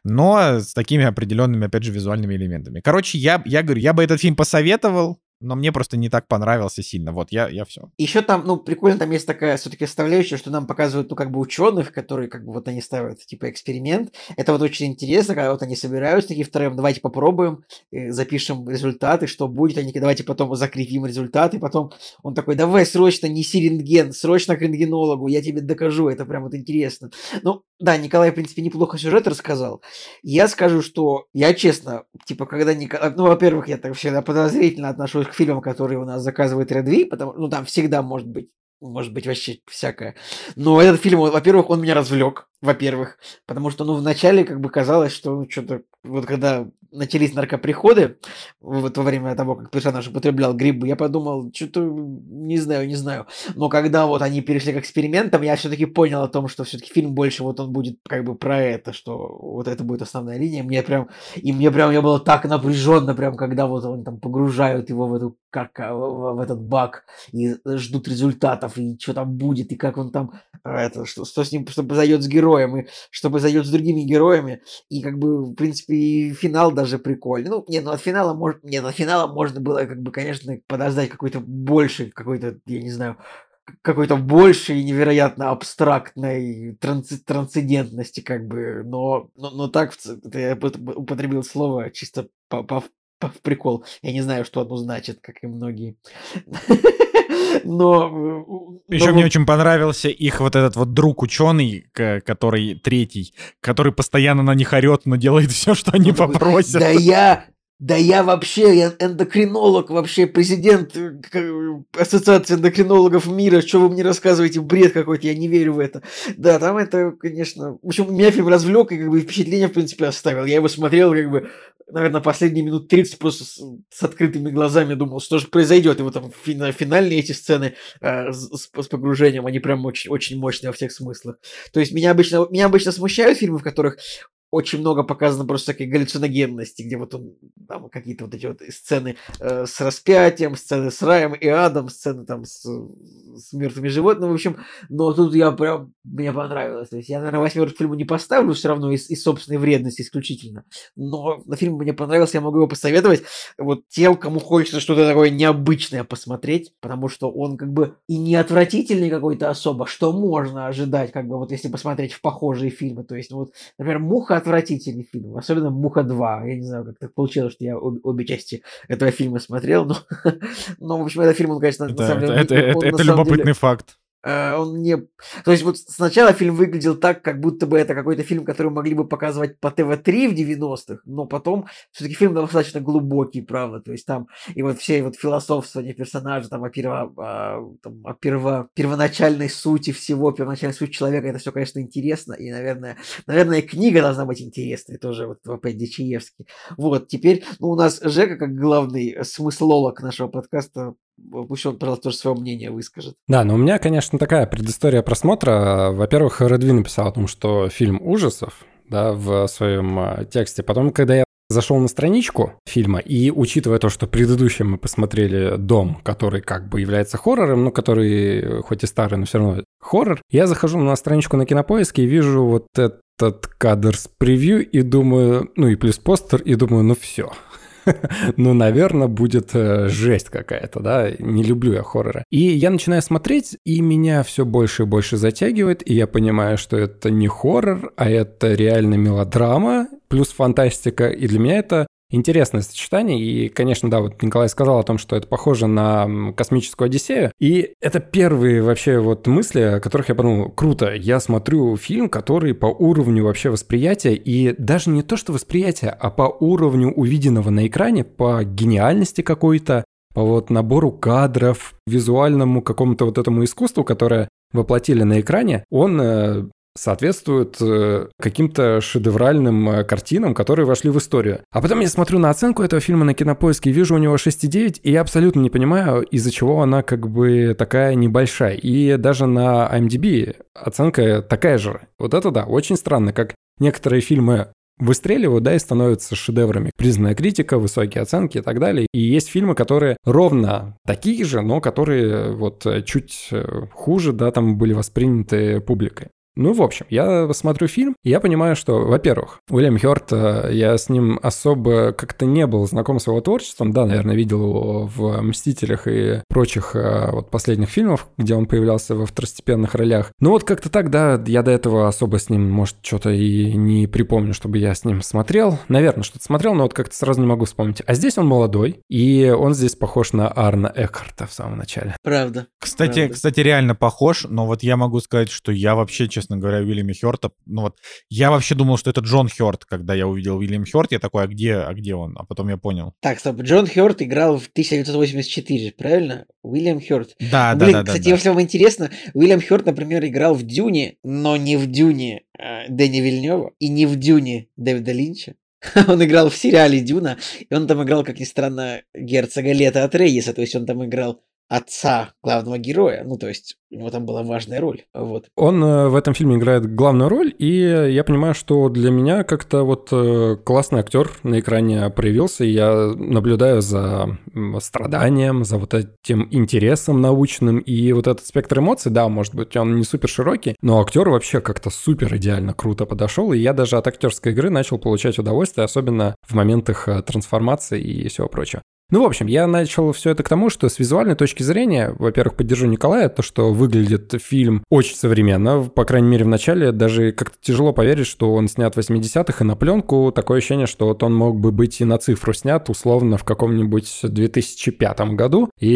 но с такими определенными, опять же, визуальными элементами. Короче, я, я говорю, я бы этот фильм посоветовал, но мне просто не так понравился сильно. Вот, я, я все. Еще там, ну, прикольно, там есть такая все-таки составляющая, что нам показывают, ну, как бы ученых, которые, как бы, вот они ставят, типа, эксперимент. Это вот очень интересно, когда вот они собираются такие втроем, давайте попробуем, запишем результаты, что будет, они давайте потом закрепим результаты, потом он такой, давай срочно неси рентген, срочно к рентгенологу, я тебе докажу, это прям вот интересно. Ну, да, Николай, в принципе, неплохо сюжет рассказал. Я скажу, что я, честно, типа, когда Николай... Ну, во-первых, я так всегда подозрительно отношусь к фильмам, которые у нас заказывает Red V, потому ну там всегда может быть, может быть вообще всякое. Но этот фильм, во-первых, он меня развлек, во-первых, потому что, ну, вначале как бы казалось, что ну, что-то, вот когда начались наркоприходы, вот во время того, как персонаж употреблял грибы, я подумал, что-то не знаю, не знаю. Но когда вот они перешли к экспериментам, я все-таки понял о том, что все-таки фильм больше вот он будет как бы про это, что вот это будет основная линия. Мне прям, и мне прям, я было так напряженно, прям когда вот он там погружают его в эту, как, в, в этот баг и ждут результатов, и что там будет, и как он там, это, что, что с ним, что произойдет с героем, и что произойдет с другими героями, и как бы, в принципе, и финал даже прикольный. Ну, нет, ну от финала, может, нет, от финала можно было, как бы, конечно, подождать какой-то больший, какой-то, я не знаю, какой-то большей невероятно абстрактной транс- трансцендентности, как бы, но, но, но так я употребил слово чисто по, по, по в прикол. Я не знаю, что оно значит, как и многие. Но... Еще но... мне очень понравился их вот этот вот друг-ученый, который третий, который постоянно на них орет, но делает все, что они ну, попросят. Да я... Да я вообще, я эндокринолог, вообще президент Ассоциации эндокринологов мира, что вы мне рассказываете, бред какой-то, я не верю в это. Да, там это, конечно... В общем, меня фильм развлек и как бы впечатление, в принципе, оставил. Я его смотрел, как бы, наверное, последние минут тридцать просто с, с открытыми глазами думал, что же произойдет. И вот там финальные эти сцены э, с, с погружением, они прям очень, очень мощные во всех смыслах. То есть меня обычно, меня обычно смущают фильмы, в которых очень много показано просто всякой галлюциногенности, где вот он, там какие-то вот эти вот сцены э, с распятием, сцены с раем и адом, сцены там с, с мертвыми животными, в общем, но тут я прям, мне понравилось. То есть я, наверное, восьмерку фильму не поставлю все равно из, из собственной вредности исключительно, но на фильм мне понравился, я могу его посоветовать вот тем, кому хочется что-то такое необычное посмотреть, потому что он как бы и не отвратительный какой-то особо, что можно ожидать, как бы вот если посмотреть в похожие фильмы, то есть вот, например, «Муха» отвратительный фильм, особенно «Муха два», я не знаю, как так получилось, что я обе, обе части этого фильма смотрел, но, но в общем, этот фильм, он, конечно, это, на самом деле... Это, это, он, это на любопытный деле, факт. Он не... То есть вот сначала фильм выглядел так, как будто бы это какой-то фильм, который могли бы показывать по тэ вэ три в девяностых, но потом все-таки фильм достаточно глубокий, правда, то есть там и вот все вот философствования персонажа, там о, перво... там, о перво... первоначальной сути всего, первоначальной сути человека, это все, конечно, интересно, и, наверное, наверное, книга должна быть интересной, тоже вот опять Дичиевский. Вот, теперь, ну, у нас Жека, как главный смыслолог нашего подкаста, пусть он, пожалуйста, тоже свое мнение выскажет. Да, но у меня, конечно, такая предыстория просмотра. Во-первых, Редви написал о том, что фильм ужасов, да, в своем тексте. Потом, когда я зашел на страничку фильма, и учитывая то, что предыдущим мы посмотрели «Дом», который как бы является хоррором, но который хоть и старый, но все равно хоррор, я захожу на страничку на Кинопоиске и вижу вот этот кадр с превью и думаю, ну и плюс постер, и думаю, ну все. Ну, наверное, будет э, жесть какая-то, да, не люблю я хорроры. И я начинаю смотреть, и меня все больше и больше затягивает, и я понимаю, что это не хоррор, а это реально мелодрама, плюс фантастика, и для меня это интересное сочетание, и, конечно, да, вот Николай сказал о том, что это похоже на космическую Одиссею, и это первые вообще вот мысли, о которых я подумал, круто, я смотрю фильм, который по уровню вообще восприятия, и даже не то, что восприятие, а по уровню увиденного на экране, по гениальности какой-то, по вот набору кадров, визуальному какому-то вот этому искусству, которое воплотили на экране, он соответствует э, каким-то шедевральным э, картинам, которые вошли в историю. А потом я смотрю на оценку этого фильма на Кинопоиске, вижу у него шесть и девять, и я абсолютно не понимаю, из-за чего она как бы такая небольшая. И даже на ай эм ди би оценка такая же. Вот это да, очень странно, как некоторые фильмы выстреливают, да, и становятся шедеврами. Признанная критика, высокие оценки и так далее. И есть фильмы, которые ровно такие же, но которые вот чуть хуже, да, там были восприняты публикой. Ну, в общем, я смотрю фильм, и я понимаю, что, во-первых, Уильям Хёрд, я с ним особо как-то не был знаком с его творчеством, да, наверное, видел его в «Мстителях» и прочих вот последних фильмах, где он появлялся во второстепенных ролях. Ну, вот как-то так, да, я до этого особо с ним, может, что-то и не припомню, чтобы я с ним смотрел. Наверное, что-то смотрел, но вот как-то сразу не могу вспомнить. А здесь он молодой, и он здесь похож на Арна Экхарта в самом начале. Правда. Кстати, правда. кстати, реально похож, но вот я могу сказать, что я вообще, честно говоря, Уильяма Хёрта, ну вот, я вообще думал, что это Джон Хёрд, когда я увидел Уильям Хёрд, я такой, а где, а где он? А потом я понял. Так, стоп, Джон Хёрд играл в тысяча девятьсот восемьдесят четыре, правильно? Уильям Хёрд. Да, ну, да, блин, да, да. Кстати, да. если вам интересно, Уильям Хёрд, например, играл в «Дюне», но не в «Дюне» э, Дэни Вильнёва и не в «Дюне» Дэвида Линча. Он играл в сериале «Дюна», и он там играл, как ни странно, герцога Лето Атрейеса, то есть он там играл отца главного героя, ну, то есть у него там была важная роль, вот. Он э, в этом фильме играет главную роль, и я понимаю, что для меня как-то вот э, классный актер на экране проявился, и я наблюдаю за страданием, за вот этим интересом научным, и вот этот спектр эмоций, да, может быть, он не супер широкий, но актер вообще как-то супер идеально круто подошел, и я даже от актерской игры начал получать удовольствие, особенно в моментах трансформации и всего прочего. Ну, в общем, я начал все это к тому, что с визуальной точки зрения, во-первых, поддержу Николая, то, что выглядит фильм очень современно, по крайней мере, в начале даже как-то тяжело поверить, что он снят в восьмидесятых и на пленку, такое ощущение, что вот он мог бы быть и на цифру снят, условно, в каком-нибудь две тысячи пятом году, и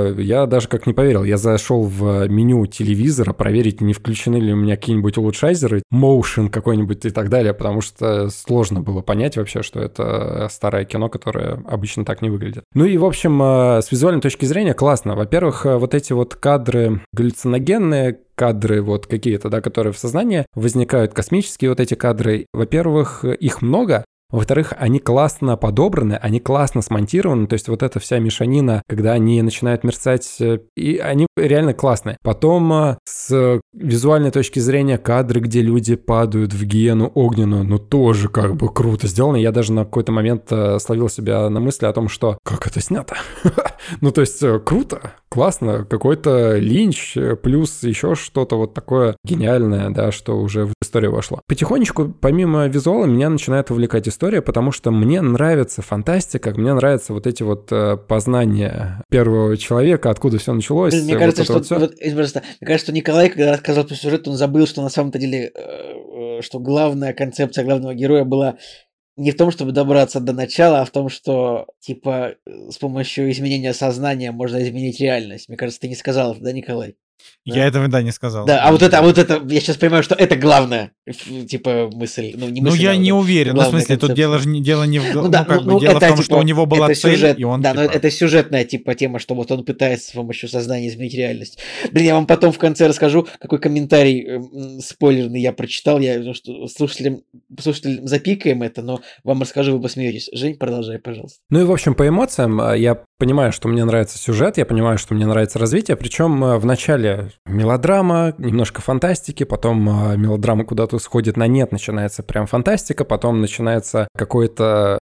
я даже как не поверил, я зашел в меню телевизора проверить, не включены ли у меня какие-нибудь улучшайзеры, моушен какой-нибудь и так далее, потому что сложно было понять вообще, что это старое кино, которое обычно так не выглядит. Ну и, в общем, с визуальной точки зрения классно. Во-первых, вот эти вот кадры галлюциногенные, кадры вот какие-то, да, которые в сознании возникают, космические вот эти кадры. Во-первых, их много. Во-вторых, они классно подобраны, они классно смонтированы, то есть вот эта вся мешанина, когда они начинают мерцать, и они реально классные. Потом с визуальной точки зрения кадры, где люди падают в гиену огненную, ну тоже как бы круто сделано. Я даже на какой-то момент словил себя на мысли о том, что как это снято? Ну то есть круто, классно, какой-то Линч, плюс еще что-то вот такое гениальное, да, что уже в историю вошло. Потихонечку, помимо визуала, меня начинает увлекать история, потому что мне нравится фантастика, мне нравятся вот эти вот познания первого человека, откуда все началось. Мне вот кажется, что, вот вот, просто, мне кажется, что Николай, когда рассказал про сюжет, он забыл, что на самом-то деле, что главная концепция главного героя была не в том, чтобы добраться до начала, а в том, что, типа, с помощью изменения сознания можно изменить реальность. Мне кажется, ты не сказал, да, Николай? Я да? этого, да, не сказал. Да, а вот это, а вот это, я сейчас понимаю, что это главная, типа, мысль. Ну, не мысль, ну я а не вот уверен. Ну, в смысле, концепция. тут дело, же не, дело не в... Ну, ну, да, как ну, бы, дело это, в том, типа, что у него была это цель, сюжет, и он, да, типа... но это сюжетная, типа, тема, что вот он пытается с помощью сознания изменить реальность. Блин, я вам потом в конце расскажу, какой комментарий э, спойлерный я прочитал. Я что, слушателям, слушателям запикаем это, но вам расскажу, вы посмеетесь. Жень, продолжай, пожалуйста. Ну и, в общем, по эмоциям я понимаю, что мне нравится сюжет, я понимаю, что мне нравится развитие, причем в начале мелодрама, немножко фантастики, потом мелодрама куда-то сходит на нет, начинается прям фантастика, потом начинается какой-то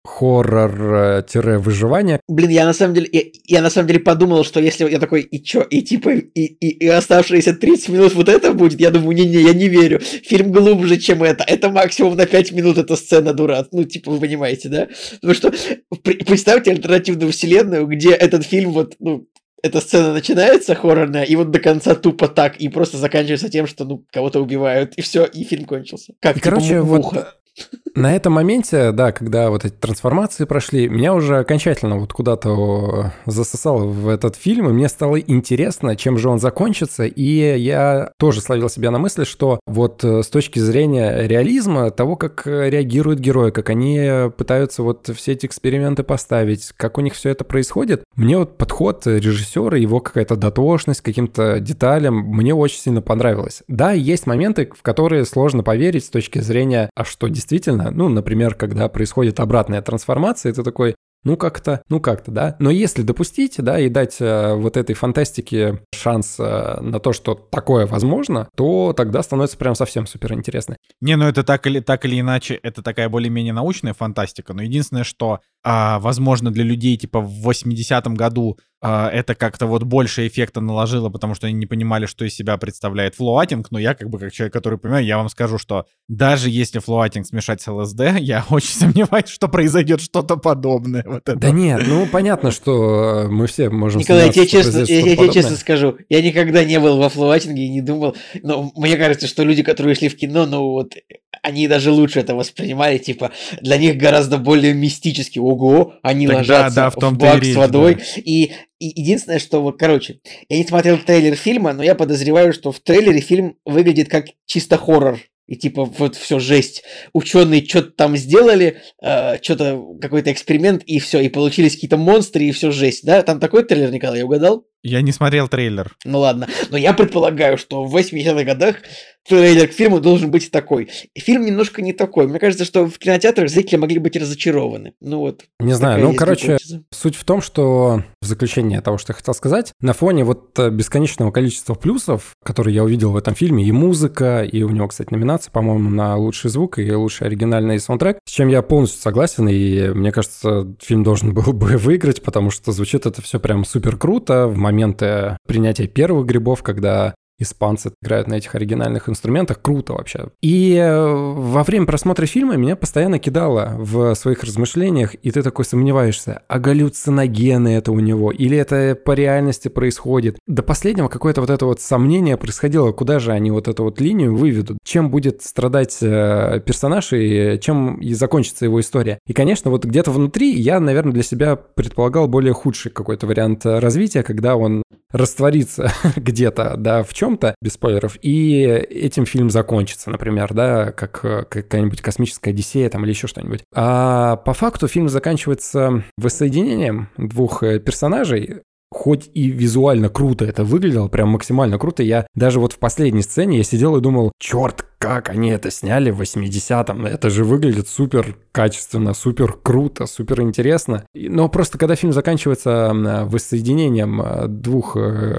хоррор-выживание. Блин, я на самом деле, я, я на самом деле подумал, что если я такой, и чё, и типа, и, и, и оставшиеся тридцать минут вот это будет, я думаю, не-не, я не верю, фильм глубже, чем это, это максимум на пять минут эта сцена дурак, ну, типа, вы понимаете, да? Потому что представьте альтернативную вселенную, где этот фильм вот, ну, эта сцена начинается хоррорная, и вот до конца тупо так, и просто заканчивается тем, что, ну, кого-то убивают, и все, и фильм кончился. Как, и, типа, короче, муха. вот на этом моменте, да, когда вот эти трансформации прошли, меня уже окончательно вот куда-то засосало в этот фильм, и мне стало интересно, чем же он закончится, и я тоже словил себя на мысли, что вот с точки зрения реализма, того, как реагируют герои, как они пытаются вот все эти эксперименты поставить, как у них все это происходит, мне вот подход режиссера, его какая-то дотошность к каким-то деталям, мне очень сильно понравилось. Да, есть моменты, в которые сложно поверить с точки зрения, а что действительно, ну, например, когда происходит обратная трансформация, ты такой, ну как-то, ну как-то, да. Но если допустить, да, и дать э, вот этой фантастике шанс э, на то, что такое возможно, то тогда становится прям совсем супер интересно. Не, ну это так или, так или иначе, это такая более-менее научная фантастика, но единственное, что, а, возможно, для людей типа в восьмидесятом году а, это как-то вот больше эффекта наложило, потому что они не понимали, что из себя представляет флоатинг, но я как бы как человек, который понимаю, я вам скажу, что даже если флоатинг смешать с ЛСД, я очень сомневаюсь, что произойдет что-то подобное. Вот это. Да нет, ну понятно, что мы все можем... Николай, я тебе честно, я, я тебе честно скажу, я никогда не был во флоатинге и не думал, но мне кажется, что люди, которые шли в кино, ну вот, они даже лучше это воспринимали, типа, для них гораздо более мистически, ого, они так ложатся да, да, в, в бак речь, с водой, да. и, и единственное, что, вот, короче, я не смотрел трейлер фильма, но я подозреваю, что в трейлере фильм выглядит как чисто хоррор. И типа вот все жесть. Ученые что-то там сделали, э, что-то, какой-то эксперимент, и все, и получились какие-то монстры, и все жесть, да? Там такой трейлер, Николай, я угадал? Я не смотрел трейлер. Ну ладно, но я предполагаю, что в восьмидесятых годах трейлер к фильму должен быть такой. И фильм немножко не такой. Мне кажется, что в кинотеатрах зрители могли быть разочарованы. Ну вот. Не знаю, ну короче, гипотеза. Суть в том, что в заключение того, что я хотел сказать, на фоне вот бесконечного количества плюсов, которые я увидел в этом фильме, и музыка, и у него, кстати, номинация, по-моему, на лучший звук и лучший оригинальный саундтрек, с чем я полностью согласен, и мне кажется, фильм должен был бы выиграть, потому что звучит это все прям супер круто в моменты принятия первых грибов, когда испанцы играют на этих оригинальных инструментах. Круто вообще. И во время просмотра фильма меня постоянно кидало в своих размышлениях, и ты такой сомневаешься, а галлюциногены это у него, или это по реальности происходит. До последнего какое-то вот это вот сомнение происходило, куда же они вот эту вот линию выведут, чем будет страдать персонаж и чем и закончится его история. И, конечно, вот где-то внутри я, наверное, для себя предполагал более худший какой-то вариант развития, когда он растворится где-то, да, в чем-то, без спойлеров, и этим фильм закончится, например, да, как какая-нибудь космическая Одиссея там или еще что-нибудь. А по факту фильм заканчивается воссоединением двух персонажей, хоть и визуально круто это выглядело, прям максимально круто. Я даже вот в последней сцене я сидел и думал, черт, как они это сняли в восьмидесятом. Это же выглядит супер качественно, супер круто, супер интересно. Но просто когда фильм заканчивается воссоединением двух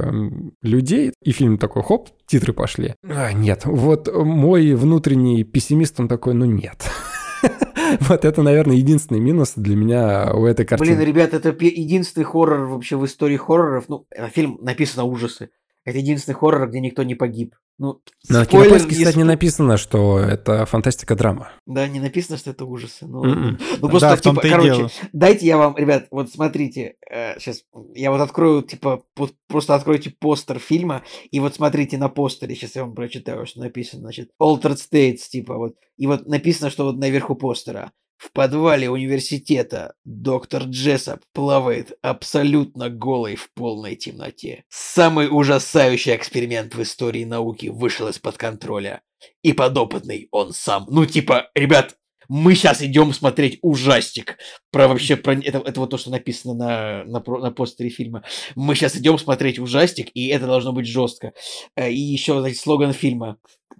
людей, и фильм такой, хоп, титры пошли. А, нет, вот мой внутренний пессимист, он такой, ну нет. Вот это, наверное, единственный минус для меня у этой картины. Блин, ребят, это пе- единственный хоррор вообще в истории хорроров. Ну, э, фильм написано ужасы. Это единственный хоррор, где никто не погиб. Ну, На спойлер, Кинопоиске, не кстати, не спо- написано, что это фантастика-драма. Да, не написано, что это ужасы. Ну, Мгм. ну просто, Да, в типа, том-то и короче, дело. дайте я вам, ребят, вот смотрите, сейчас я вот открою, типа, по- просто откройте постер фильма, и вот смотрите на постере, сейчас я вам прочитаю, что написано, значит, Altered States, типа, вот, и вот написано, что вот наверху постера. В подвале университета доктор Джессоп плавает абсолютно голый в полной темноте. Самый ужасающий эксперимент в истории науки вышел из-под контроля. И подопытный он сам. Ну, типа, ребят, мы сейчас идем смотреть ужастик. Про вообще, про это, это вот то, что написано на, на, про- на постере фильма. Мы сейчас идем смотреть ужастик, и это должно быть жестко. Э, И еще, значит, слоган фильма.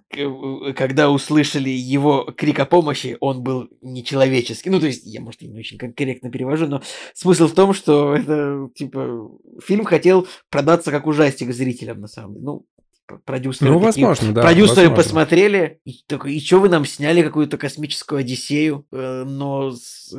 К- Когда услышали его крик о помощи, он был нечеловеческий. Ну, то есть, я, может, и не очень кон- корректно перевожу, но смысл в том, что это, типа, фильм хотел продаться как ужастик зрителям, на самом деле. Ну, типа, продюсеры Ну, такие- возможно, да. Продюсеры возможно. посмотрели, и, такой, и что вы нам сняли какую-то космическую Одиссею, э, но с,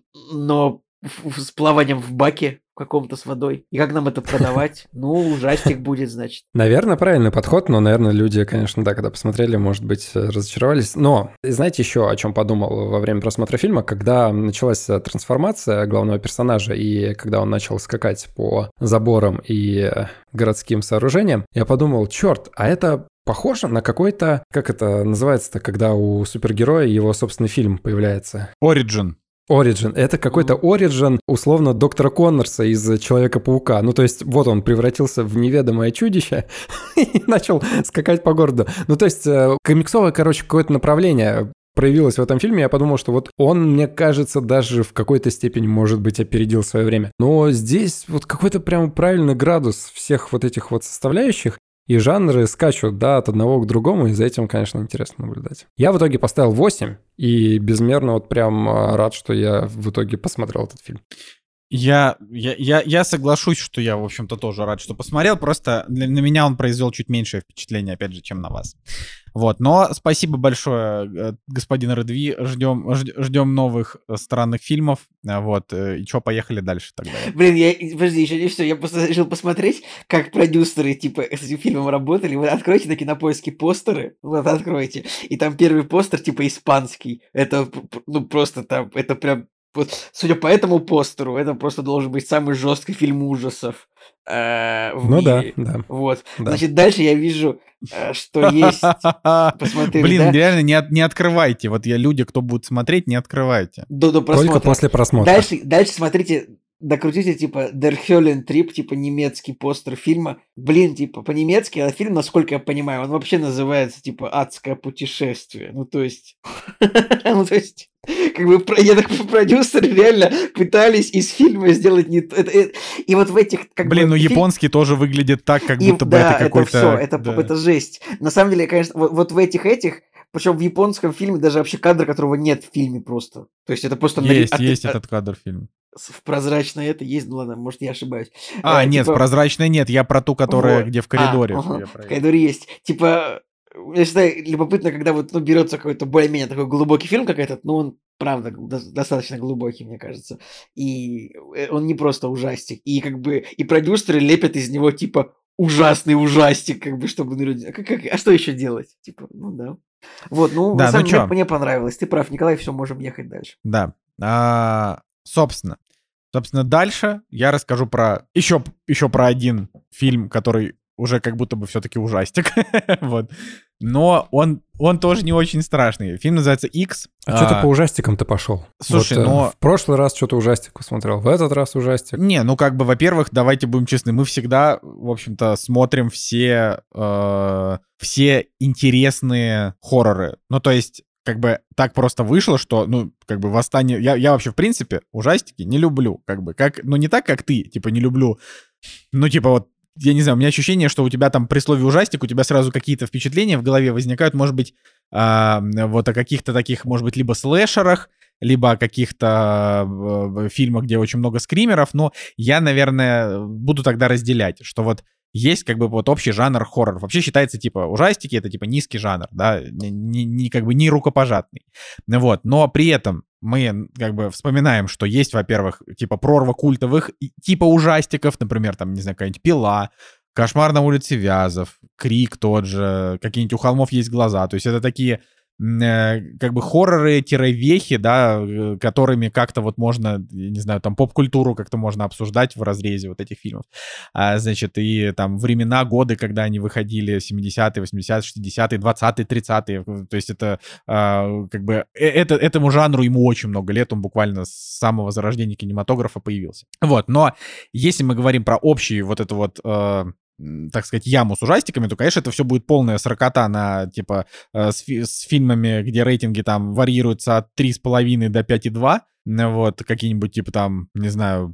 но в- в- с плаванием в баке каком-то с водой. И как нам это продавать? Ну, ужастик будет, значит. Наверное, правильный подход, но, наверное, люди, конечно, да, когда посмотрели, может быть, разочаровались. Но знаете еще, о чем подумал во время просмотра фильма? Когда началась трансформация главного персонажа, и когда он начал скакать по заборам и городским сооружениям, я подумал, черт, а это похоже на какой-то, как это называется-то, когда у супергероя его собственный фильм появляется? Origin. Origin. Это какой-то Origin, условно, доктора Коннорса из Человека-паука. Ну, то есть, вот он превратился в неведомое чудище и начал скакать по городу. Ну, то есть, э, комиксовое, короче, какое-то направление проявилось в этом фильме. Я подумал, что вот он, мне кажется, даже в какой-то степени, может быть, опередил свое время. Но здесь вот какой-то прям правильный градус всех вот этих вот составляющих. И жанры скачут, да, от одного к другому, и за этим, конечно, интересно наблюдать. Я в итоге поставил восемь, и безмерно вот прям а, рад, что я в итоге посмотрел этот фильм. Я, я, я, я соглашусь, что я, в общем-то, тоже рад, что посмотрел. Просто для- на меня он произвел чуть меньшее впечатление, опять же, чем на вас. Вот, но спасибо большое, э, господин Редви. Ждем, жд- ждем новых э, странных фильмов. А, Вот, э, и что, поехали дальше тогда. Блин, я, подожди, еще не все. Я просто решил посмотреть, как продюсеры, типа, с этим фильмом работали. Вы откройте на Кинопоиске постеры, вот откройте, и там первый постер, типа, испанский. Это, п- п- ну, просто там, это прям, вот, судя по этому постеру, это просто должен быть самый жесткий фильм ужасов э, в Ну да, мире. да. Вот. Да. Значит, дальше я вижу, э, что есть... Посмотрели, Блин, да? реально, не, от- не открывайте. Вот я люди, кто будет смотреть, не открывайте. До, до просмотра. Только после просмотра. Дальше, дальше смотрите, докрутите, типа, Der Höhlentrip, типа, немецкий постер фильма. Блин, типа, по-немецки, а фильм, насколько я понимаю, он вообще называется, типа, «Адское путешествие». Ну, то есть... Ну, то есть... Как бы, про- я так понимаю, продюсеры реально пытались из фильма сделать не... то- это- это- И вот в этих... Как Блин, бы, ну фильм- японский тоже выглядит так, как и, будто бы да, это какой-то... все, это, да. это жесть. На самом деле, конечно, вот, вот в этих этих, причем в японском фильме даже вообще кадр, которого нет в фильме просто. То есть это просто... нари- Есть, а ты- есть а- этот кадр в фильме. в прозрачное это есть, ну ладно, может, я ошибаюсь. А, Э, нет, типа- в прозрачной нет, я про ту, которая Вот. где в А, коридоре. ага, Я в про это. коридоре есть. Типа, я считаю, любопытно, когда вот ну, берется какой-то более-менее такой глубокий фильм, как этот, ну, он правда до- достаточно глубокий, мне кажется. И э, он не просто ужастик. И как бы и продюсеры лепят из него типа ужасный ужастик, как бы, чтобы ну, люди... А, как- как- а что еще делать? Типа, ну да. Вот, ну, Да, на самом ну деле, чё? мне понравилось. Ты прав, Николай, все, можем ехать дальше. Да. А, собственно. Собственно, дальше я расскажу про... Еще, еще про один фильм, который уже как будто бы все-таки ужастик. Вот. Но он, он тоже не очень страшный. Фильм называется «Икс». А что ты по ужастикам-то пошел? Слушай, Вот, э, но- в прошлый раз что-то ужастик посмотрел, в этот раз ужастик. Не, ну как бы, во-первых, давайте будем честны, мы всегда, в общем-то, смотрим все, э, все интересные хорроры. Ну, то есть, как бы так просто вышло, что, ну, как бы восстание... Я, я вообще, в принципе, ужастики не люблю, как бы, как, ну, не так, как ты, типа, не люблю, ну, типа, вот, я не знаю, у меня ощущение, что у тебя там при слове ужастик, у тебя сразу какие-то впечатления в голове возникают, может быть, а, вот о каких-то таких, может быть, либо слэшерах, либо о каких-то э, фильмах, где очень много скримеров, но я, наверное, буду тогда разделять, что вот есть как бы вот общий жанр хоррор. Вообще считается, типа, ужастики — это, типа, низкий жанр, да, не, не, не как бы не рукопожатный. Вот, но при этом мы как бы вспоминаем, что есть, во-первых, типа прорва культовых типа ужастиков, например, там, не знаю, какая-нибудь «Пила», «Кошмар на улице Вязов», «Крик» тот же, какие-нибудь «У холмов есть глаза». То есть это такие э, как бы хорроры-вехи, да, которыми как-то вот можно, я не знаю, там поп-культуру как-то можно обсуждать в разрезе вот этих фильмов. А, значит, и там времена, годы, когда они выходили, семидесятые, восьмидесятые, шестидесятые, двадцатые, тридцатые. То есть это а, как бы это, этому жанру ему очень много лет, он буквально с самого зарождения кинематографа появился. Вот, но если мы говорим про общий вот это вот... Э, так сказать, яму с ужастиками, то, конечно, это все будет полная сракота на, типа, э, с, фи- с фильмами, где рейтинги там варьируются от три с половиной до пять и два, вот, какие-нибудь, типа, там, не знаю,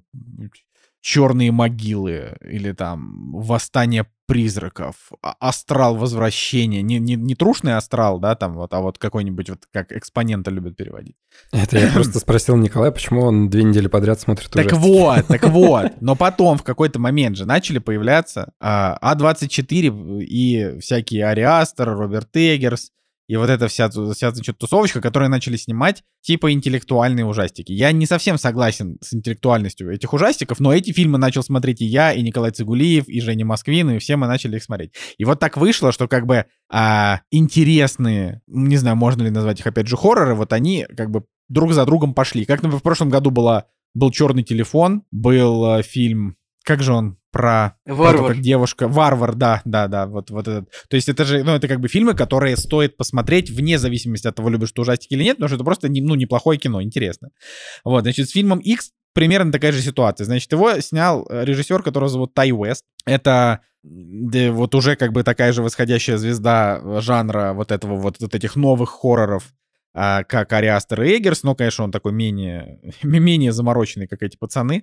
«Черные могилы» или там «Восстание призраков», «Астрал возвращения», не, не, не трушный астрал, да, там вот, а вот какой-нибудь, вот как «Экспонента» любят переводить. Это я просто спросил Николая, почему он две недели подряд смотрит ужастики. Так вот, так вот. Но потом в какой-то момент же начали появляться А двадцать четыре и всякие Ари Астер, Роберт Эггерс, и вот эта вся, вся значит, тусовочка, которые начали снимать типа интеллектуальные ужастики. Я не совсем согласен с интеллектуальностью этих ужастиков, но эти фильмы начал смотреть и я, и Николай Цигулиев, и Женя Москвин, и все мы начали их смотреть. И вот так вышло, что как бы а, интересные, не знаю, можно ли назвать их опять же хорроры, вот они как бы друг за другом пошли. Как, например, в прошлом году была, был «Черный телефон», был а, фильм... Как же он про... Варвар. Про то, как девушка... Варвар, да, да, да, вот, вот этот. То есть это же, ну, это как бы фильмы, которые стоит посмотреть вне зависимости от того, любишь ты ужастики или нет, потому что это просто, ну, неплохое кино, интересно. Вот, значит, с фильмом X примерно такая же ситуация. Значит, его снял режиссер, которого зовут Тай Уэст. Это да, вот уже как бы такая же восходящая звезда жанра вот этого вот, вот этих новых хорроров, как Ари Астер и Эггерс, но, конечно, он такой менее, менее замороченный, как эти пацаны.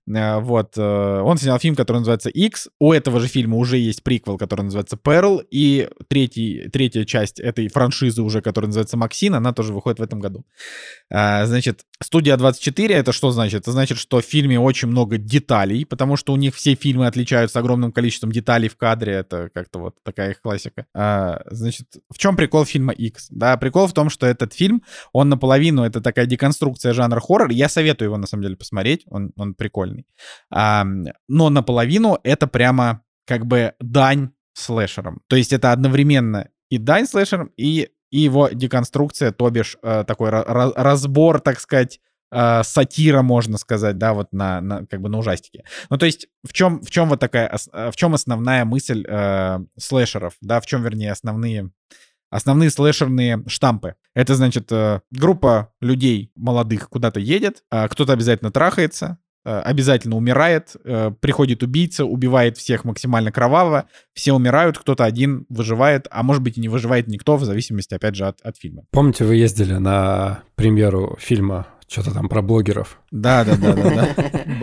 Вот. Он снял фильм, который называется «X». У этого же фильма уже есть приквел, который называется «Перл», и третий, третья часть этой франшизы уже, которая называется «Максин», она тоже выходит в этом году. Значит, студия двадцать четыре, это что значит? Это значит, что в фильме очень много деталей, потому что у них все фильмы отличаются огромным количеством деталей в кадре, это как-то вот такая их классика. Значит, в чем прикол фильма «X»? Да, прикол в том, что этот фильм Фильм, он наполовину, это такая деконструкция жанра хоррор. Я советую его, на самом деле, посмотреть. Он, он прикольный. А, но наполовину это прямо как бы дань слэшерам. То есть это одновременно и дань слэшерам, и, и его деконструкция, то бишь э, такой ra- разбор, так сказать, э, сатира, можно сказать, да, вот на, на, как бы на ужастике. Ну, то есть в чем, в чем вот такая, в чем основная мысль э, слэшеров, да, в чем, вернее, основные... Основные слэшерные штампы. Это, значит, группа людей молодых куда-то едет, кто-то обязательно трахается, обязательно умирает, приходит убийца, убивает всех максимально кроваво, все умирают, кто-то один выживает, а может быть и не выживает никто, в зависимости, опять же, от, от фильма. Помните, вы ездили на премьеру фильма что-то там про блогеров? Да, да, да, да, да.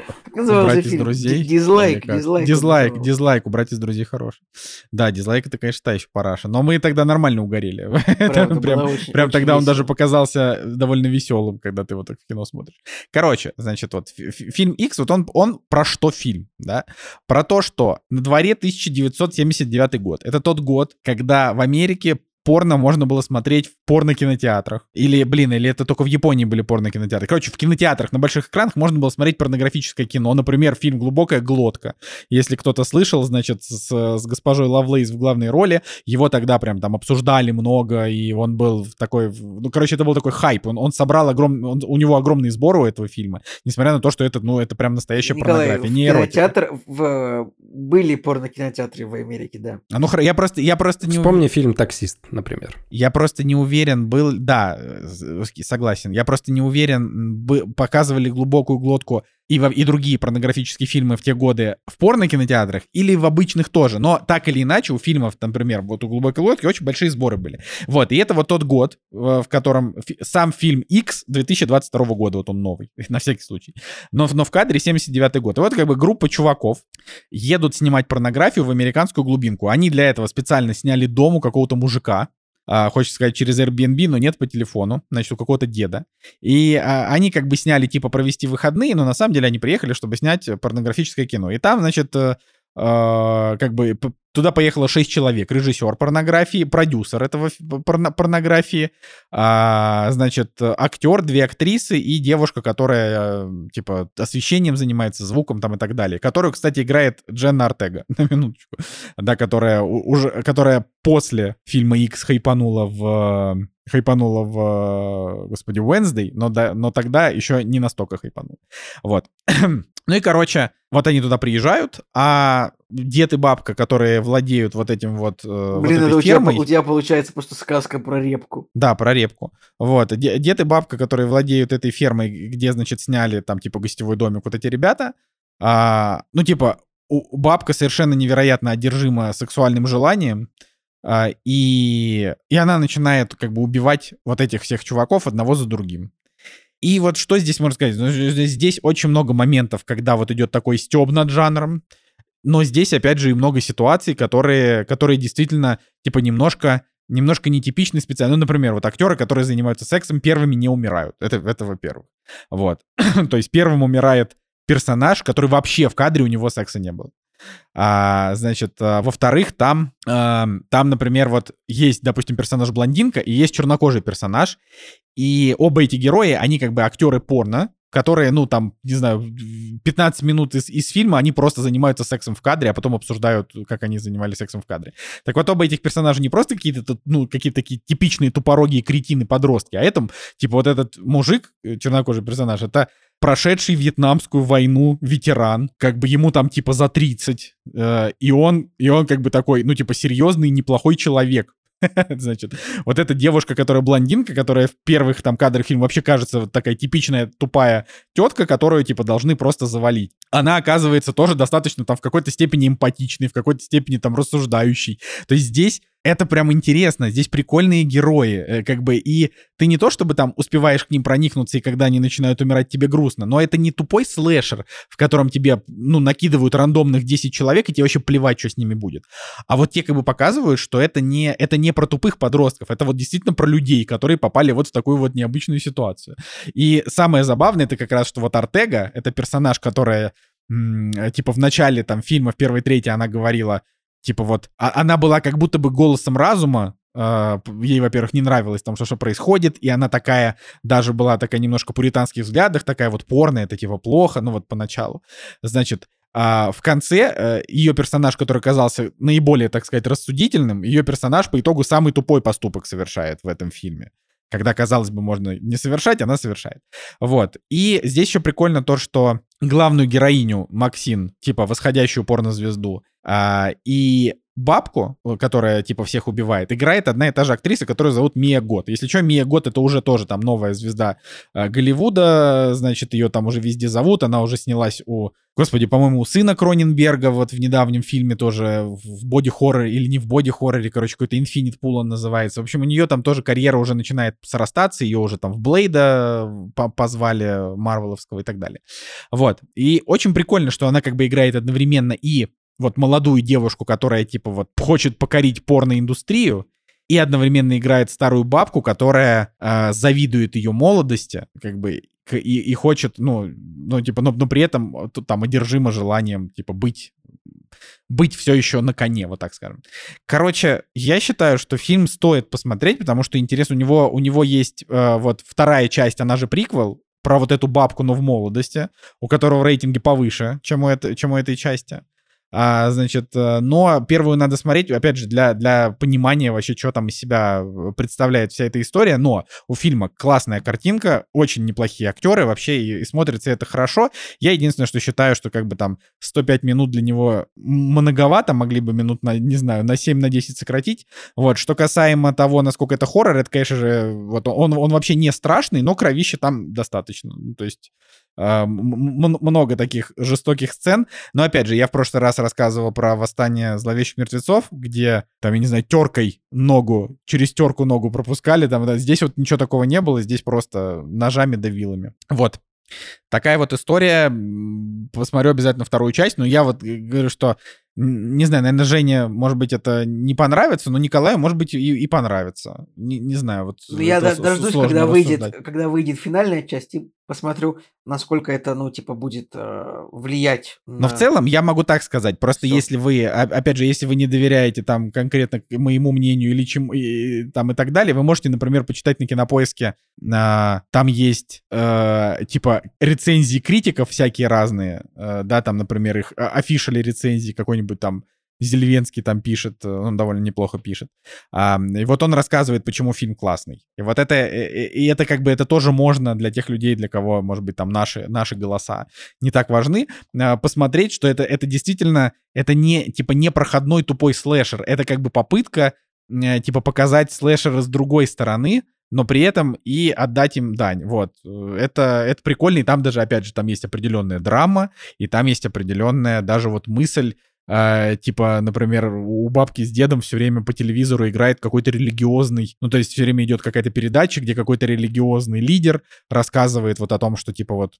Убрать из друзей. Дизлайк, дизлайк. Дизлайк, дизлайк, убрать из друзей хороший. Да, дизлайк это, конечно, та еще параша. Но мы тогда нормально угорели. Прям тогда он даже показался довольно веселым, когда ты вот так в кино смотришь. Короче, значит, вот фильм X, вот он, он про что фильм, да? Про то, что на дворе тысяча девятьсот семьдесят девятый год. Это тот год, когда в Америке порно можно было смотреть в порно-кинотеатрах. Или, блин, или это только в Японии были порно-кинотеатры. Короче, в кинотеатрах на больших экранах можно было смотреть порнографическое кино. Например, фильм «Глубокая глотка». Если кто-то слышал, значит, с, с госпожой Лавлейс в главной роли, его тогда прям там обсуждали много, и он был такой... Ну, короче, это был такой хайп. Он, он собрал огромный... Он, у него огромные сборы у этого фильма, несмотря на то, что это, ну, это прям настоящая Николай, порнография, в не эротика. Кинотеатр, в... Были порно-кинотеатры в Америке, да. А ну, я просто, я просто не... Вспомни фильм «Таксист», например. Я просто не уверен был... Да, согласен. Я просто не уверен, показывали «Глубокую глотку» и, во, и другие порнографические фильмы в те годы в порно-кинотеатрах или в обычных тоже. Но так или иначе у фильмов, например, вот у «Глубокой глотки» очень большие сборы были. Вот, и это вот тот год, в котором фи- сам фильм X две тысячи двадцать второго года, вот он новый, на всякий случай. Но, но в кадре семьдесят девятый год. И вот как бы группа чуваков едут снимать порнографию в американскую глубинку. Они для этого специально сняли дом у какого-то мужика. Uh, хочется сказать, через Airbnb, но нет, по телефону, значит, у какого-то деда. И uh, они как бы сняли, типа, провести выходные, но на самом деле они приехали, чтобы снять порнографическое кино. И там, значит, uh, uh, как бы Туда поехало шесть человек. Режиссер порнографии, продюсер этого порно- порнографии, а, значит, актер, две актрисы и девушка, которая, типа, освещением занимается, звуком там и так далее. Которую, кстати, играет Дженна Ортега, на минуточку. Да, которая уже, которая после фильма X хайпанула в... хайпанула в, господи, Wednesday, но, да, но тогда еще не настолько хайпанул. Вот. Ну и, короче, вот они туда приезжают, а дед и бабка, которые владеют вот этим вот, Блин, вот этой это у тебя, фермой... у тебя получается просто сказка про репку. Да, про репку. Вот. Дед и бабка, которые владеют этой фермой, где, значит, сняли там, типа, гостевой домик, вот эти ребята, а, ну, типа, у, бабка совершенно невероятно одержима сексуальным желанием, а, и, и она начинает, как бы, убивать вот этих всех чуваков одного за другим. И вот что здесь можно сказать? Ну, здесь очень много моментов, когда вот идет такой стёб над жанром, но здесь, опять же, и много ситуаций, которые, которые действительно, типа, немножко, немножко нетипичны специально. Ну, например, вот актеры, которые занимаются сексом, первыми не умирают. Это, это во-первых. Вот. То есть первым умирает персонаж, который вообще в кадре, у него секса не было. А, значит, а, во-вторых, там, а, там, например, вот есть, допустим, персонаж-блондинка и есть чернокожий персонаж, и оба эти герои, они как бы актеры порно, которые, ну, там, не знаю, пятнадцать минут из, из фильма, они просто занимаются сексом в кадре, а потом обсуждают, как они занимались сексом в кадре. Так вот, оба этих персонажа не просто какие-то, ну, какие-то такие типичные тупорогие кретины-подростки, а это, типа, вот этот мужик, чернокожий персонаж, это прошедший Вьетнамскую войну ветеран, как бы ему там, типа, за тридцать, э, и он, и он как бы такой, ну, типа, серьезный, неплохой человек. Значит, вот эта девушка, которая блондинка, которая в первых там кадрах фильма вообще кажется вот такая типичная тупая тетка, которую, типа, должны просто завалить. Она оказывается тоже достаточно там в какой-то степени эмпатичной, в какой-то степени там рассуждающей. То есть здесь это прям интересно, здесь прикольные герои, как бы, и ты не то чтобы там успеваешь к ним проникнуться, и когда они начинают умирать, тебе грустно, но это не тупой слэшер, в котором тебе, ну, накидывают рандомных десять человек, и тебе вообще плевать, что с ними будет. А вот те как бы показывают, что это не, это не про тупых подростков, это вот действительно про людей, которые попали вот в такую вот необычную ситуацию. И самое забавное, это как раз, что вот Ортега, это персонаж, которая, м- типа, в начале там фильма, в первой трети она говорила, типа вот, а, она была как будто бы голосом разума, э, ей, во-первых, не нравилось там, что, что происходит, и она такая, даже была такая немножко пуританских взглядах, такая вот порная, это типа плохо, ну вот поначалу. Значит, э, в конце э, ее персонаж, который оказался наиболее, так сказать, рассудительным, ее персонаж по итогу самый тупой поступок совершает в этом фильме. Когда, казалось бы, можно не совершать, она совершает. Вот. И здесь еще прикольно то, что главную героиню Максин, типа восходящую порнозвезду, а, и бабку, которая, типа, всех убивает, играет одна и та же актриса, которую зовут Мия Гот. Если что, Мия Гот — это уже тоже там новая звезда а, Голливуда, значит, ее там уже везде зовут, она уже снялась у, господи, по-моему, у сына Кроненберга, вот в недавнем фильме тоже, в боди-хорроре, или не в боди-хорроре, короче, какой-то Infinite Pool он называется. В общем, у нее там тоже карьера уже начинает срастаться, ее уже там в Блейда позвали, марвеловского и так далее. Вот. И очень прикольно, что она как бы играет одновременно и вот молодую девушку, которая, типа, вот хочет покорить порноиндустрию, и одновременно играет старую бабку, которая э, завидует ее молодости, как бы, и, и хочет, ну, ну, типа, но, но при этом там одержима желанием, типа, быть, быть все еще на коне, вот так скажем. Короче, я считаю, что фильм стоит посмотреть, потому что интересно, у него, у него есть э, вот вторая часть, она же приквел, про вот эту бабку, но в молодости, у которого рейтинги повыше, чем у, это, чем у этой части. А, значит, но первую надо смотреть, опять же, для, для понимания вообще, что там из себя представляет вся эта история. Но у фильма классная картинка, очень неплохие актеры, вообще, и, и смотрится это хорошо. Я единственное, что считаю, что как бы там сто пять минут для него многовато, могли бы минут, на, не знаю, на семь на десять сократить. Вот, что касаемо того, насколько это хоррор, это, конечно же, вот он, он вообще не страшный, но кровища там достаточно. Ну, то есть э, м- много таких жестоких сцен. Но, опять же, я в прошлый раз рассказывал про «Восстание зловещих мертвецов», где, там, я не знаю, теркой ногу, через терку ногу пропускали. Там, да, здесь вот ничего такого не было, здесь просто ножами да вилами. Вот. Такая вот история. Посмотрю обязательно вторую часть, но я вот говорю, что Не знаю, наверное, Жене, может быть, это не понравится, но Николаю, может быть, и, и понравится. Не, не знаю, вот. Ну, я дождусь, когда выйдет, когда выйдет финальная часть, и посмотрю, насколько это, ну, типа, будет э, влиять. Но на... в целом я могу так сказать. Просто Всё. если вы, опять же, если вы не доверяете там конкретно моему мнению или чему и, там и так далее, вы можете, например, почитать на Кинопоиске. А, там есть э, типа рецензии критиков всякие разные, э, да, там, например, их офишали рецензии какой-нибудь там Зельвенский там пишет, он довольно неплохо пишет. А, и вот он рассказывает, почему фильм классный. И вот это, и, и это как бы, это тоже можно для тех людей, для кого, может быть, там наши, наши голоса не так важны, а, посмотреть, что это, это действительно, это не, типа, не проходной тупой слэшер, это как бы попытка, типа, показать слэшеры с другой стороны, но при этом и отдать им дань. Вот. Это, это прикольно, и там даже, опять же, там есть определенная драма, и там есть определенная даже вот мысль. Uh, типа, например, у бабки с дедом все время по телевизору играет какой-то религиозный, ну, то есть все время идет какая-то передача, где какой-то религиозный лидер рассказывает вот о том, что, типа, вот,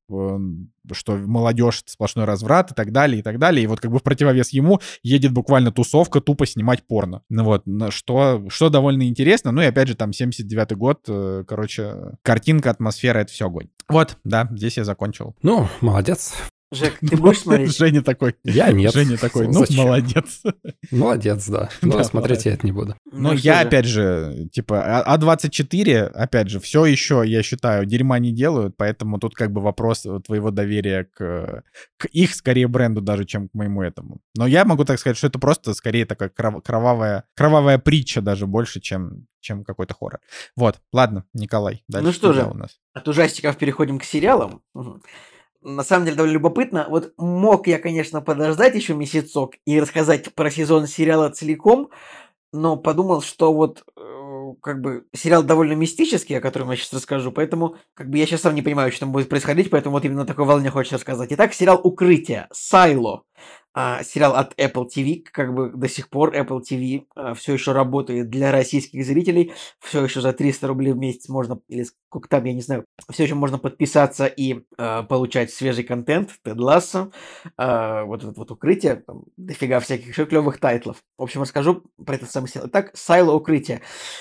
э, что молодежь — это сплошной разврат и так далее, и так далее, и вот как бы в противовес ему едет буквально тусовка тупо снимать порно. Ну вот, что, что довольно интересно, ну и опять же там семьдесят девятый год, э, короче, картинка, атмосфера — это все огонь. Вот, да, здесь я закончил. Ну, молодец. Жек, ты будешь смотреть? Женя такой. Я нет. Женя такой, ну, Зачем? молодец. Молодец, да. Но Да, смотреть молодец. я это не буду. Ну, Ну, я, что же. опять же, типа, А двадцать четыре, опять же, все еще, я считаю, дерьма не делают, поэтому тут как бы вопрос твоего доверия к, к их, скорее, бренду даже, чем к моему этому. Но я могу так сказать, что это просто, скорее, такая кров- кровавая, кровавая притча даже больше, чем, чем какой-то хоррор. Вот, ладно, Николай, дальше Ну что же. у нас. От ужастиков переходим к сериалам. Мгм. На самом деле довольно любопытно. Вот мог я, конечно, подождать еще месяцок и рассказать про сезон сериала целиком, но подумал, что вот э, как бы сериал довольно мистический, о котором я сейчас расскажу, поэтому как бы я сейчас сам не понимаю, что там будет происходить, поэтому вот именно на такой волне хочется рассказать. Итак, сериал «Укрытие», «Сайло». А, сериал от Apple ти ви, как бы до сих пор Apple ти ви а, все еще работает для российских зрителей, все еще за триста рублей в месяц можно, или сколько там, я не знаю, все еще можно подписаться и а, получать свежий контент, Тед Лассо, а, вот это вот «Укрытие», там дофига всяких еще клевых тайтлов. В общем, расскажу про этот самый сериал. Итак, «Сайло. Укрытие».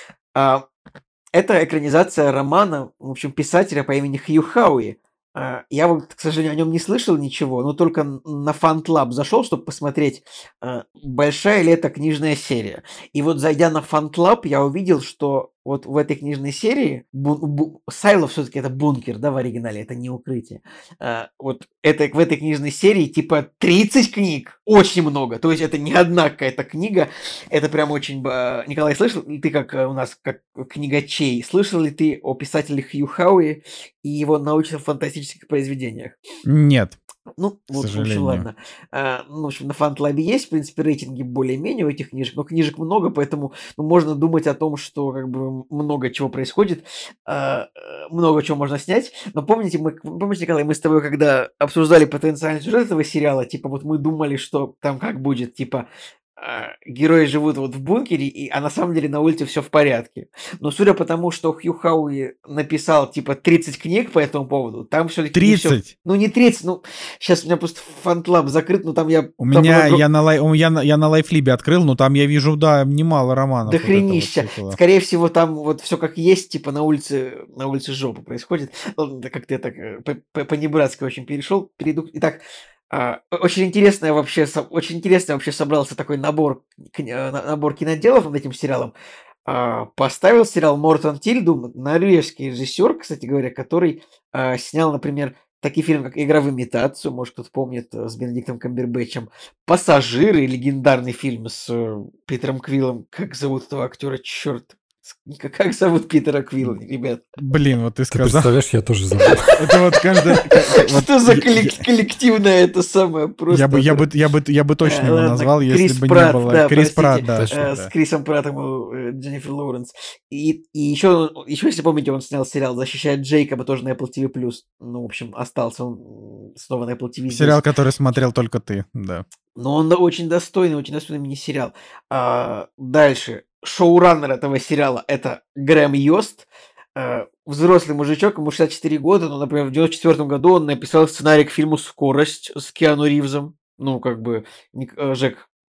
А, это экранизация романа, в общем, писателя по имени Хью Хауи. А, Я вот, к сожалению, о нем не слышал ничего, но только на FanClub зашел, чтобы посмотреть, а, большая ли это книжная серия. И вот, зайдя на FanClub, я увидел, что вот в этой книжной серии бу- бу- Сайло все-таки это бункер, да, в оригинале, это не укрытие. А, Вот это, в этой книжной серии типа тридцать книг, очень много. То есть это не одна какая-то книга, это прям очень... ба- Николай, слышал ли ты, как э, у нас, как книгачей, слышал ли ты о писателе Хью Хауи и его научно-фантастических произведениях? Нет, Ну, к вот, в общем, сожалению. ладно. А, ну, в общем, на фантлабе есть, в принципе, рейтинги более-менее у этих книжек, но книжек много, поэтому ну, можно думать о том, что как бы много чего происходит, а, э, много чего можно снять. Но помните, мы, помните, Николай, мы с тобой, когда обсуждали потенциальный сюжет этого сериала, типа вот мы думали, что там как будет, типа а, герои живут вот в бункере, и, а на самом деле на улице все в порядке. Но судя по тому, что Хью Хауи написал типа тридцать книг по этому поводу, там все-таки тридцать? ну, не тридцать, ну, сейчас у меня просто фантлаб закрыт, но там я... У там меня, было- я на, лай, у- я, на, я на лайфлибе открыл, но там я вижу, да, немало романов. Да вот этого хренища. цикла. Скорее всего, там вот все как есть, типа на улице, на улице жопа происходит. Ладно, да как-то я так э, по- по- по-небратски очень перешел. Перейду. Итак, а, очень интересное вообще, со- очень интересно вообще собрался такой набор, кни- э, на- набор киноделов над этим сериалом. А, Поставил сериал Мортон Тильдум, норвежский режиссер, кстати говоря, который а, снял, например, такие фильмы, как «Игра в имитацию», может, кто-то помнит, э, с Бенедиктом Камбербэтчем, «Пассажиры», легендарный фильм с э, Питером Квиллом. Как зовут этого актера? Черт. Как как зовут Питера Квилла, ребят? Блин, вот ты Ты сказал. представляешь, я тоже забыл. Это вот каждый... вот Что за я- коллек- коллективное это самое просто? Я бы, я бы, я бы, я бы точно Э, его ладно, назвал, если Крис бы Пратт, не было. да, Крис Пратт, простите, да. Точно. э, да. с Крисом Праттом и э, Дженнифер Лоуренс. И, и еще, еще, если помните, он снял сериал «Защищает Джейкоба», тоже на Apple ти ви плюс. Ну, в общем, остался он м, снова на Apple ти ви. здесь. Сериал, который смотрел только ты, да. Но он очень достойный, очень достойный мини-сериал. А, дальше. Шоураннер этого сериала — это Грэм Йост. А, взрослый мужичок, ему шестьдесят четыре года, но, например, в девяносто четвёртом году он написал сценарий к фильму «Скорость» с Киану Ривзом. Ну, как бы, Ник- э, Жек,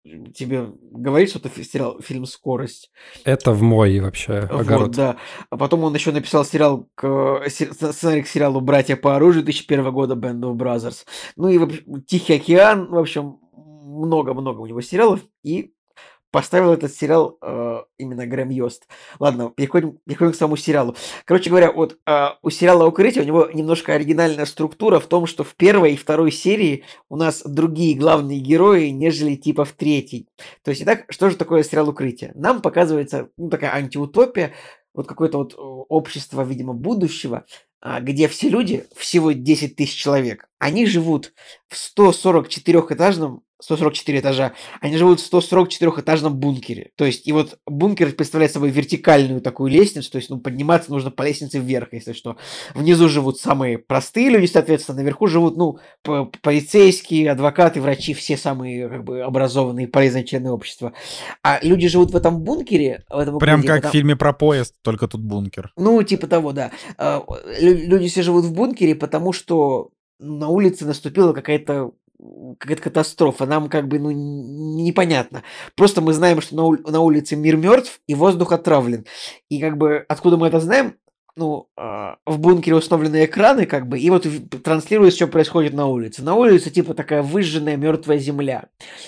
тебе говорит что-то фи- сериал, фильм «Скорость». Это в мой вообще Вот, огород. да. А потом он еще написал сериал к, се- сценарий к сериалу «Братья по оружию» две тысячи первого года, Band of Brothers. Ну и вообще, «Тихий океан», в общем, много-много у него сериалов. И поставил этот сериал э, именно Грэм Йост. Ладно, переходим, переходим к самому сериалу. Короче говоря, вот э, у сериала «Укрытие» у него немножко оригинальная структура в том, что в первой и второй серии у нас другие главные герои, нежели типа в третьей. То есть, итак, что же такое сериал «Укрытие»? Нам показывается, ну, такая антиутопия, вот какое-то вот э, общество, видимо, будущего, а, где все люди, всего десять тысяч человек, они живут в сто сорок четырехэтажном, сто сорок четыре этажа, они живут в сто сорок четырехэтажном бункере. То есть, и вот бункер представляет собой вертикальную такую лестницу, то есть, ну, подниматься нужно по лестнице вверх, если что. Внизу живут самые простые люди, соответственно, наверху живут, ну, п- полицейские, адвокаты, врачи, все самые, как бы, образованные, полезные члены общества. А люди живут в этом бункере, в этом Прям укрытии, как потому- в фильме про поезд, только тут бункер. ну, типа того, да. А, лю- Люди все живут в бункере, потому что на улице наступила какая-то какая-то катастрофа. Нам как бы, ну, н- непонятно. Просто мы знаем, что на, ули- на улице мир мертв и воздух отравлен. И как бы откуда мы это знаем? Ну, а, в бункере установлены экраны, как бы, и вот в- транслируют, что происходит на улице. На улице типа такая выжженная мертвая земля.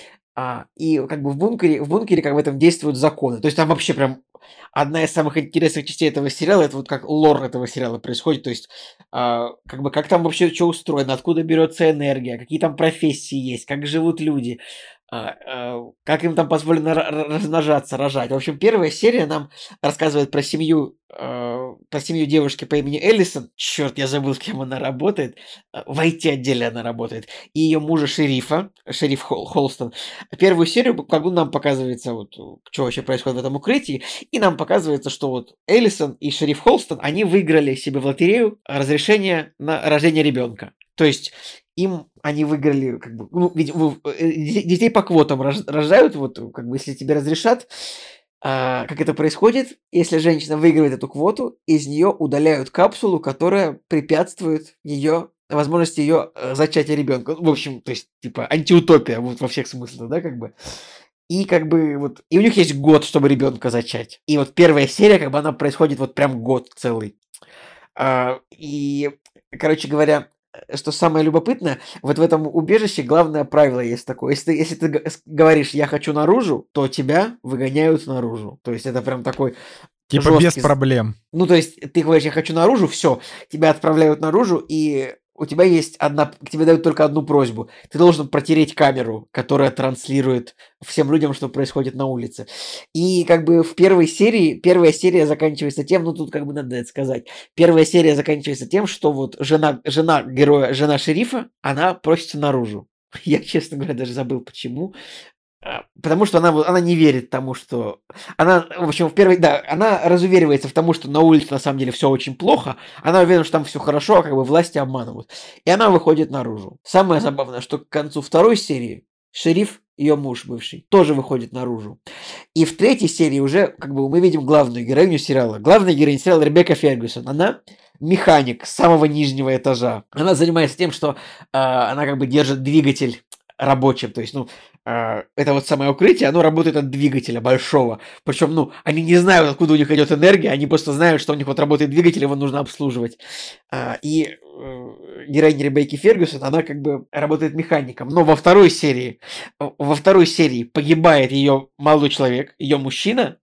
А, и как бы в бункере, в бункере как бы там действуют законы. То есть там вообще прям одна из самых интересных частей этого сериала, это вот как лор этого сериала происходит. То есть а, как бы как там вообще что устроено, откуда берется энергия, какие там профессии есть, как живут люди, а, а, как им там позволено ра- ра- размножаться, рожать. В общем, первая серия нам рассказывает про семью, а, про семью девушки по имени Эллисон. Черт, я забыл, с кем она работает. А, В I T-отделе она работает. И ее мужа шерифа, шериф Хол- Холстон. Первую серию как бы нам показывается, вот, что вообще происходит в этом укрытии, и нам показывается, что вот Эллисон и шериф Холстон, они выиграли себе в лотерею разрешение на рождение ребенка. То есть им они выиграли, как бы, ну, видимо, э, де- детей по квотам рож- рождают, вот, как бы, если тебе разрешат, а, как это происходит, если женщина выигрывает эту квоту, из нее удаляют капсулу, которая препятствует ее возможности ее зачатия ребенка. В общем, то есть, типа, антиутопия вот во всех смыслах, да, как бы. И как бы вот, и у них есть год, чтобы ребенка зачать. И вот первая серия, как бы она происходит вот прям год целый. А, и, короче говоря, э, что самое любопытное, вот в этом убежище главное правило есть такое. Если ты, если ты г- с- говоришь «я хочу наружу», то тебя выгоняют наружу. То есть это прям такой Типа без жесткий... з- проблем. Ну, то есть ты говоришь «я хочу наружу», все, тебя отправляют наружу, и у тебя есть одна... Тебе дают только одну просьбу. Ты должен протереть камеру, которая транслирует всем людям, что происходит на улице. И как бы в первой серии, первая серия заканчивается тем, ну тут как бы надо это сказать, первая серия заканчивается тем, что вот жена, жена героя, жена шерифа, она просится наружу. Я, честно говоря, даже забыл почему. А, Потому что она, вот- она не верит тому, что... Она, в общем, в первой... Да, она разуверивается в тому, что на улице на самом деле все очень плохо. Она уверена, что там все хорошо, а как бы власти обманывают. И она выходит наружу. Самое забавное, что к концу второй серии шериф, ее муж бывший, тоже выходит наружу. И в третьей серии уже как бы мы видим главную героиню сериала. Главная героиня сериала Ребекка Фергюсон. Она механик с самого нижнего этажа. Она занимается тем, что а, она как бы держит двигатель рабочим. То есть, ну, а, это вот самое укрытие, оно работает от двигателя большого. Причем, ну, они не знают, откуда у них идет энергия, они просто знают, что у них вот работает двигатель, его нужно обслуживать. А, и э, героиня Ребекки Фергюсон, она как бы работает механиком. Но во второй серии, во второй серии погибает ее молодой человек, ее мужчина,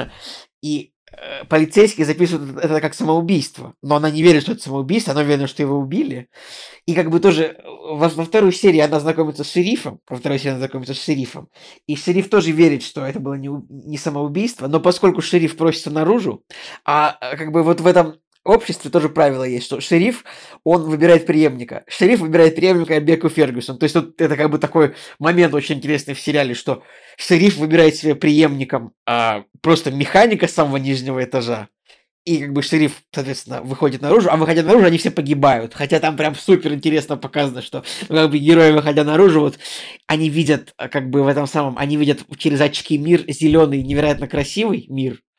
и э, полицейские записывают это как самоубийство. Но она не верит, что это самоубийство, она уверена, что его убили. И как бы тоже во, во второй серии она знакомится с шерифом, во второй серии она знакомится с шерифом, и шериф тоже верит, что это было не, у- не самоубийство, но поскольку шериф просится наружу, а а, как бы вот в этом обществе тоже правило есть, что шериф, он выбирает преемника. Шериф выбирает преемника Ребекку Фергюсон. То есть вот это как бы такой момент очень интересный в сериале, что шериф выбирает себе преемником а, просто механика с самого нижнего этажа. И как бы шериф, соответственно, выходит наружу, а выходя наружу, они все погибают. Хотя там прям супер интересно показано, что ну, как бы герои, выходя наружу, вот они видят, а, как бы в этом самом, они видят через очки мир зеленый, невероятно красивый мир,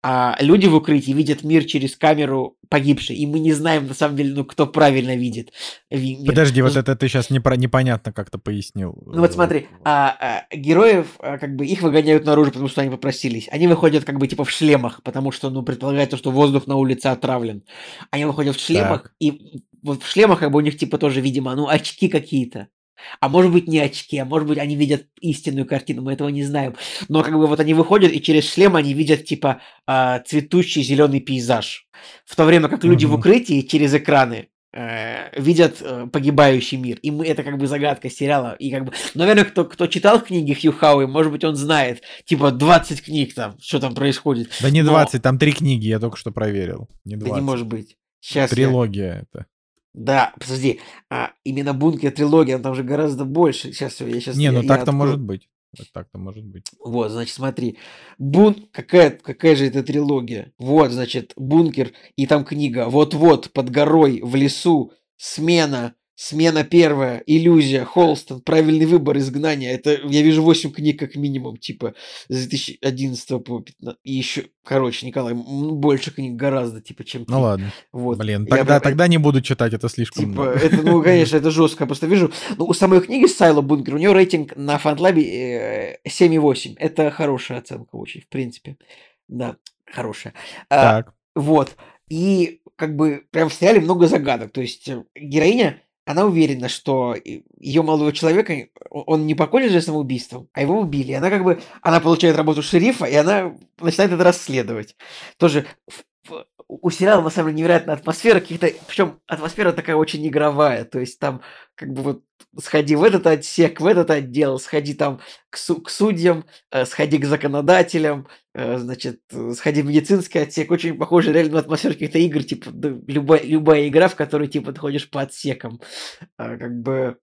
а люди в укрытии видят мир через камеру погибшей, и мы не знаем, на самом деле, ну, кто правильно видит ви- мир. Подожди, Ну, вот это ты сейчас непонятно как-то пояснил. ну вот смотри, а, а, героев, а, как бы, их выгоняют наружу, потому что они попросились. Они выходят, как бы, типа, в шлемах, потому что, ну, предполагается, что воздух на улице отравлен. Они выходят в шлемах, Так. и вот в шлемах, как бы, у них, типа, тоже, видимо, ну, очки какие-то. А может быть, не очки, а может быть, они видят истинную картину, мы этого не знаем. Но, как бы, вот они выходят, и через шлем они видят, типа, а, цветущий зеленый пейзаж. В то время как люди в Мгм. укрытии через экраны э, видят э, погибающий мир. И мы, это как бы загадка сериала. И как бы, наверное, кто, кто читал книги Хью Хауи, может быть, он знает, типа, двадцать книг там, что там происходит. Да не Но двадцать, там три книги, я только что проверил. Не да не двадцать. может быть. Сейчас я... Трилогия это. Да, подожди. А, именно Бункер трилогия, там же гораздо больше. Сейчас я сейчас Не, я, ну я так-то открою. может быть. Вот так-то может быть. Вот, значит, смотри. Бун... Какая, какая же это трилогия? Вот, значит, Бункер, и там книга. Вот-вот, под горой, в лесу, смена, смена первая, иллюзия, Холстон, правильный выбор, изгнание. Это, я вижу, восемь книг как минимум, типа, с две тысячи одиннадцатого по пятнадцатый. И еще, короче, Николай, м, больше книг гораздо, типа, чем ты. Ну ладно. Вот. Блин, Я тогда, прям- тогда не буду читать, это слишком Типа, много. это, ну, конечно, это жестко. Я просто вижу. Ну, у самой книги Сайло Бункер, у нее рейтинг на Фантлабе э, семь и восемь. Это хорошая оценка очень, в принципе. Да, хорошая. А, Так. вот. И как бы прям в сериале много загадок. То есть э, героиня, она уверена, что ее молодого человека, э, он не покончил же самоубийством, а его убили. И она как бы, она получает работу шерифа, и она начинает это расследовать. Тоже в- в- у сериала, на самом деле, невероятная атмосфера каких-то, причем атмосфера такая очень игровая, то есть там как бы вот сходи в этот отсек, в этот отдел, сходи там к, су- к судьям, э, сходи к законодателям, э, значит, э, сходи в медицинский отсек, очень похоже реально на атмосферу каких-то игр, типа да, любая, любая игра, в которой типа ты ходишь по отсекам, А, как бы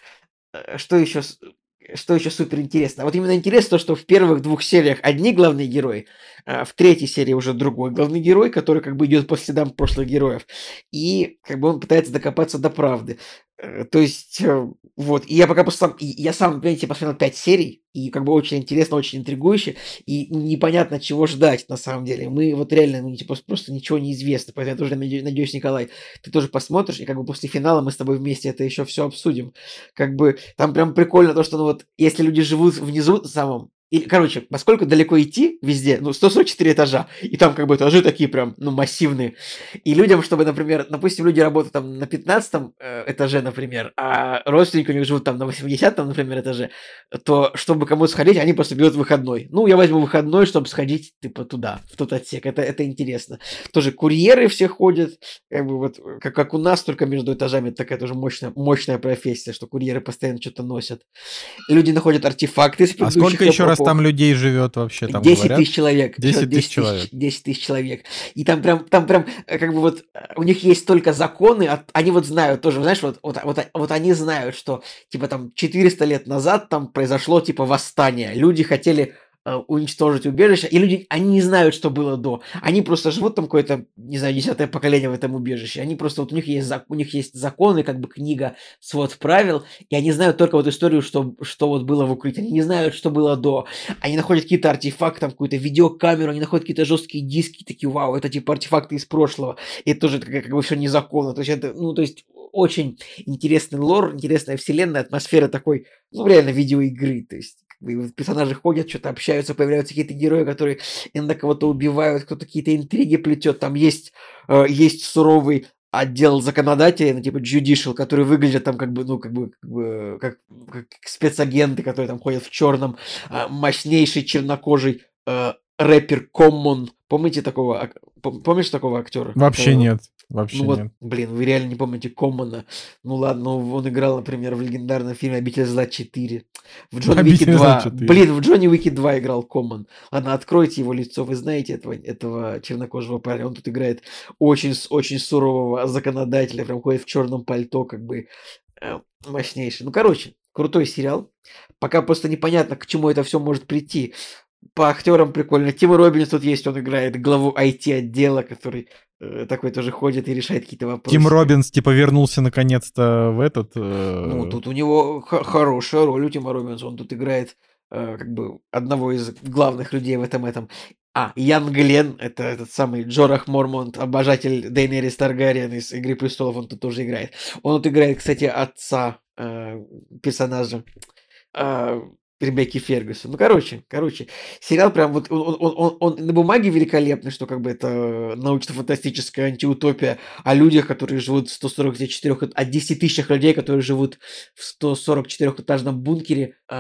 э, что еще, с- что еще супер интересно? Вот именно интересно то, что в первых двух сериях одни главные герои, а в третьей серии уже другой главный герой, который как бы идет по следам прошлых героев, и как бы он пытается докопаться до правды. Э, То есть, э, вот, и я пока просто сам, и я сам, понимаете, посмотрел пять серий, и как бы очень интересно, очень интригующе, и непонятно, чего ждать на самом деле. Мы вот реально, ну, типа, просто ничего не известно, поэтому я тоже надеюсь, надеюсь, Николай, ты тоже посмотришь, и как бы после финала мы с тобой вместе это еще все обсудим. Как бы там прям прикольно то, что, ну вот, если люди живут внизу самом, и, короче, поскольку далеко идти везде, ну, сто сорок четыре этажа, и там как бы этажи такие прям, ну, массивные, и людям, чтобы, например, допустим, люди работают там на пятнадцатом э, этаже, например, а родственники у них живут там на восьмидесятом, например, этаже, то, чтобы кому-то сходить, они просто берут выходной. Ну, я возьму выходной, чтобы сходить, типа, туда, в тот отсек. Это, это интересно. Тоже курьеры все ходят, как бы вот, как, как у нас, только между этажами. Это такая тоже мощная, мощная профессия, что курьеры постоянно что-то носят. Люди находят артефакты с А предыдущих сколько еще раз эпох. там людей живет вообще? Там десять говорят? тысяч человек. десять тысяч десять человек. десять тысяч человек. И там прям, там прям, э, как бы вот, э, у них есть только законы, а они вот знают тоже, знаешь, вот, вот, вот, вот они знают, что, типа, там, четыреста лет назад там произошло, типа, восстание. Люди хотели э, уничтожить убежище, и люди, они не знают, что было до. Они просто живут там какое-то, не знаю, десятое поколение в этом убежище. Они просто, вот у них есть, зак- у них есть законы, как бы книга, свод правил, и они знают только вот историю, что, что вот было в укрытии. Они не знают, что было до. Они находят какие-то артефакты, там какую-то видеокамеру, они находят какие-то жесткие диски, такие, вау, это типа артефакты из прошлого. И это тоже как, как бы все незаконно. То есть это, ну, то есть очень интересный лор, интересная вселенная, атмосфера такой, ну, реально видеоигры. То есть как бы вот персонажи ходят, что-то общаются, появляются какие-то герои, которые иногда кого-то убивают, кто-то какие-то интриги плетет. Там есть, э, есть суровый отдел законодателей, ну, типа judicial, которые выглядят там как бы, ну, как бы, как, бы, как, как спецагенты, которые там ходят в черном, а, мощнейший чернокожий э, рэпер Common. Помните такого, ак- пом- помнишь такого актера? Вообще Это- нет. Вообще Ну вот, нет. блин, вы реально не помните Коммона. Ну ладно, ну, он играл, например, в легендарном фильме «Обитель зла четыре». В Джон Уике «Обитель зла два. четыре». Блин, в Джонни Уике два играл Коммон. Ладно, откройте его лицо. Вы знаете этого, этого чернокожего парня. Он тут играет очень, с- очень сурового законодателя. Прям ходит в черном пальто, как бы э, мощнейший. Ну, короче, крутой сериал. Пока просто непонятно, к чему это все может прийти. По актерам прикольно. Тим Робинс тут есть, он играет главу ай ти-отдела, который э, такой тоже ходит и решает какие-то вопросы. Тим Робинс, типа, вернулся наконец-то в этот... э, Ну, тут у него х- хорошая роль у Тима Робинса. Он тут играет э, как бы одного из главных людей в этом этом. А, Ян Глен, это этот самый Джорах Мормонт, обожатель Дейнерис Таргариен из «Игры престолов», он тут тоже играет. Он тут играет, кстати, отца э, персонажа э, Ребекки Фергюсон. Ну, короче, короче, сериал прям вот, он, он, он, он на бумаге великолепный, что как бы это научно-фантастическая антиутопия о людях, которые живут в сто сорок четыре, о десяти тысячах людей, которые живут в сто сорок четырёхэтажном бункере, э,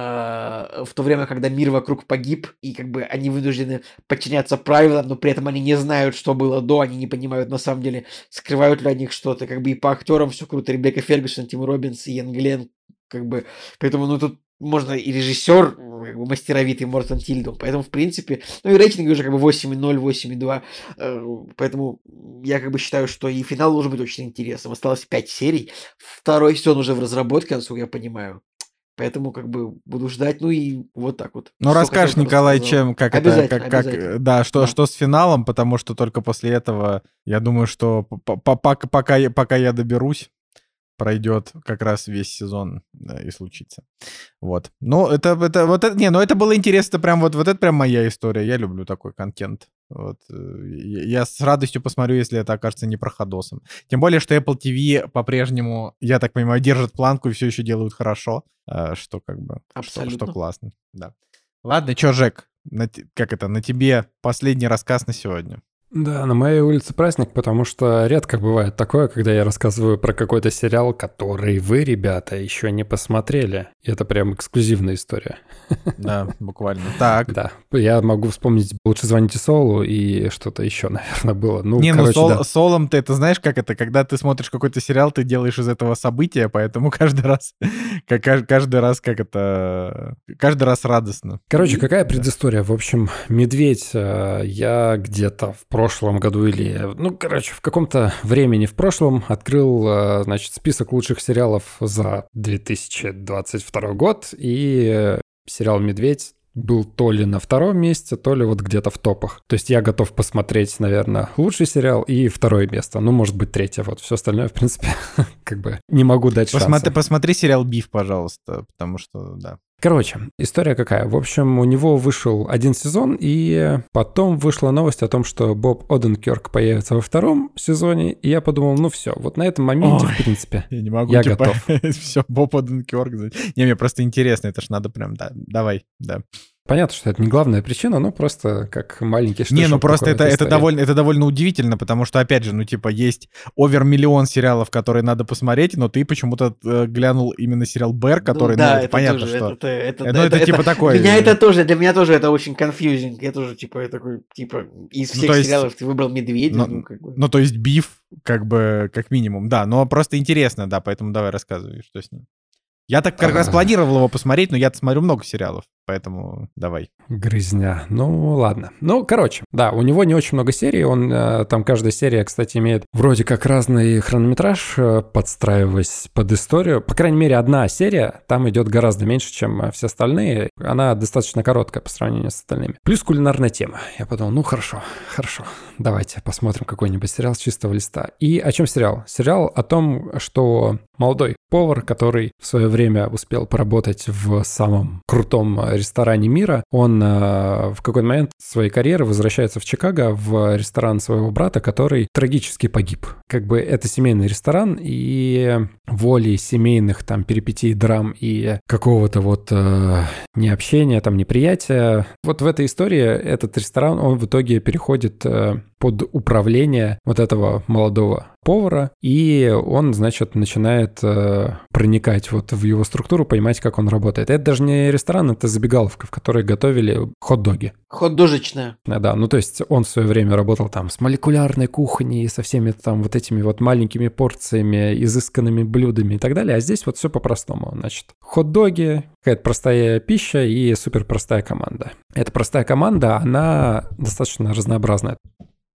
в то время, когда мир вокруг погиб, и как бы они вынуждены подчиняться правилам, но при этом они не знают, что было до, они не понимают на самом деле, скрывают ли от них что-то, как бы и по актерам все круто, Ребекка Фергюсон, Тим Роббинс, Иэн Глен, как бы, поэтому, ну, тут можно и режиссер, как бы мастеровитый Мортон Тильдон, поэтому, в принципе, ну и рейтинги уже как бы восемь и ноль, восемь и два, э, поэтому я как бы считаю, что и финал должен быть очень интересным. Осталось пять серий, второй сезон уже в разработке, насколько я понимаю, поэтому как бы буду ждать, ну и вот так вот. Ну, Что расскажешь, хотел, Николай, рассказал. чем, как это, Обязательно, как, как, обязательно. да, что, Да. что с финалом, потому что только после этого, я думаю, что по- по- пока, пока, я- пока я доберусь, пройдет как раз весь сезон, да, и случится. Вот. Ну, это, это, вот это, не, ну это было интересно, прям вот, вот это прям моя история, я люблю такой контент. Вот. э, Я я с радостью посмотрю, если это окажется не проходосом. Тем более, что Apple ти ви по-прежнему, я так понимаю, держит планку и все еще делают хорошо, э, что как бы, что, что Абсолютно. классно. Да. Ладно, чё, Жек, на те- как это, на тебе последний рассказ на сегодня. Да, на моей улице праздник, потому что редко бывает такое, когда я рассказываю про какой-то сериал, который вы, ребята, еще не посмотрели. И это прям эксклюзивная история. Да, буквально. Так. Да, я могу вспомнить «Лучше звоните Солу» и что-то еще, наверное, было. Ну, Не, ну короче, сол- да. солом ты, это знаешь, как это, когда ты смотришь какой-то сериал, ты делаешь из этого события, поэтому каждый раз, как, кажд- каждый раз, как это, каждый раз радостно. Короче, какая Да. предыстория? В общем, «Медведь» э, я где-то в прошлом году или, ну, короче, в каком-то времени в прошлом открыл, э, значит, список лучших сериалов за две тысячи двадцать второй год, и э, сериал «Медведь» был то ли на втором месте, то ли вот где-то в топах. То есть я готов посмотреть, наверное, лучший сериал и второе место. Ну, может быть, третье. Вот все остальное, в принципе, как бы не могу дать шанса. Посмотри, посмотри сериал «Биф», пожалуйста, потому что, да. Короче, история какая? В общем, у него вышел один сезон, и потом вышла новость о том, что Боб Оденкерк появится во втором сезоне, и я подумал, ну все, вот на этом моменте, Ой, в принципе, Я не могу, я типа, готов. все, Боб Оденкерк. Не, мне просто интересно, это ж надо прям, да, давай, да. Понятно, что это не главная причина, но просто как маленький штучок. Не, ну просто такой это, от это, истории. довольно, это довольно удивительно, потому что, опять же, ну типа есть овер-миллион сериалов, которые надо посмотреть, но ты почему-то э, глянул именно сериал «Бэр», который, Ну, да, ну, это это понятно, тоже, что... Это, это, Э, ну, это типа такой, Меня э, это тоже, для меня тоже это очень confusing. Я тоже, типа, я такой, типа, из Ну, всех то есть- сериалов ты выбрал «Медведя», Ну, ну, как бы. ну, то есть «Биф», как бы, как минимум, да, но просто интересно, да, поэтому давай рассказывай, что с ним. Я так как раз А. планировал его посмотреть, но я-то смотрю много сериалов, поэтому давай. Грызня. Ну, ладно. Ну, короче, да, у него не очень много серий. Он, э, там каждая серия, кстати, имеет вроде как разный хронометраж, э, подстраиваясь под историю. По крайней мере, одна серия там идет гораздо меньше, чем э, все остальные. Она достаточно короткая по сравнению с остальными. Плюс кулинарная тема. Я подумал, ну, хорошо, хорошо. Давайте посмотрим какой-нибудь сериал с чистого листа. И о чем сериал? Сериал о том, что молодой повар, который в свое время успел поработать в самом крутом ресторане мира, он э, в какой-то момент своей карьеры возвращается в Чикаго в ресторан своего брата, который трагически погиб. Как бы это семейный ресторан, и волей семейных там перипетий, драм и какого-то вот э, необщения, там неприятия. Вот в этой истории этот ресторан, он в итоге переходит э, под управление вот этого молодого повара, и он, значит, начинает э, проникать вот в его структуру, понимать, как он работает. Это даже не ресторан, это забегаловка, в которой готовили хот-доги. Хот-дожечная. А, Да, ну то есть он в свое время работал там с молекулярной кухней, со всеми там вот этими вот маленькими порциями, изысканными блюдами и так далее, а здесь вот все по-простому. Значит, хот-доги, какая-то простая пища и супер простая команда. Эта простая команда, она достаточно разнообразная.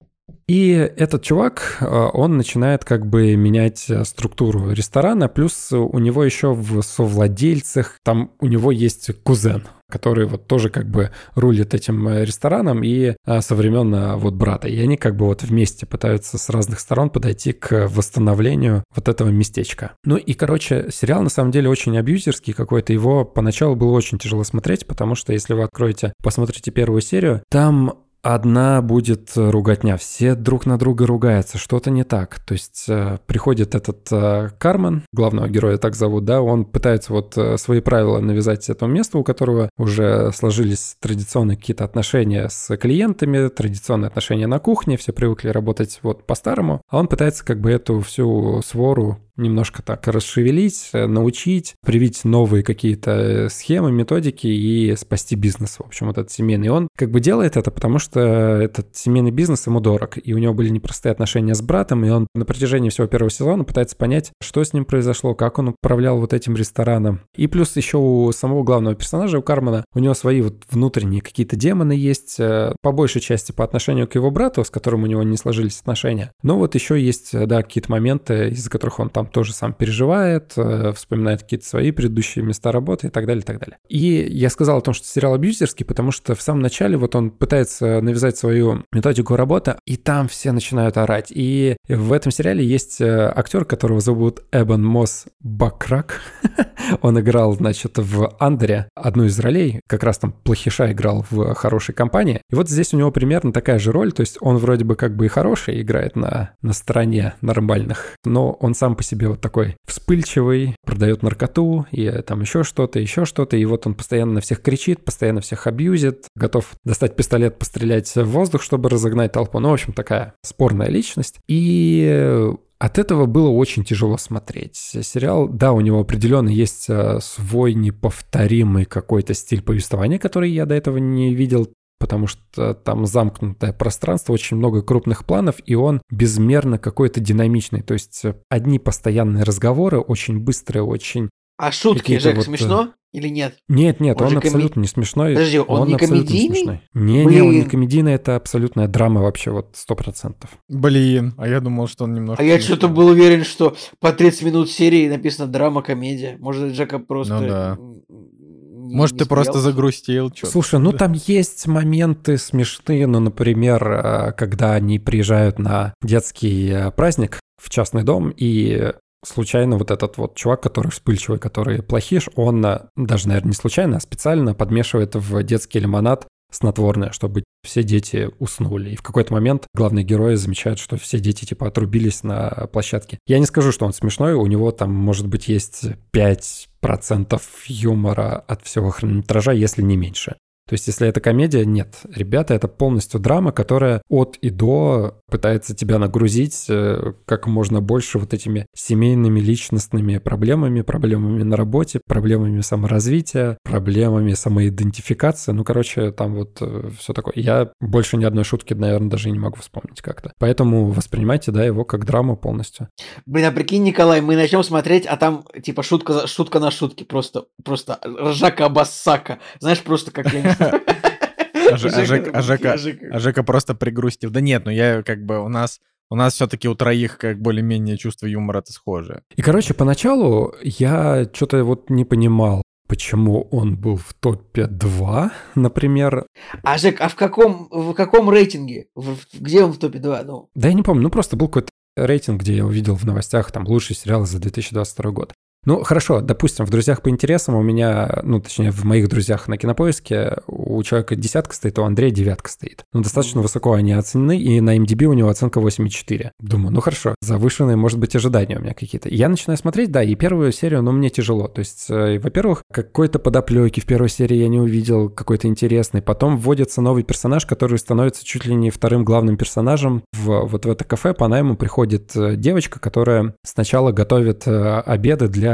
И этот чувак, он начинает как бы менять структуру ресторана, плюс у него еще в совладельцах, там у него есть кузен, который вот тоже как бы рулит этим рестораном и со времен вот брата. И они как бы вот вместе пытаются с разных сторон подойти к восстановлению вот этого местечка. Ну и, короче, сериал на самом деле очень абьюзерский какой-то. Его поначалу было очень тяжело смотреть, потому что если вы откроете, посмотрите первую серию, там одна будет ругатня, все друг на друга ругаются, что-то не так. То есть э, приходит этот э, Кармен, главного героя так зовут, да, он пытается вот э, свои правила навязать этому месту, у которого уже сложились традиционные какие-то отношения с клиентами, традиционные отношения на кухне, все привыкли работать вот по-старому, а он пытается как бы эту всю свору немножко так расшевелить, научить, привить новые какие-то схемы, методики и спасти бизнес, в общем, вот этот семейный. И он как бы делает это, потому что этот семейный бизнес ему дорог, и у него были непростые отношения с братом, и он на протяжении всего первого сезона пытается понять, что с ним произошло, как он управлял вот этим рестораном. И плюс еще у самого главного персонажа, у Кармана, у него свои вот внутренние какие-то демоны есть, по большей части по отношению к его брату, с которым у него не сложились отношения. Но вот еще есть, да, какие-то моменты, из-за которых он там тоже сам переживает, вспоминает какие-то свои предыдущие места работы и так далее, и так далее. И я сказал о том, что сериал абьюзерский, потому что в самом начале вот он пытается навязать свою методику работы, и там все начинают орать. И в этом сериале есть актер, которого зовут Эбон Мосс Бакрак. Он играл, значит, в «Андере» одну из ролей, как раз там плохиша играл в «Хорошей компании». И вот здесь у него примерно такая же роль, то есть он вроде бы как бы и хороший, играет на, на стороне нормальных, но он сам по себе вот такой вспыльчивый, продает наркоту и там еще что-то, еще что-то, и вот он постоянно на всех кричит, постоянно всех абьюзит, готов достать пистолет, пострелять в воздух, чтобы разогнать толпу. Ну, в общем, такая спорная личность. И от этого было очень тяжело смотреть. Сериал, да, у него определенно есть свой неповторимый какой-то стиль повествования, который я до этого не видел, потому что там замкнутое пространство, очень много крупных планов, и он безмерно какой-то динамичный. То есть одни постоянные разговоры, очень быстрые, очень... А шутки, Жек, вот... смешно или нет? Нет, нет, он, он абсолютно коми... не смешной. Подожди, он, он не комедийный? Не, Блин. не, он не комедийный, это абсолютная драма вообще, вот сто процентов. Блин, а я думал, что он немножко... А я что-то был уверен, что по тридцать минут серии написано драма-комедия. Может, Джека просто... Ну да. Может, ты просто загрустил. Что-то. Слушай, ну там есть моменты смешные, ну, например, когда они приезжают на детский праздник в частный дом, и случайно вот этот вот чувак, который вспыльчивый, который плохиш, он даже, наверное, не случайно, а специально подмешивает в детский лимонад снотворное, чтобы все дети уснули. И в какой-то момент главный герой замечает, что все дети типа отрубились на площадке. Я не скажу, что он смешной, у него там, может быть, есть пять процентов юмора от всего хронометража, если не меньше. То есть, если это комедия, нет. Ребята, это полностью драма, которая от и до пытается тебя нагрузить как можно больше вот этими семейными, личностными проблемами, проблемами на работе, проблемами саморазвития, проблемами самоидентификации. Ну, короче, там вот все такое. Я больше ни одной шутки, наверное, даже не могу вспомнить как-то. Поэтому воспринимайте, да, его как драму полностью. Блин, а прикинь, Николай, мы начнем смотреть, а там типа шутка, шутка на шутке. Просто, просто ржака-басака. Знаешь, просто как я не А Жека просто пригрустил. Да нет, ну я как бы у нас... У нас все-таки у троих как более-менее чувство юмора-то схожее. И, короче, поначалу я что-то вот не понимал, почему он был в топе два, например. А, Жек, а в каком, в каком рейтинге? В, где он в топе два? Ну? Да я не помню, ну просто был какой-то рейтинг, где я увидел в новостях, там, лучшие сериалы за две тысячи двадцать второй год. Ну, хорошо, допустим, в «Друзьях по интересам» у меня, ну, точнее, в моих друзьях на Кинопоиске у человека десятка стоит, а у Андрея девятка стоит. Ну, достаточно высоко они оценены, и на эм ди би у него оценка восемь и четыре. Думаю, ну, хорошо, завышенные, может быть, ожидания у меня какие-то. Я начинаю смотреть, да, и первую серию, ну, мне тяжело. То есть, э, во-первых, какой-то подоплеки в первой серии я не увидел, какой-то интересный. Потом вводится новый персонаж, который становится чуть ли не вторым главным персонажем. В, вот в это кафе по найму приходит девочка, которая сначала готовит обеды для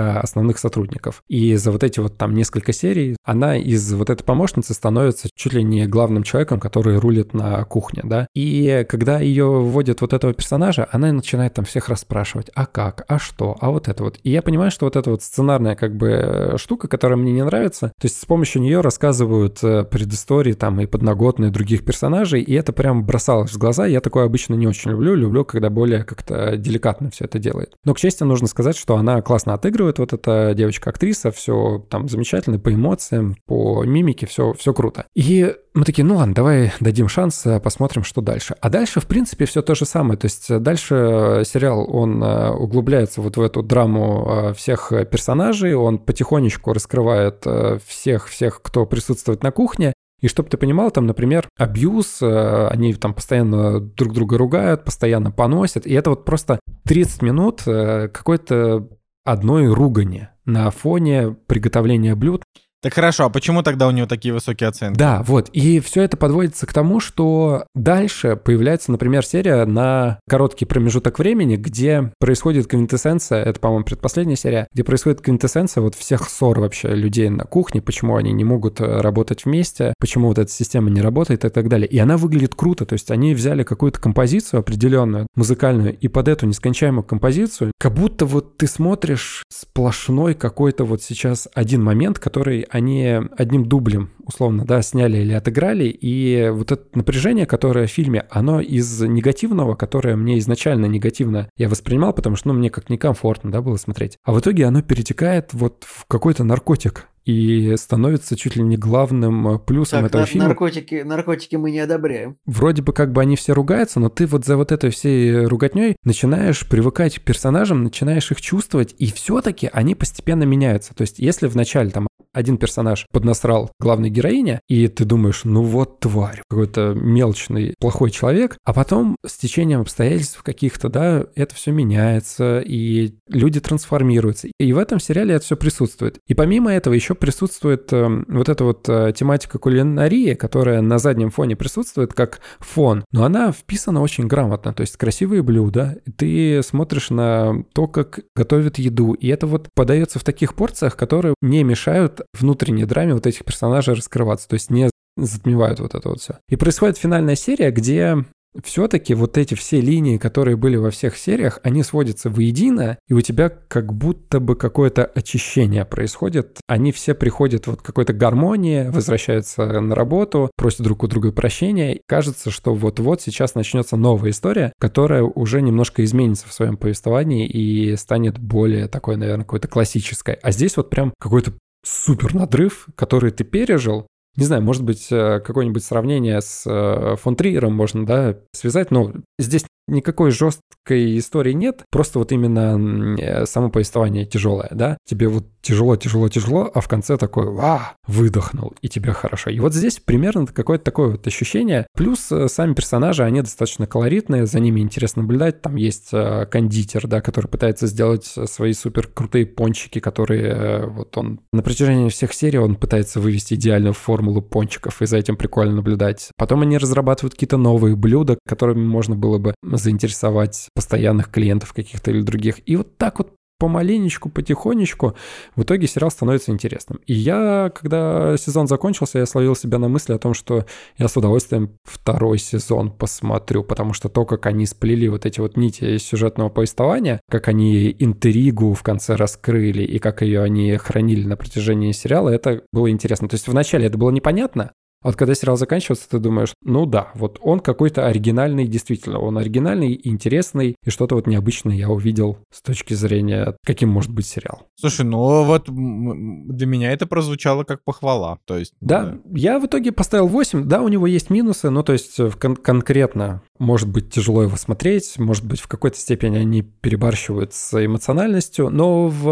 для основных сотрудников. И за вот эти вот там несколько серий она из вот этой помощницы становится чуть ли не главным человеком, который рулит на кухне, да. И когда ее вводят вот этого персонажа, она начинает там всех расспрашивать, а как, а что, а вот это вот. И я понимаю, что вот эта вот сценарная как бы штука, которая мне не нравится, то есть с помощью нее рассказывают предыстории там и подноготные других персонажей, и это прям бросалось в глаза. Я такое обычно не очень люблю, люблю, когда более как-то деликатно все это делает. Но, к счастью, нужно сказать, что она классно отыгрывает, вот эта девочка-актриса, все там замечательно по эмоциям, по мимике, все, все круто. И мы такие, ну ладно, давай дадим шанс, посмотрим, что дальше. А дальше, в принципе, все то же самое. То есть дальше сериал, он углубляется вот в эту драму всех персонажей, он потихонечку раскрывает всех-всех, кто присутствует на кухне. И чтобы ты понимал, там, например, абьюз, они там постоянно друг друга ругают, постоянно поносят. И это вот просто тридцать минут какой-то одной ругани на фоне приготовления блюд. Так хорошо, а почему тогда у него такие высокие оценки? Да, вот. И все это подводится к тому, что дальше появляется, например, серия на короткий промежуток времени, где происходит квинтэссенция, это, по-моему, предпоследняя серия, где происходит квинтэссенция вот всех ссор вообще людей на кухне, почему они не могут работать вместе, почему вот эта система не работает и так далее. И она выглядит круто, то есть они взяли какую-то композицию определенную, музыкальную, и под эту нескончаемую композицию, как будто вот ты смотришь сплошной какой-то вот сейчас один момент, который они одним дублем, условно, да, сняли или отыграли, и вот это напряжение, которое в фильме, оно из негативного, которое мне изначально негативно я воспринимал, потому что, ну, мне как некомфортно, да, было смотреть, а в итоге оно перетекает вот в какой-то наркотик и становится чуть ли не главным плюсом так, этого на- фильма. Наркотики, наркотики мы не одобряем. Вроде бы как бы они все ругаются, но ты вот за вот этой всей руготней начинаешь привыкать к персонажам, начинаешь их чувствовать, и все-таки они постепенно меняются. То есть если вначале там один персонаж поднасрал главной героине, и ты думаешь, ну вот тварь, какой-то мелочный, плохой человек, а потом с течением обстоятельств каких-то, да, это все меняется, и люди трансформируются. И в этом сериале это все присутствует. И помимо этого еще присутствует э, вот эта вот э, тематика кулинарии, которая на заднем фоне присутствует как фон, но она вписана очень грамотно, то есть красивые блюда, ты смотришь на то, как готовят еду, и это вот подается в таких порциях, которые не мешают внутренней драме вот этих персонажей раскрываться, то есть не затмевают вот это вот все. И происходит финальная серия, где все-таки вот эти все линии, которые были во всех сериях, они сводятся воедино, и у тебя как будто бы какое-то очищение происходит. Они все приходят вот к какой-то гармонии, возвращаются на работу, просят друг у друга прощения. И кажется, что вот-вот сейчас начнется новая история, которая уже немножко изменится в своем повествовании и станет более такой, наверное, какой-то классической. А здесь вот прям какой-то супер надрыв, который ты пережил. Не знаю, может быть, какое-нибудь сравнение с фон Триером можно, да, связать, но здесь никакой жесткой истории нет, просто вот именно само повествование тяжелое, да, тебе вот тяжело, тяжело, тяжело, а в конце такой, ва, выдохнул, и тебе хорошо. И вот здесь примерно какое-то такое вот ощущение, плюс сами персонажи, они достаточно колоритные, за ними интересно наблюдать, там есть кондитер, да, который пытается сделать свои супер крутые пончики, которые вот он на протяжении всех серий он пытается вывести идеальную формулу пончиков, и за этим прикольно наблюдать. Потом они разрабатывают какие-то новые блюда, которыми можно было бы заинтересовать постоянных клиентов каких-то или других. И вот так вот помаленечку, потихонечку в итоге сериал становится интересным. И я, когда сезон закончился, я словил себя на мысли о том, что я с удовольствием второй сезон посмотрю, потому что то, как они сплели вот эти вот нити сюжетного повествования, как они интригу в конце раскрыли и как ее они хранили на протяжении сериала, это было интересно. То есть вначале это было непонятно, а вот когда сериал заканчивается, ты думаешь, ну да, вот он какой-то оригинальный, действительно, он оригинальный, интересный, и что-то вот необычное я увидел с точки зрения, каким может быть сериал. Слушай, ну вот для меня это прозвучало как похвала, то есть... Да, да. Я в итоге поставил восемь, да, у него есть минусы, ну то есть кон- конкретно может быть тяжело его смотреть, может быть в какой-то степени они перебарщивают с эмоциональностью, но в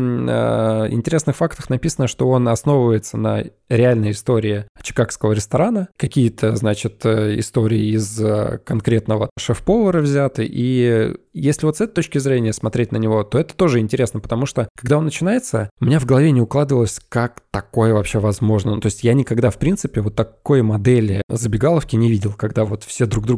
э, интересных фактах написано, что он основывается на реальной истории чикагского ресторана, какие-то, значит, истории из конкретного шеф-повара взяты, и если вот с этой точки зрения смотреть на него, то это тоже интересно, потому что, когда он начинается, у меня в голове не укладывалось, как такое вообще возможно. Ну, то есть я никогда, в принципе, вот такой модели забегаловки не видел, когда вот все друг друга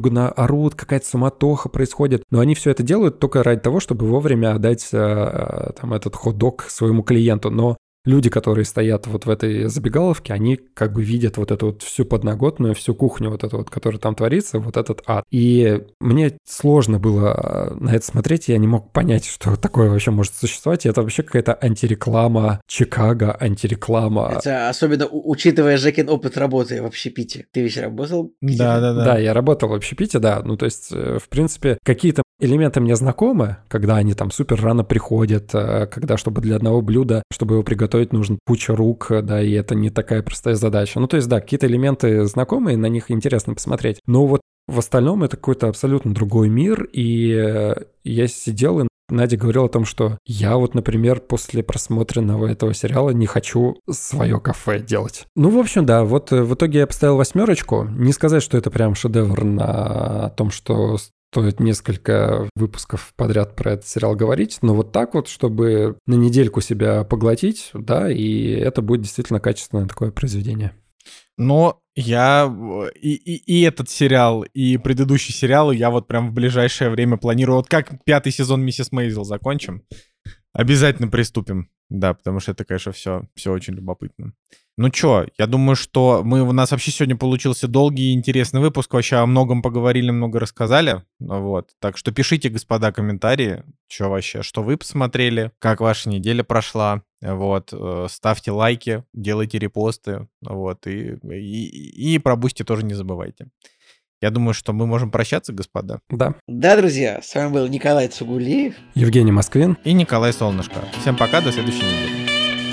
орут, какая-то суматоха происходит. Но они все это делают только ради того, чтобы вовремя отдать э, там этот хот-дог своему клиенту. Но люди, которые стоят вот в этой забегаловке, они как бы видят вот эту вот всю подноготную, всю кухню вот эту вот, которая там творится, вот этот ад. И мне сложно было на это смотреть, я не мог понять, что такое вообще может существовать. И это вообще какая-то антиреклама Чикаго, антиреклама... Это особенно у- учитывая Жекин опыт работы в общепите. Ты ведь работал? Да-да-да. Да, я работал в общепите, да. Ну, то есть, э, в принципе, какие-то элементы мне знакомы, когда они там супер рано приходят, э, когда, чтобы для одного блюда, чтобы его приготовить, нужно куча рук, да, и это не такая простая задача. Ну, то есть, да, какие-то элементы знакомые, на них интересно посмотреть. Но вот в остальном это какой-то абсолютно другой мир, и э, я сидел, и Надя говорила о том, что я вот, например, после просмотренного этого сериала не хочу свое кафе делать. Ну, в общем, да, вот в итоге я поставил восьмерочку. Не сказать, что это прям шедевр на том, что стоит несколько выпусков подряд про этот сериал говорить, но вот так вот, чтобы на недельку себя поглотить, да, и это будет действительно качественное такое произведение. Но я и, и, и этот сериал, и предыдущий сериал я вот прям в ближайшее время планирую. Вот как пятый сезон «Миссис Мейзел» закончим, обязательно приступим. Да, потому что это, конечно, все, все очень любопытно. Ну чё, я думаю, что мы, у нас вообще сегодня получился долгий и интересный выпуск. Вообще о многом поговорили, много рассказали. Вот. Так что пишите, господа, комментарии, что вообще, что вы посмотрели, как ваша неделя прошла. Вот. Ставьте лайки, делайте репосты. Вот. И, и, и про Бусти тоже не забывайте. Я думаю, что мы можем прощаться, господа. Да. Да, друзья, с вами был Николай Цугулиев. Евгений Москвин. И Николай Солнышко. Всем пока, до следующей недели.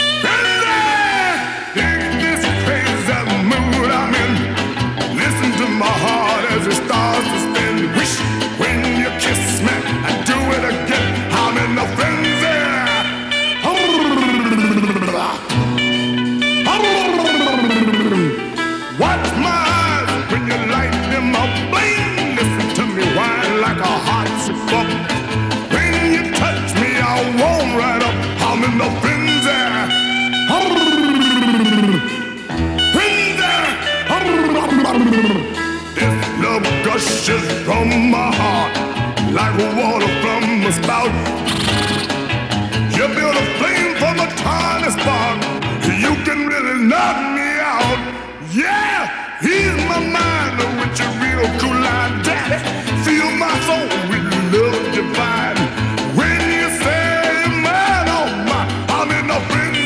Gushes from my heart like water from a spout. You build a flame from a tiny spark. You can really knock me out. Yeah, he's my mind with your real cool line, daddy. Fill my soul with love divine. When you say man, oh my, I'm in a frenzy.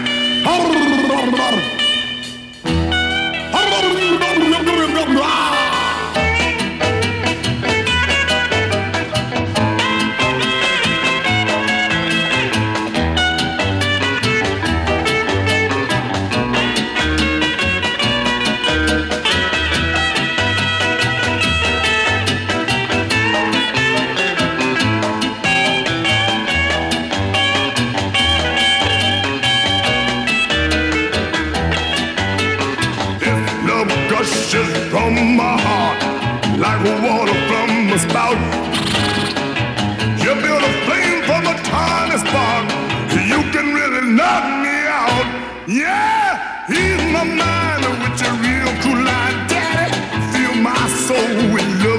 From my heart, like water from a spout. You build a flame from a tiny spark. You can really knock me out. Yeah, he's my mind with your real cool line, daddy. Fill my soul with love.